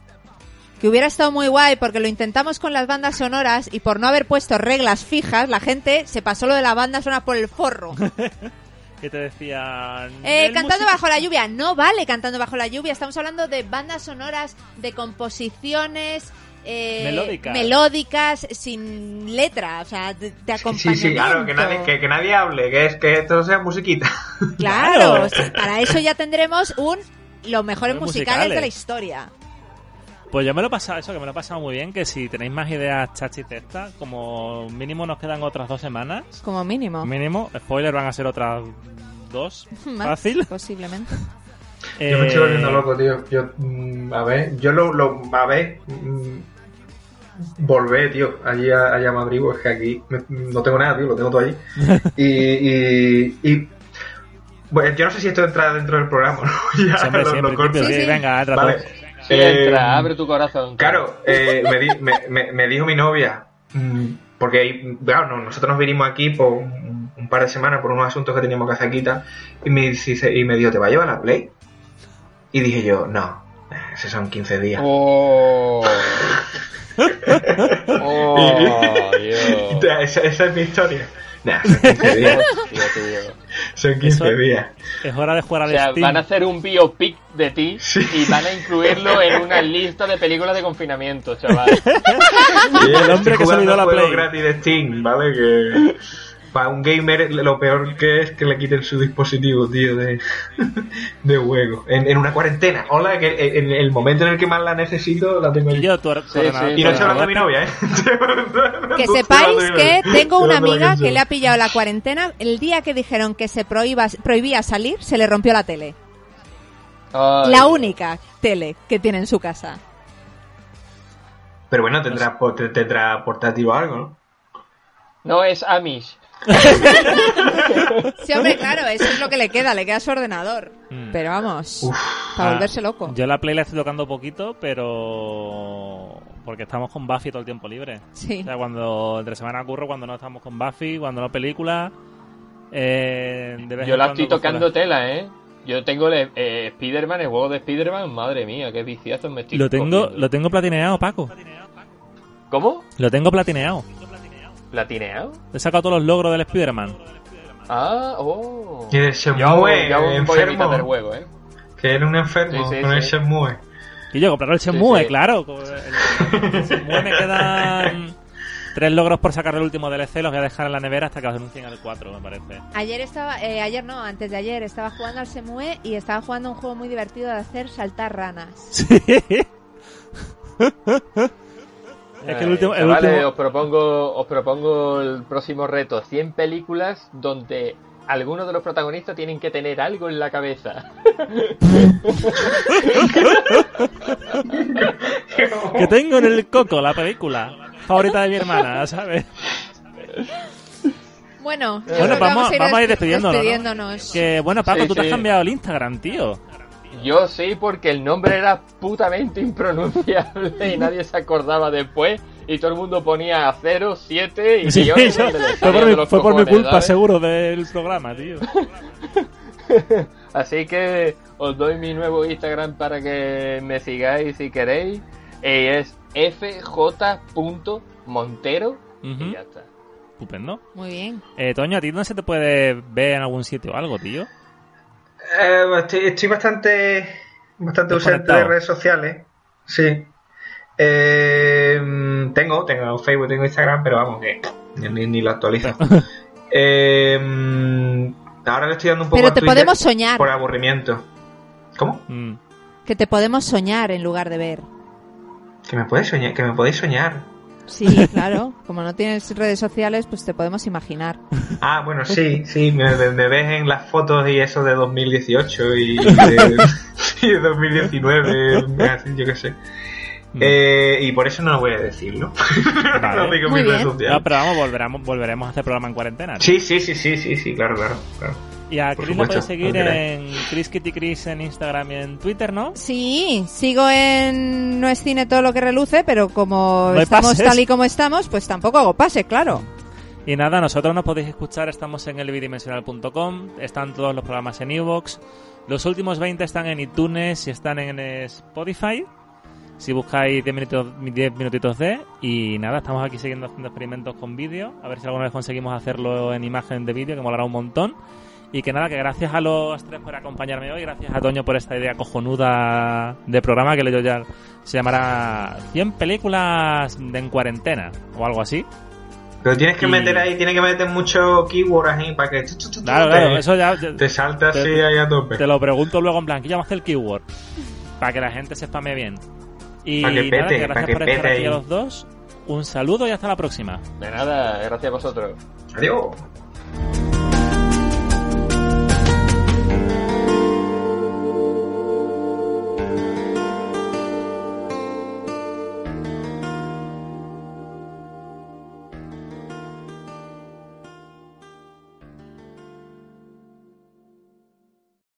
Speaker 2: Que hubiera estado muy guay porque lo intentamos con las bandas sonoras y por no haber puesto reglas fijas, la gente se pasó lo de la banda sonora por el forro.
Speaker 1: Que te decían...
Speaker 2: Eh,
Speaker 1: el
Speaker 2: cantando
Speaker 1: músico-
Speaker 2: bajo la lluvia. No vale cantando bajo la lluvia. Estamos hablando de bandas sonoras, de composiciones... eh,
Speaker 1: Melódicas.
Speaker 2: melódicas, sin letra, o sea, de, de acompañamiento.
Speaker 4: Sí, sí, claro, que nadie, que, que nadie hable, que es que todo sea musiquita.
Speaker 2: Claro,
Speaker 1: Claro.
Speaker 2: o sea, para eso ya tendremos un los mejores
Speaker 1: Los
Speaker 2: musicales,
Speaker 1: musicales.
Speaker 2: de la historia.
Speaker 1: Pues yo me lo he pasado, eso, que me lo he pasado muy bien, que si tenéis más ideas chachis de estas, como mínimo nos quedan otras dos semanas.
Speaker 2: Como mínimo.
Speaker 1: Mínimo, spoiler, van a ser otras dos.
Speaker 2: Más,
Speaker 1: Fácil.
Speaker 2: posiblemente.
Speaker 4: Yo me estoy
Speaker 1: Eh,
Speaker 4: volviendo loco, tío. Yo, mm, a ver, yo lo, lo a ver, mm, volver, tío, allí a, allá a Madrid, porque es que aquí me- no tengo nada, tío, lo tengo todo allí. Y, y, y bueno, yo no sé si esto entra dentro del programa, ¿no? Ya
Speaker 1: Siempre,
Speaker 4: lo-
Speaker 1: siempre,
Speaker 4: lo corto.
Speaker 1: sí,
Speaker 2: Sí, sí.
Speaker 1: venga, entra
Speaker 4: Vale.
Speaker 1: todo.
Speaker 3: Sí,
Speaker 4: Eh,
Speaker 3: entra, abre tu corazón.
Speaker 4: Claro, eh, me, di- me, me, me dijo mi novia, mm, porque claro, no, nosotros nos vinimos aquí por un, un par de semanas por unos asuntos que teníamos que hacer aquí y tal, y me, dice, y me dijo, ¿te va a llevar la Play? Y dije yo, no, esos son quince días.
Speaker 3: Oh. Oh,
Speaker 4: Y
Speaker 3: Dios.
Speaker 4: te- esa, esa es mi historia. Nah, son quince días.
Speaker 3: Hostia, tío.
Speaker 4: Son quince
Speaker 1: Eso-
Speaker 4: días.
Speaker 1: Es hora de jugar
Speaker 3: O
Speaker 1: al
Speaker 3: sea,
Speaker 1: Steam.
Speaker 3: van a hacer un biopic de ti
Speaker 4: Sí.
Speaker 3: y van a incluirlo en una lista de películas de confinamiento, chaval.
Speaker 4: Sí,
Speaker 1: El hombre
Speaker 4: estoy
Speaker 1: que se olvidó
Speaker 4: jugando
Speaker 1: la
Speaker 4: juegos
Speaker 1: Play.
Speaker 4: gratis de Steam, ¿vale? Que para un gamer lo peor que es que le quiten su dispositivo, tío, de, de juego. En, en una cuarentena. Hola, que en el momento en el que más la necesito la tengo
Speaker 1: Y
Speaker 4: yo.
Speaker 1: yo, tu, tu
Speaker 3: Sí,
Speaker 1: ordenador-
Speaker 3: sí,
Speaker 4: Y no
Speaker 1: tu
Speaker 4: estoy hablando de mi
Speaker 1: ordenador-
Speaker 4: novia, ¿eh?
Speaker 2: Que
Speaker 4: Estoy
Speaker 2: sepáis
Speaker 4: hablando de mi
Speaker 2: que
Speaker 4: novia.
Speaker 2: tengo una
Speaker 4: Estoy hablando de
Speaker 2: amiga
Speaker 4: la
Speaker 2: que le ha pillado la cuarentena. El día que dijeron que se prohíba, prohibía salir, se le rompió la tele.
Speaker 3: Ay,
Speaker 2: La única tele que tiene en su casa.
Speaker 4: Pero bueno, tendrá, po- te- tendrá portátil o algo, ¿no?
Speaker 3: No es Amish.
Speaker 2: Sí, hombre, claro, eso es lo que le queda, le queda su ordenador.
Speaker 1: Mm.
Speaker 2: Pero vamos,
Speaker 4: Uf.
Speaker 2: para
Speaker 1: Ah,
Speaker 2: volverse loco.
Speaker 1: Yo la Play la estoy tocando poquito, pero... Porque estamos con Buffy todo el tiempo libre.
Speaker 2: Sí.
Speaker 1: O sea, cuando entre semana curro, cuando no estamos con Buffy, cuando no película... Eh, de vez
Speaker 3: Yo
Speaker 1: en
Speaker 3: la
Speaker 1: cuando
Speaker 3: estoy
Speaker 1: cojo
Speaker 3: tocando
Speaker 1: la-
Speaker 3: tela, ¿eh? Yo tengo el, eh, Spider-Man, el juego de Spider-Man, madre mía, qué viciazos me estoy
Speaker 1: Lo tengo,
Speaker 3: cogiendo.
Speaker 1: lo tengo platineado, Paco.
Speaker 3: ¿Cómo?
Speaker 1: Lo tengo platineado.
Speaker 3: ¿Platineado?
Speaker 1: He sacado todos los logros del Spider-Man.
Speaker 3: Ah, oh.
Speaker 4: Que se
Speaker 3: Yo,
Speaker 4: mueve,
Speaker 3: yo voy a
Speaker 4: enfermo.
Speaker 3: mitad del juego, ¿eh?
Speaker 4: Que era un enfermo
Speaker 3: Sí, sí,
Speaker 4: con el
Speaker 3: sí.
Speaker 4: Shenmue.
Speaker 1: Y yo, compraron el Shenmue,
Speaker 3: sí.
Speaker 1: claro. El, el Shenmue me quedan tres logros por sacar el último D L C. Los voy a dejar en la nevera hasta que los anuncien el cuatro, me parece.
Speaker 2: Ayer estaba, eh, ayer no, antes de ayer estaba jugando al Semue y estaba jugando un juego muy divertido de hacer saltar ranas.
Speaker 1: Sí. Es que el último... El
Speaker 3: Chavales,
Speaker 1: último...
Speaker 3: os propongo, os propongo el próximo reto, cien películas donde algunos de los protagonistas tienen que tener algo en la cabeza.
Speaker 1: Que tengo en el coco, la película favorita de mi hermana, ¿sabes?
Speaker 2: Bueno, yo
Speaker 1: Bueno,
Speaker 2: creo que
Speaker 1: vamos,
Speaker 2: a ir
Speaker 1: vamos a ir
Speaker 2: despe-
Speaker 1: despidiéndonos, ¿no?
Speaker 2: despidiéndonos.
Speaker 1: Que bueno, Paco,
Speaker 3: Sí,
Speaker 1: tú te has
Speaker 3: sí.
Speaker 1: cambiado el Instagram, tío.
Speaker 3: Yo sí, porque el nombre era putamente impronunciable y nadie se acordaba después. Y todo el mundo ponía cero, siete y
Speaker 1: Sí,
Speaker 3: yo,
Speaker 1: yo-
Speaker 3: le
Speaker 1: fue
Speaker 3: salía
Speaker 1: por
Speaker 3: de
Speaker 1: mi,
Speaker 3: los
Speaker 1: fue por mi
Speaker 3: cojones,
Speaker 1: culpa,
Speaker 3: ¿sabes?
Speaker 1: seguro, del programa, tío.
Speaker 3: Así que os doy mi nuevo Instagram para que me sigáis si queréis. Y es f j punto montero
Speaker 1: Ujú.
Speaker 3: y ya está.
Speaker 1: Estupendo.
Speaker 2: Muy bien.
Speaker 1: Eh, Toño, ¿a ti dónde se te puede ver en algún sitio o algo, tío?
Speaker 4: Eh, estoy, estoy bastante bastante ausente
Speaker 1: Desconectado.
Speaker 4: de redes sociales. Sí. Eh, tengo, tengo Facebook, tengo Instagram, pero vamos, que ni, ni lo actualizo. Eh, Ahora le estoy dando un poco
Speaker 2: Pero
Speaker 4: a
Speaker 2: te
Speaker 4: Twitter
Speaker 2: podemos soñar.
Speaker 4: por aburrimiento. ¿Cómo?
Speaker 1: Mm.
Speaker 2: Que te podemos soñar en lugar de ver.
Speaker 4: Que me podéis soñar, que me podéis soñar.
Speaker 2: Sí, claro. Como no tienes redes sociales, pues te podemos imaginar.
Speaker 4: Ah, bueno, sí, sí, me, me ves en las fotos y eso de dos mil dieciocho y de, y de dos mil diecinueve, yo qué sé. Eh, y por eso no lo voy a decir, ¿no?
Speaker 1: Vale.
Speaker 4: No digo
Speaker 2: Muy
Speaker 4: mis redes
Speaker 2: bien.
Speaker 4: sociales.
Speaker 1: No, pero vamos, volveremos, volveremos a hacer programa en cuarentena, ¿no?
Speaker 4: Sí, sí, sí, sí, sí, sí, claro, claro, claro.
Speaker 1: Y a
Speaker 4: Por
Speaker 1: Chris lo
Speaker 4: supuesto,
Speaker 1: podéis seguir
Speaker 4: cuando
Speaker 1: en Chris Kitty Chris en Instagram y en Twitter, ¿no?
Speaker 2: Sí, sigo en No es cine todo lo que reluce, pero como
Speaker 1: No hay
Speaker 2: estamos
Speaker 1: pases.
Speaker 2: tal y como estamos, pues tampoco hago pase, claro.
Speaker 1: Y nada, nosotros nos podéis escuchar, estamos en el bidimensional punto com, están todos los programas en iVoox, los últimos veinte están en iTunes y están en Spotify, si buscáis diez minutitos, diez minutitos de, y nada, estamos aquí siguiendo haciendo experimentos con vídeo, a ver si alguna vez conseguimos hacerlo en imagen de vídeo, que molará un montón. Y que nada, que gracias a los tres por acompañarme hoy, gracias a Toño por esta idea cojonuda de programa que yo ya se llamará cien películas de en cuarentena o algo así.
Speaker 4: Pero tienes que
Speaker 1: Y-
Speaker 4: meter ahí, tienes que meter muchos keywords ahí para que tu, tu, tu, tu,
Speaker 1: Claro,
Speaker 4: te,
Speaker 1: claro, eso ya te,
Speaker 4: te salta así
Speaker 1: te-
Speaker 4: ahí a tope.
Speaker 1: te lo pregunto luego en plan, ¿qué llamas el keyword? Para que la gente se spame bien. Y
Speaker 4: Pa' que
Speaker 1: nada,
Speaker 4: pete,
Speaker 1: que
Speaker 4: pa'
Speaker 1: gracias
Speaker 4: que
Speaker 1: por estar
Speaker 4: pete
Speaker 1: aquí a
Speaker 4: ahí.
Speaker 1: los dos. Un saludo y hasta la próxima.
Speaker 3: De nada, gracias a vosotros.
Speaker 4: Adiós.